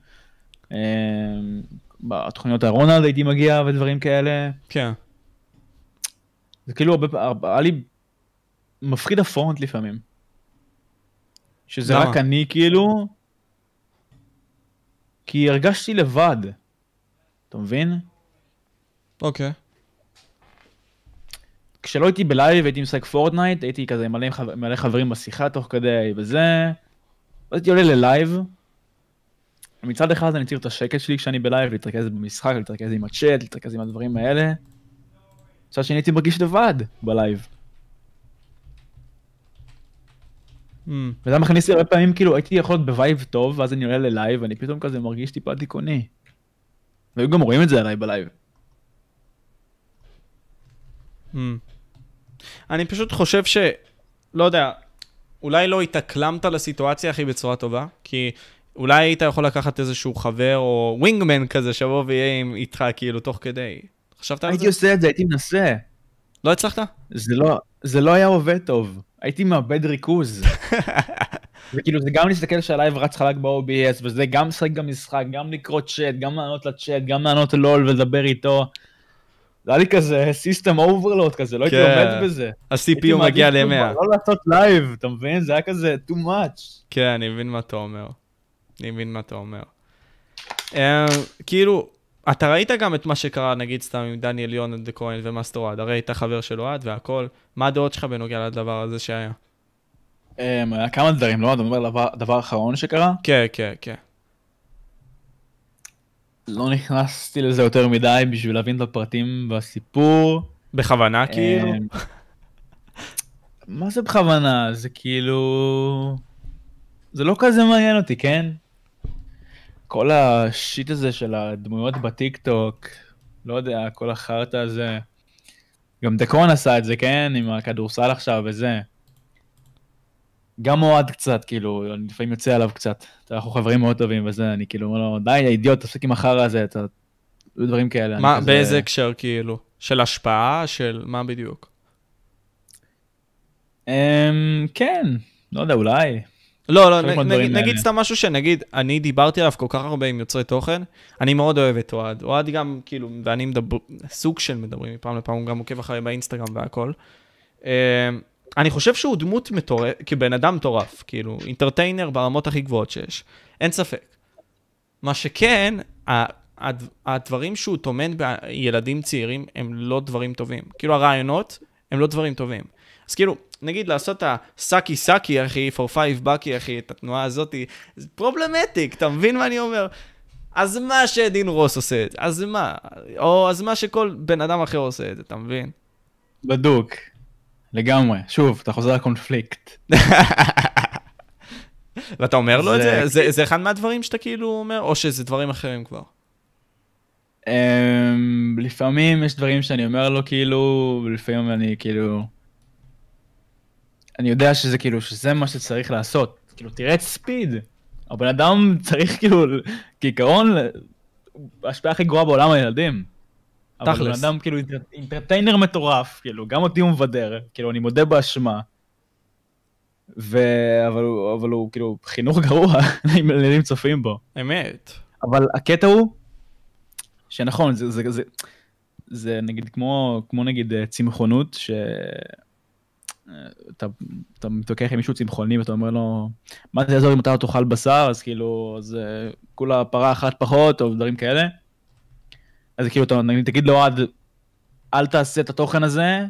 בתוכניות הרונלד הייתי מגיע ודברים כאלה. כן. זה כאילו הרבה, היה לי מפחיד הפרונט לפעמים. שזה רק אני כאילו, כי הרגשתי לבד. אתה מבין? אוקיי. כשלא הייתי בלייב, הייתי משחק פורטנייט, הייתי כזה מלא, מלא חברים בשיחה תוך כדי וזה. הייתי עולה ללייב. מצד אחד אני צריך את השקט שלי כשאני בלייב, להתרכז במשחק, להתרכז עם הצ'אט, להתרכז עם הדברים האלה. מצד שני הייתי מרגיש לבד בלייב. Mm. וזה מכניס לי הרבה פעמים, כאילו הייתי יכול להיות בווייב טוב, ואז אני עולה ללייב, ואני פתאום כזה מרגיש טיפה דיכאוני. והיו גם רואים את זה עליי בלייב. Mm. אני פשוט חושב ש... לא יודע, אולי לא התאקלמת לסיטואציה הכי בצורה טובה, כי אולי היית יכול לקחת איזשהו חבר או ווינגמן כזה שבוא ויהיה איתך כאילו תוך כדי. חשבת על זה? הייתי עושה את זה, הייתי מנסה. לא הצלחת? זה לא, זה לא היה עובד טוב. הייתי מאבד ריכוז. וכאילו זה גם להסתכל שהלייב רץ חלק ב-או בי אס, וזה גם לשחק גם משחק, גם לקרוא צ'אט, גם לענות לצ'אט, גם לענות לול ולדבר איתו. זה היה לי כזה סיסטם אוברלוד כזה, לא הייתי עומד בזה. ה-סי פי יו מגיע ל-מאה. לא לעשות לייב, אתה מבין? זה היה כזה too much. כן, אני מבין מה אתה אומר. אני מבין מה אתה אומר. כאילו, אתה ראית גם את מה שקרה, נגיד סתם עם דניאל יונד כהן ומאסטר אוהד, הרי היית חבר של אוהד והכל. מה הדעות שלך בנוגע לדבר הזה שהיה? היה כמה דברים, לא? אתה אומר דבר האחרון שקרה? כן, כן, כן. לא נכנסתי לזה יותר מדי בשביל להבין את הפרטים בסיפור. בכוונה כאילו? מה זה בכוונה? זה כאילו... זה לא כזה מעניין אותי, כן? כל השיט הזה של הדמויות בטיק-טוק, לא יודע, כל החרטה הזה. גם דקון עשה את זה, כן? עם הכדורסל עכשיו וזה. גם אוהד קצת, כאילו, אני לפעמים יוצא עליו קצת. אנחנו חברים מאוד טובים וזה, אני כאילו אומר לו, די, אידיוט, תפסיק עם החרא הזה, אתה... דברים כאלה. מה, באיזה הקשר כאילו? של השפעה? של מה בדיוק? כן, לא יודע, אולי. לא, לא, נגיד, נגיד סתם משהו שנגיד, אני דיברתי עליו כל כך הרבה עם יוצרי תוכן, אני מאוד אוהב את אוהד. אוהד גם, כאילו, ואני מדבר, סוג של מדברים מפעם לפעם, הוא גם עוקב אחרי באינסטגרם והכל. אני חושב שהוא דמות מטורף, כבן אדם מטורף, כאילו, אינטרטיינר ברמות הכי גבוהות שיש. אין ספק. מה שכן, הדברים שהוא טומן בילדים צעירים, הם לא דברים טובים. כאילו, הרעיונות, הם לא דברים טובים. אז כאילו, נגיד לעשות את הסאקי סאקי, אחי, פור פייב בקי, אחי, את התנועה הזאת, זה פרובלמטיק, אתה מבין מה אני אומר? אז מה שדין רוס עושה את זה? אז מה? או אז מה שכל בן אדם אחר עושה את זה, אתה מבין? בדוק. לגמרי. שוב, אתה חוזר לקונפליקט. ואתה אומר לו את זה- זה? זה? זה אחד מהדברים שאתה כאילו אומר, או שזה דברים אחרים כבר? אמ, לפעמים יש דברים שאני אומר לו כאילו, ולפעמים אני כאילו... אני יודע שזה כאילו, שזה מה שצריך לעשות. כאילו, תראה את ספיד. הבן אדם צריך כאילו, כעיקרון, ההשפעה הכי גרועה בעולם הילדים. אבל תכלס. בן אדם כאילו אינטרטיינר מטורף, כאילו, גם אותי הוא מבדר, כאילו, אני מודה באשמה. ו... אבל, הוא- אבל הוא כאילו חינוך גרוע, אם ילדים צופים בו. אמת. אבל הקטע הוא, שנכון, זה, זה, זה, זה נגיד כמו, כמו נגיד אה, צמחונות, ש... אה, אתה, אתה מתווכח עם מישהו צמחוני ואתה אומר לו, מה זה יעזור אם אתה לא תאכל בשר, אז כאילו, אז אה, כולה פרה אחת פחות, או דברים כאלה. אז כאילו, אתה נגיד, תגיד לו עד, אל תעשה את התוכן הזה,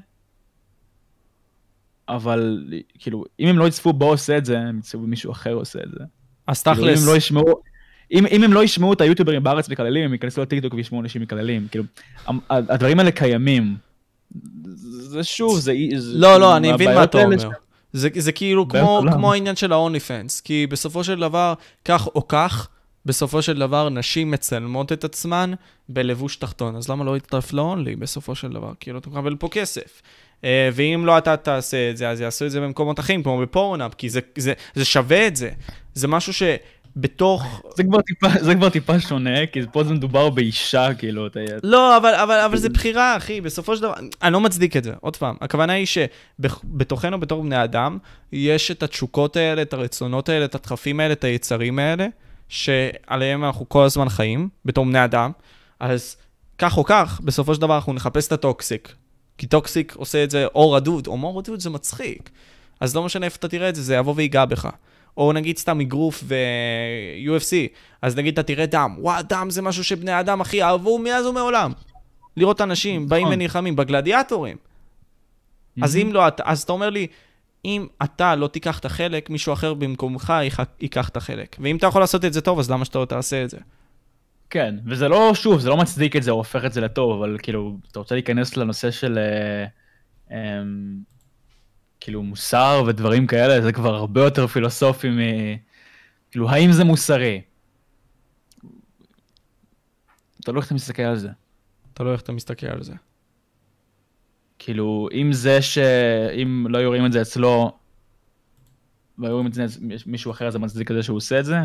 אבל כאילו, אם הם לא יצפו בו עושה את זה, הם יצפו במישהו אחר עושה את זה. אז כאילו, אם תכלס, הם לא ישמעו, אם, אם הם לא ישמעו את היוטיוברים בארץ מקללים, הם ייכנסו לטיקטוק וישמעו אנשים מקללים. כאילו, המ- הדברים האלה קיימים. זה שוב, זה... זה לא, לא, אני מבין מה הבעיות אתה האלה אומר. ש- זה, זה כאילו בעיות כמו, עולם. כמו העניין של ה-only fans, כי בסופו של דבר, כך או כך, בסופו של דבר נשים מצלמות את עצמן בלבוש תחתון, אז למה לא יטרף ל-only בסופו של דבר? כאילו, אתה מקבל פה כסף. אה, ואם לא אתה תעשה את זה, אז יעשו את זה במקומות אחרים, כמו בפורנאפ, כי זה, זה, זה שווה את זה. זה משהו שבתוך... זה כבר טיפה, זה כבר טיפה שונה, כי פה זה מדובר באישה, כאילו, אתה... לא, אבל, אבל, אבל זה בחירה, אחי, בסופו של דבר, אני לא מצדיק את זה, עוד פעם, הכוונה היא שבתוכנו, בתור בני אדם, יש את התשוקות האלה, את הרצונות האלה, את הדחפים האלה, את היצרים האלה, שעליהם אנחנו כל הזמן חיים, בתור בני אדם, אז כך או כך, בסופו של דבר אנחנו נחפש את הטוקסיק, כי טוקסיק עושה את זה או רדוד, או מור רדוד זה מצחיק, אז לא משנה איפה אתה תראה את זה, זה יבוא ויגע בך. או נגיד סתם אגרוף ו-יו אף סי, אז נגיד אתה תראה דם, וואו, דם זה משהו שבני האדם הכי אהבו מאז ומעולם. לראות אנשים באים ונלחמים בגלדיאטורים. אז אם לא, אז אתה אומר לי, אם אתה לא תיקח את החלק, מישהו אחר במקומך ייקח את החלק. ואם אתה יכול לעשות את זה טוב, אז למה שאתה לא תעשה את זה? כן, וזה לא, שוב, זה לא מצדיק את זה, או הופך את זה לטוב, אבל כאילו, אתה רוצה להיכנס לנושא של... אה, אה, כאילו מוסר ודברים כאלה, זה כבר הרבה יותר פילוסופי מ... כאילו, האם זה מוסרי? אתה לא איך אתה מסתכל על זה. אתה לא איך אתה מסתכל על זה. כאילו, אם זה ש... אם לא יורים את זה אצלו, ויורים את זה מישהו אחר, זה מצדיק את זה שהוא עושה את זה?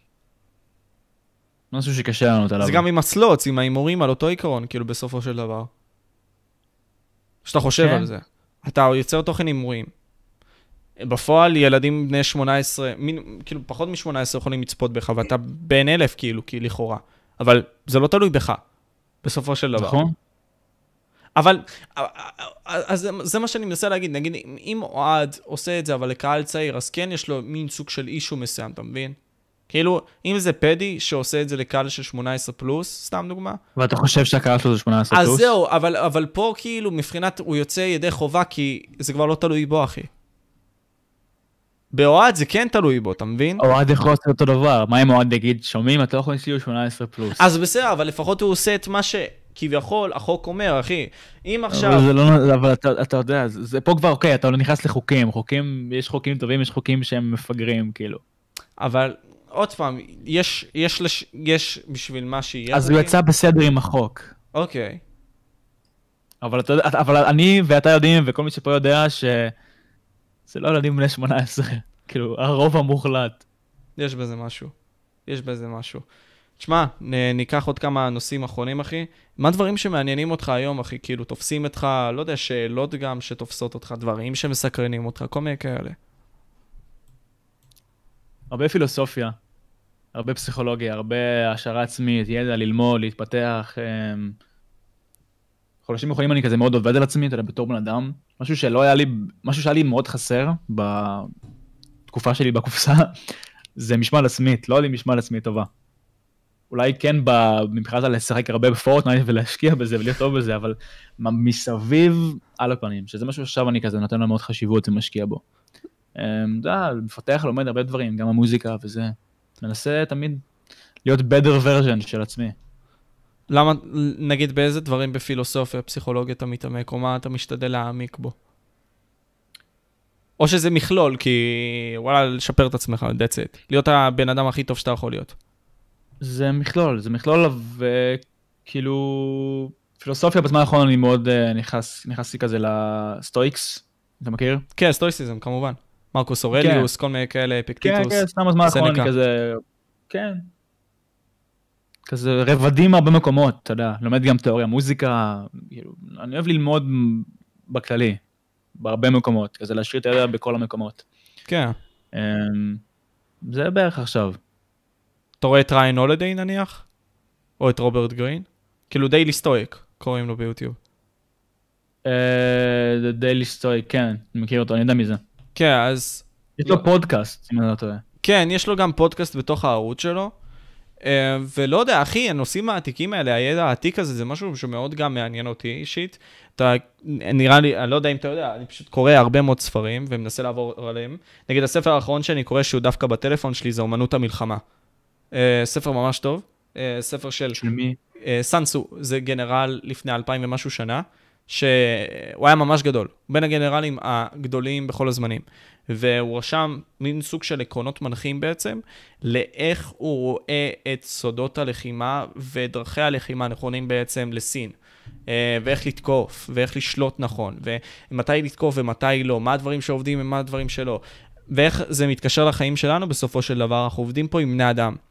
משהו שקשה לנו עליו. זה גם עם הסלוץ, עם ההימורים על אותו עיקרון, כאילו בסופו של דבר. שאתה חושב כן. על זה. אתה יוצר תוכן הימורים. בפועל ילדים בני שמונה עשרה, מין, כאילו פחות מ-שמונה עשרה יכולים לצפות בך, ואתה בין אלף כאילו, כי לכאורה. אבל זה לא תלוי בך, בסופו של דבר. נכון? אבל, אז זה, זה מה שאני מנסה להגיד, נגיד, אם אוהד עושה את זה, אבל לקהל צעיר, אז כן יש לו מין סוג של אישו מסוים, אתה מבין? כאילו, אם זה פדי שעושה את זה לקהל של שמונה עשרה פלוס, סתם דוגמה. ואתה חושב שהקהל שלו זה שמונה עשרה אז פלוס? זהו, אבל, אבל פה כאילו, מבחינת, הוא יוצא ידי חובה, כי זה כבר לא תלוי בו, אחי. באוהד זה כן תלוי בו, אתה מבין? אוהד יכול לעשות אותו דבר. מה אם אוהד יגיד, שומעים, אתה לא יכול שיהיו שמונה עשרה פלוס. אז בסדר, אבל לפחות הוא עושה את מה שכביכול החוק אומר, אחי. אם עכשיו... אבל, זה לא, אבל אתה, אתה יודע, זה, זה פה כבר, אוקיי, אתה לא נכנס לחוקים. חוקים, יש חוקים טובים, יש חוקים שהם מפגרים, כאילו. אבל עוד פעם, יש, יש, לש... יש בשביל מה שיהיה... אז הוא יצא בסדר עם החוק. אוקיי. אבל, אתה, אבל אני ואתה יודעים, וכל מי שפה יודע, שזה לא ילדים בני שמונה עשרה. כאילו, הרוב המוחלט. יש בזה משהו. יש בזה משהו. תשמע, נ- ניקח עוד כמה נושאים אחרונים, אחי. מה הדברים שמעניינים אותך היום, אחי? כאילו, תופסים אותך, לא יודע, שאלות גם שתופסות אותך, דברים שמסקרנים אותך, כל מיני כאלה. הרבה פילוסופיה, הרבה פסיכולוגיה, הרבה השערה עצמית, ידע, ללמוד, להתפתח. אמ, חודשים האחרונים אני כזה מאוד עובד על עצמי, אתה יודע, בתור בן אדם. משהו שלא היה לי, משהו שהיה לי מאוד חסר בתקופה שלי בקופסה, זה משמעת עצמית, לא היה לי משמעת עצמית טובה. אולי כן מבחינת לשחק הרבה בפורטנייט ולהשקיע בזה ולהיות טוב בזה, אבל מסביב על הפנים, שזה משהו שעכשיו אני כזה נותן לו מאוד חשיבות ומשקיע בו. אתה יודע, מפתח, לומד הרבה דברים, גם המוזיקה וזה. מנסה תמיד להיות better version של עצמי. למה, נגיד, באיזה דברים בפילוסופיה, פסיכולוגיה אתה מתעמק, או מה אתה משתדל להעמיק בו? או שזה מכלול, כי וואלה, לשפר את עצמך, that's it. להיות הבן אדם הכי טוב שאתה יכול להיות. זה מכלול, זה מכלול, וכאילו, פילוסופיה בזמן האחרון אני מאוד נכנס, נכנסתי כזה לסטואיקס, אתה מכיר? כן, סטואיסיזם, כמובן. מרקוס אורליוס, כל מיני כאלה, אפיקטיטוס, כן, כן, סתם הזמן האחרון אני כזה, כן. כזה רבדים הרבה מקומות, אתה יודע, לומד גם תיאוריה, מוזיקה, כאילו, אני אוהב ללמוד בכללי, בהרבה מקומות, כזה להשאיר את הידע בכל המקומות. כן. זה בערך עכשיו. אתה רואה את ריין הולדיי נניח? או את רוברט גרין? כאילו דיילי סטויק, קוראים לו ביוטיוב. דיילי סטויק, כן, אני מכיר אותו, אני יודע מזה. כן, אז... יש לו פודקאסט, אם אני לא טועה. כן, יש לו גם פודקאסט בתוך הערוץ שלו. ולא יודע, אחי, הנושאים העתיקים האלה, הידע העתיק הזה, זה משהו שמאוד גם מעניין אותי אישית. אתה, נראה לי, אני לא יודע אם אתה יודע, אני פשוט קורא הרבה מאוד ספרים, ומנסה לעבור עליהם. נגיד, הספר האחרון שאני קורא, שהוא דווקא בטלפון שלי, זה אומנות המלחמה. ספר ממש טוב. ספר של... של מי? סנסו, זה גנרל לפני אלפיים ומשהו שנה, שהוא היה ממש גדול. בין הגנרלים הגדולים בכל הזמנים. והוא רשם מין סוג של עקרונות מנחים בעצם, לאיך הוא רואה את סודות הלחימה ודרכי הלחימה נכונים בעצם לסין. ואיך לתקוף, ואיך לשלוט נכון, ומתי לתקוף ומתי לא, מה הדברים שעובדים ומה הדברים שלא. ואיך זה מתקשר לחיים שלנו בסופו של דבר, אנחנו עובדים פה עם בני אדם.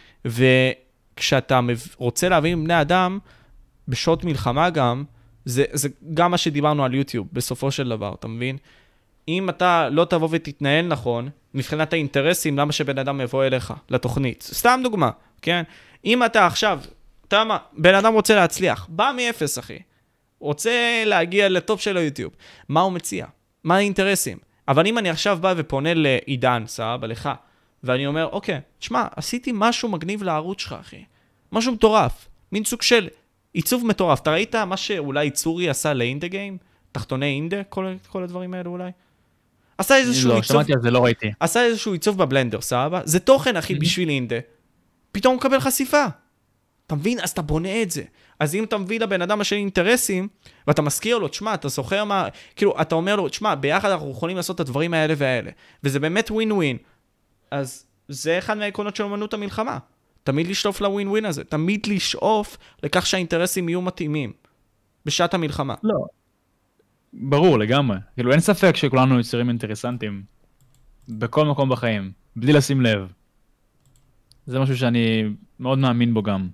וכשאתה רוצה להבין עם בני אדם, בשעות מלחמה גם, זה, זה גם מה שדיברנו על יוטיוב, בסופו של דבר, אתה מבין? אם אתה לא תבוא ותתנהל נכון, מבחינת האינטרסים, למה שבן אדם יבוא אליך, לתוכנית? סתם דוגמה, כן? אם אתה עכשיו, אתה מה, בן אדם רוצה להצליח, בא מאפס, אחי. רוצה להגיע לטופ של היוטיוב. מה הוא מציע? מה האינטרסים? אבל אם אני עכשיו בא ופונה לעידן, סבבה, לך, ואני אומר, אוקיי, תשמע, עשיתי משהו מגניב לערוץ שלך, אחי. משהו מטורף. מין סוג של עיצוב מטורף. אתה ראית מה שאולי צורי עשה לאינדה גיים? תחתוני אינדה? כל, כל הדברים האלה אולי? עשה איזשהו לא, עיצוב... שמעתי על זה, לא ראיתי. עשה איזשהו עיצוב בבלנדר, סבבה? זה תוכן, אחי, בשביל אינדה. פתאום הוא מקבל חשיפה. אתה מבין? אז אתה בונה את זה. אז אם אתה מביא לבן אדם השני אינטרסים, ואתה מזכיר לו, תשמע, אתה זוכר מה... כאילו, אתה אומר לו, תשמע, ביחד אנחנו יכולים לעשות את הדברים האלה והאלה. וזה באמת ווין ווין. אז זה אחד מהעקרונות של אומנות המלחמה. תמיד לשאוף לווין ווין הזה. תמיד לשאוף לכך שהאינטרסים יהיו מתאימים. בשעת המלחמה. לא. ברור, לגמרי. כאילו, אין ספק שכולנו יוצרים אינטרסנטים. בכל מקום בחיים. בלי לשים לב. זה משהו שאני מאוד מאמין בו גם.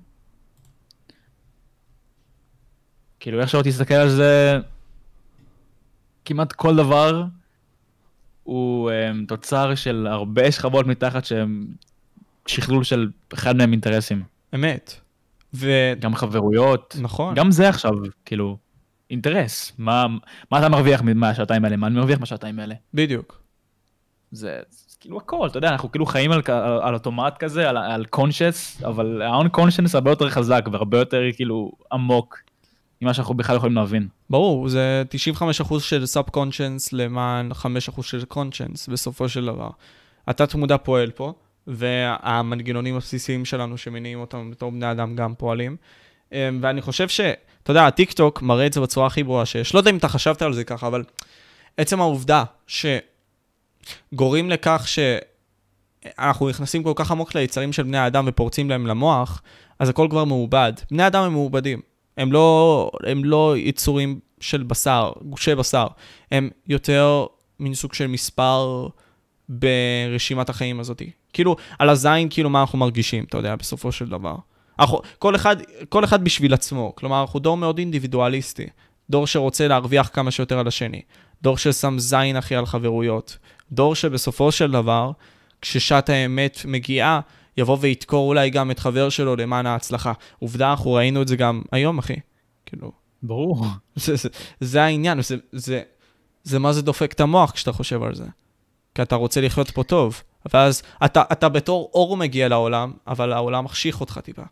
כאילו, איך שלא תסתכל על זה, כמעט כל דבר הוא um, תוצר של הרבה שכבות מתחת שהם שכלול של אחד מהם אינטרסים. אמת. ו... גם חברויות. נכון. גם זה עכשיו, כאילו, אינטרס. מה, מה אתה מרוויח מהשעתיים האלה? מה אני מרוויח מהשעתיים האלה? בדיוק. זה, זה כאילו הכל, אתה יודע, אנחנו כאילו חיים על, על, על אוטומט כזה, על, על conscious, אבל ה-unconscious הרבה יותר חזק והרבה יותר כאילו עמוק. ממה שאנחנו בכלל יכולים להבין. ברור, זה תשעים וחמישה אחוז של סאב-קונשנס למען חמישה אחוז של קונשנס, בסופו של דבר. התת מודע פועל פה, והמנגנונים הבסיסיים שלנו שמניעים אותם בתור בני אדם גם פועלים. ואני חושב ש, אתה יודע, הטיק-טוק מראה את זה בצורה הכי ברורה שיש. לא יודע אם אתה חשבת על זה ככה, אבל עצם העובדה שגורים לכך שאנחנו נכנסים כל כך עמוק ליצרים של בני האדם ופורצים להם למוח, אז הכל כבר מעובד. בני האדם הם מעובדים. הם לא, הם לא יצורים של בשר, גושי בשר. הם יותר מין סוג של מספר ברשימת החיים הזאת. כאילו, על הזין, כאילו מה אנחנו מרגישים, אתה יודע, בסופו של דבר. אנחנו, כל אחד, כל אחד בשביל עצמו. כלומר, אנחנו דור מאוד אינדיבידואליסטי. דור שרוצה להרוויח כמה שיותר על השני. דור ששם זין אחי על חברויות. דור שבסופו של דבר, כששעת האמת מגיעה, יבוא ויתקור אולי גם את חבר שלו למען ההצלחה. עובדה, אנחנו ראינו את זה גם היום, אחי. כאילו... ברור. זה, זה, זה העניין, זה, זה, זה מה זה דופק את המוח כשאתה חושב על זה. כי אתה רוצה לחיות פה טוב. ואז אתה, אתה בתור אור מגיע לעולם, אבל העולם מחשיך אותך טיפה.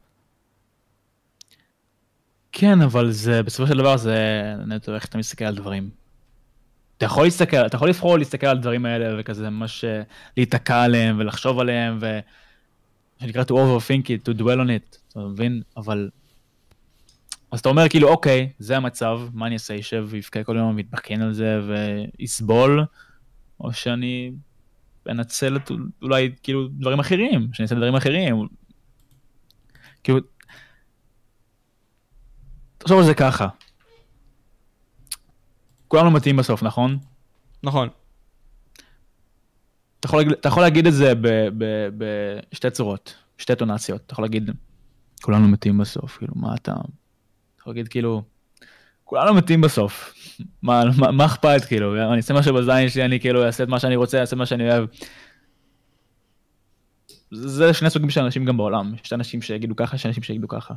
כן, אבל זה, בסופו של דבר זה נטו איך אתה מסתכל על דברים. אתה יכול להסתכל, אתה יכול לבחור להסתכל על דברים האלה וכזה ממש להתעקע עליהם ולחשוב עליהם ו... שנקרא to overthink it, to dwell on it, אתה מבין? אבל... אז אתה אומר כאילו, אוקיי, זה המצב, מה אני אעשה? יישב ויבכה כל יום, מתבחן על זה ויסבול, או שאני אנצל את אולי כאילו דברים אחרים, שאני אעשה דברים אחרים. כאילו, תחשוב על זה ככה. כולנו מתים בסוף, נכון? נכון. אתה יכול, אתה יכול להגיד את זה ב, ב, בשתי צורות, שתי טונציות. אתה יכול להגיד, כולנו מתים בסוף, כאילו, מה אתה... אתה יכול להגיד, כאילו, כולנו מתים בסוף. מה, מה, מה אכפת, כאילו? אני אעשה משהו בזין שלי, אני כאילו אעשה את מה שאני רוצה, אעשה מה שאני אוהב. זה שני סוגים של אנשים גם בעולם. יש אנשים שיגידו ככה, יש אנשים שיגידו ככה.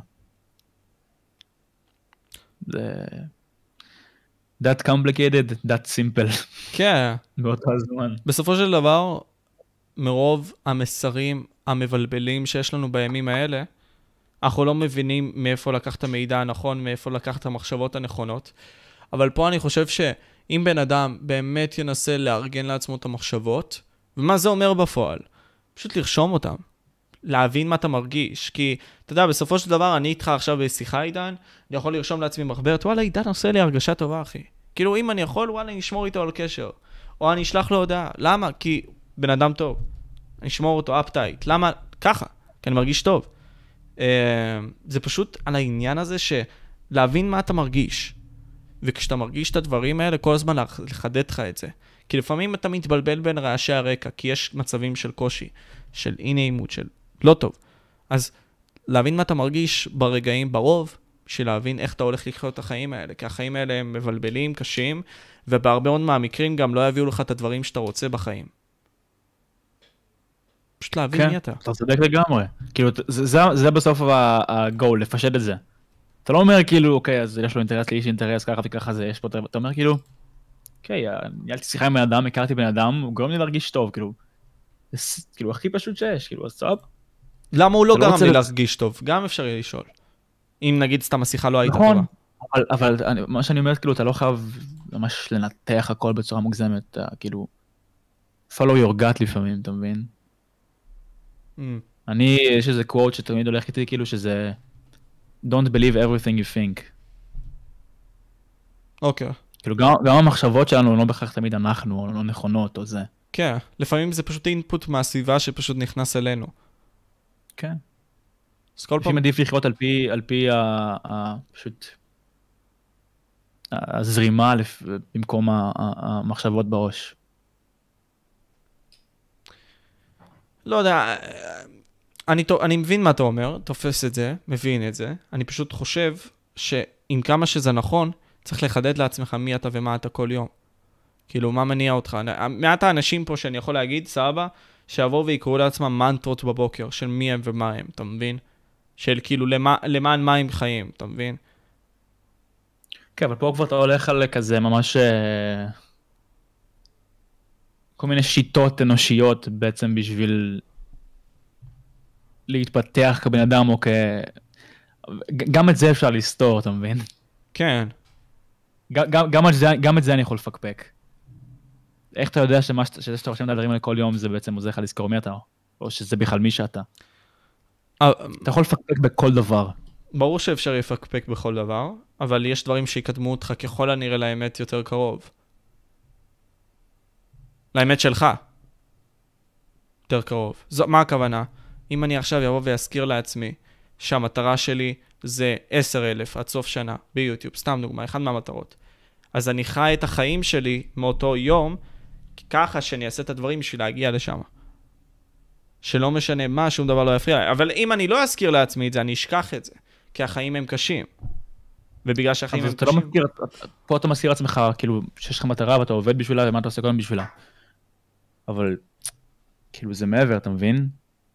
זה... That complicated, that simple. כן. באותו הזמן. בסופו של דבר, מרוב המסרים המבלבלים שיש לנו בימים האלה, אנחנו לא מבינים מאיפה לקחת את המידע הנכון, מאיפה לקחת את המחשבות הנכונות. אבל פה אני חושב שאם בן אדם באמת ינסה לארגן לעצמו את המחשבות, ומה זה אומר בפועל? פשוט לרשום אותם. להבין מה אתה מרגיש. כי, אתה יודע, בסופו של דבר, אני איתך עכשיו בשיחה, עידן, אני יכול לרשום לעצמי מחברת, וואלה, עידן עושה לי הרגשה טובה, אחי. כאילו, אם אני יכול, וואלה, אני אשמור איתו על קשר. או אני אשלח לו הודעה. למה? כי בן אדם טוב. אני אשמור אותו אפטייט. למה? ככה. כי אני מרגיש טוב. זה פשוט על העניין הזה שלהבין מה אתה מרגיש. וכשאתה מרגיש את הדברים האלה, כל הזמן לחדד לך את זה. כי לפעמים אתה מתבלבל בין רעשי הרקע, כי יש מצבים של קושי, של אי נעימות, של לא טוב. אז להבין מה אתה מרגיש ברגעים ברוב, בשביל להבין איך אתה הולך לחיות את החיים האלה. כי החיים האלה הם מבלבלים, קשים, ובהרבה מאוד מהמקרים גם לא יביאו לך את הדברים שאתה רוצה בחיים. פשוט להבין כן, מי אתה. אתה צודק לגמרי. כאילו, זה, זה, זה בסוף הגול, לפשט את זה. אתה לא אומר כאילו, אוקיי, אז יש לו אינטרס, לי יש אינטרס, ככה וככה זה, יש פה, אתה אומר כאילו, אוקיי, ניהלתי שיחה עם בן אדם, הכרתי בן אדם, הוא גורם לי להרגיש טוב, כאילו, זה, כאילו, הכי פשוט שיש, כאילו, אז סבב. למה הוא לא לא גרם רוצה לי לת- להרגיש טוב? גם אפשר יהיה לשאול. אם נגיד סתם השיחה לא הייתה נכון, טובה. אבל, אבל אני- מה שאני אומר, כאילו, אתה לא חייב ממש לנתח הכל בצורה מוגזמת, אתה, כאילו, follow your gut לפעמים, אתה מבין? Mm, אני, יש איזה quote שתמיד הולך איתי, כאילו, שזה, don't believe everything you think. אוקיי. כאילו, גם, גם המחשבות שלנו לא בהכרח תמיד אנחנו, או לא נכונות, או זה. כן, לפעמים זה פשוט אינפוט מהסביבה שפשוט נכנס אלינו. כן. אז כל פעם... לפעמים עדיף לחיות על פי, על פי ה, ה, פשוט, הזרימה לפ, במקום ה, ה, המחשבות בראש. לא יודע, אני, אני מבין מה אתה אומר, תופס את זה, מבין את זה. אני פשוט חושב שעם כמה שזה נכון, צריך לחדד לעצמך מי אתה ומה אתה כל יום. כאילו, מה מניע אותך? מעט האנשים פה שאני יכול להגיד, סבא, שיבואו ויקראו לעצמם מנטרות בבוקר, של מי הם ומה הם, אתה מבין? של כאילו, למה, למען מה הם חיים, אתה מבין? כן, אבל פה כבר אתה הולך על כזה ממש אה, כל מיני שיטות אנושיות בעצם בשביל להתפתח כבן אדם או כ... גם את זה אפשר לסתור, אתה מבין? כן. גם, גם, גם, את זה, גם את זה אני יכול לפקפק. איך אתה יודע שמה, שזה שאתה רושם את הדברים האלה כל יום זה בעצם עוזר לך לזכור מי אתה, או שזה בכלל מי שאתה. אתה יכול לפקפק בכל דבר. ברור שאפשר לפקפק בכל דבר, אבל יש דברים שיקדמו אותך ככל הנראה לאמת יותר קרוב. לאמת שלך. יותר קרוב. זו, מה הכוונה? אם אני עכשיו אבוא ואזכיר לעצמי שהמטרה שלי זה עשרת אלפים עד סוף שנה ביוטיוב, סתם דוגמה, אחד מהמטרות. אז אני חי את החיים שלי מאותו יום, ככה שאני אעשה את הדברים בשביל להגיע לשם. שלא משנה מה, שום דבר לא יפריע. אבל אם אני לא אזכיר לעצמי את זה, אני אשכח את זה. כי החיים הם קשים. ובגלל שהחיים הם אתה קשים... לא מזכיר, פה אתה מזכיר לעצמך, כאילו, שיש לך מטרה ואתה עובד בשבילה ומה אתה עושה כל יום בשבילה. אבל, כאילו, זה מעבר, אתה מבין?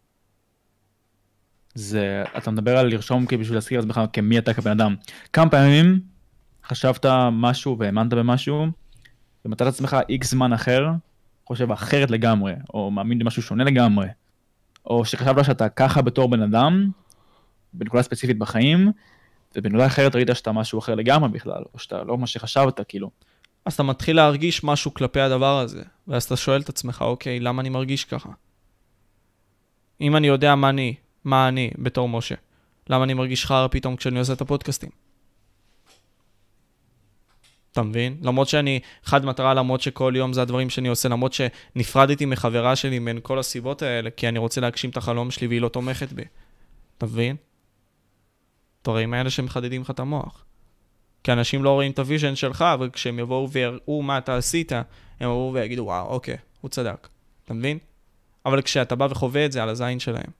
זה, אתה מדבר על לרשום כאילו בשביל להזכיר לעצמך כמי אתה כבן אדם. כמה פעמים חשבת משהו והאמנת במשהו, ומצאת עצמך איקס זמן אחר, חושב אחרת לגמרי, או מאמין במשהו שונה לגמרי, או שחשבת שאתה ככה בתור בן אדם, בנקודה ספציפית בחיים, ובנקודה אחרת ראית שאתה משהו אחר לגמרי בכלל, או שאתה לא מה שחשבת, כאילו. אז אתה מתחיל להרגיש משהו כלפי הדבר הזה, ואז אתה שואל את עצמך, אוקיי, למה אני מרגיש ככה? אם אני יודע מה אני, מה אני בתור משה, למה אני מרגיש חרא פתאום כשאני עושה את הפודקאסטים? אתה מבין? למרות שאני, חד מטרה, למרות שכל יום זה הדברים שאני עושה, למרות שנפרדתי מחברה שלי בין כל הסיבות האלה, כי אני רוצה להגשים את החלום שלי והיא לא תומכת בי. אתה מבין? דברים האלה שמחדדים לך את המוח. כי אנשים לא רואים את הוויז'ן שלך, וכשהם יבואו ויראו מה אתה עשית, הם יבואו ויגידו, וואו, אוקיי, הוא צדק. אתה מבין? אבל כשאתה בא וחווה את זה על הזין שלהם.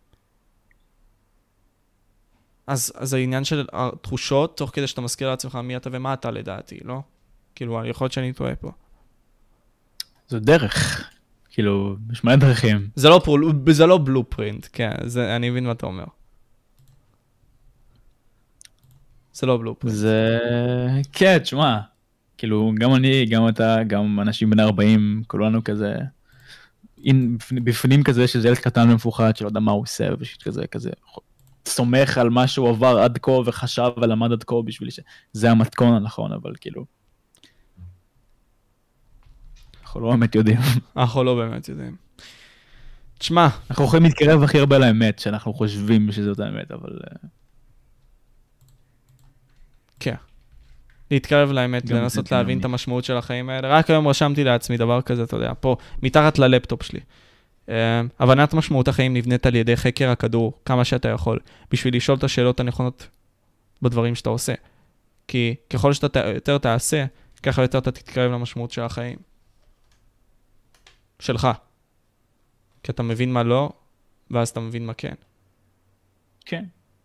אז, אז העניין של התחושות, תוך כדי שאתה מזכיר לעצמך מי אתה ומה אתה לדעתי, לא? כאילו, יכול להיות שאני טועה פה. זו דרך. כאילו, יש מלא דרכים. זה לא, פול, זה לא בלופרינט, כן, זה, אני מבין מה אתה אומר. זה לא בלופרינט. זה... כן, תשמע. כאילו, גם אני, גם אתה, גם אנשים בני ארבעים, כולנו כזה... בפנים כזה שזה ילד קטן ומפוחד, שלא יודע מה הוא עושה, ופשוט כזה, כזה... סומך על מה שהוא עבר עד כה וחשב ולמד עד כה בשביל שזה המתכון הנכון, אבל כאילו... אנחנו לא באמת יודעים. אנחנו לא באמת יודעים. תשמע. אנחנו יכולים להתקרב הכי הרבה לאמת, שאנחנו חושבים שזאת האמת, אבל... כן. להתקרב לאמת, לנסות להבין את המשמעות של החיים האלה. רק היום רשמתי לעצמי דבר כזה, אתה יודע, פה, מתחת ללפטופ שלי. הבנת משמעות החיים נבנית על ידי חקר הכדור, כמה שאתה יכול, בשביל לשאול את השאלות הנכונות בדברים שאתה עושה. כי ככל שאתה יותר תעשה, ככה יותר אתה תתקרב למשמעות של החיים. שלך. כי אתה מבין מה לא, ואז אתה מבין מה כן. כן.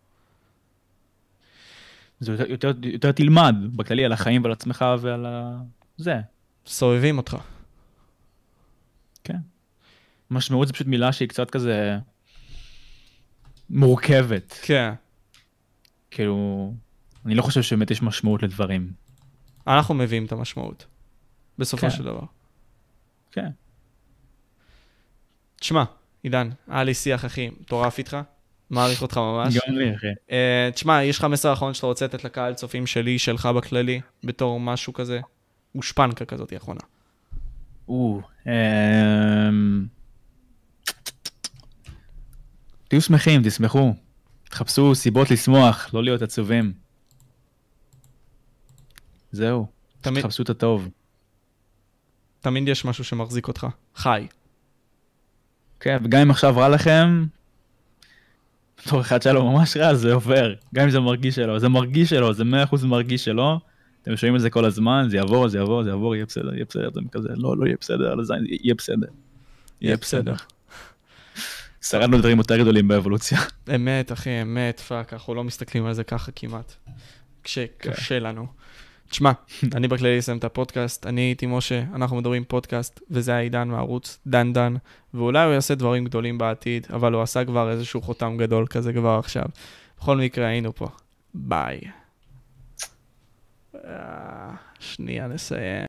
זה יותר, יותר, יותר תלמד בכללי על החיים ועל עצמך ועל ה... זה. סובבים אותך. כן. משמעות זה פשוט מילה שהיא קצת כזה מורכבת. כן. כאילו, אני לא חושב שבאמת יש משמעות לדברים. אנחנו מביאים את המשמעות. בסופו כן. של דבר. כן. תשמע, עידן, היה לי שיח אחי, מטורף איתך, מעריך אותך ממש. גם לי, אחי. Uh, תשמע, יש לך מסר האחרון שאתה רוצה לתת לקהל צופים שלי, שלך בכללי, בתור משהו כזה, ושפנקה כזאת האחרונה. או, אמ... תהיו שמחים, תשמחו. תחפשו סיבות לשמוח, לא להיות עצובים. זהו, תמיד, תחפשו את הטוב. תמיד יש משהו שמחזיק אותך, חי. כן, וגם אם עכשיו רע לכם, בתור אחד שלו ממש רע, זה עובר. גם אם זה מרגיש שלו, זה מרגיש שלו, זה מאה אחוז מרגיש שלו. אתם שומעים את זה כל הזמן, זה יעבור, זה יעבור, זה יעבור, יהיה בסדר, יהיה בסדר, זה כזה, לא, לא יהיה בסדר, על הזין, יהיה בסדר. יהיה בסדר. שרדנו דברים יותר גדולים באבולוציה. אמת, אחי, אמת, פאק, אנחנו לא מסתכלים על זה ככה כמעט. כשקשה לנו. תשמע, אני בכללי אסיים את הפודקאסט, אני הייתי משה, אנחנו מדברים פודקאסט, וזה היה עידן מהערוץ, דן דן, ואולי הוא יעשה דברים גדולים בעתיד, אבל הוא עשה כבר איזשהו חותם גדול כזה כבר עכשיו. בכל מקרה, היינו פה. ביי. שנייה נסיים.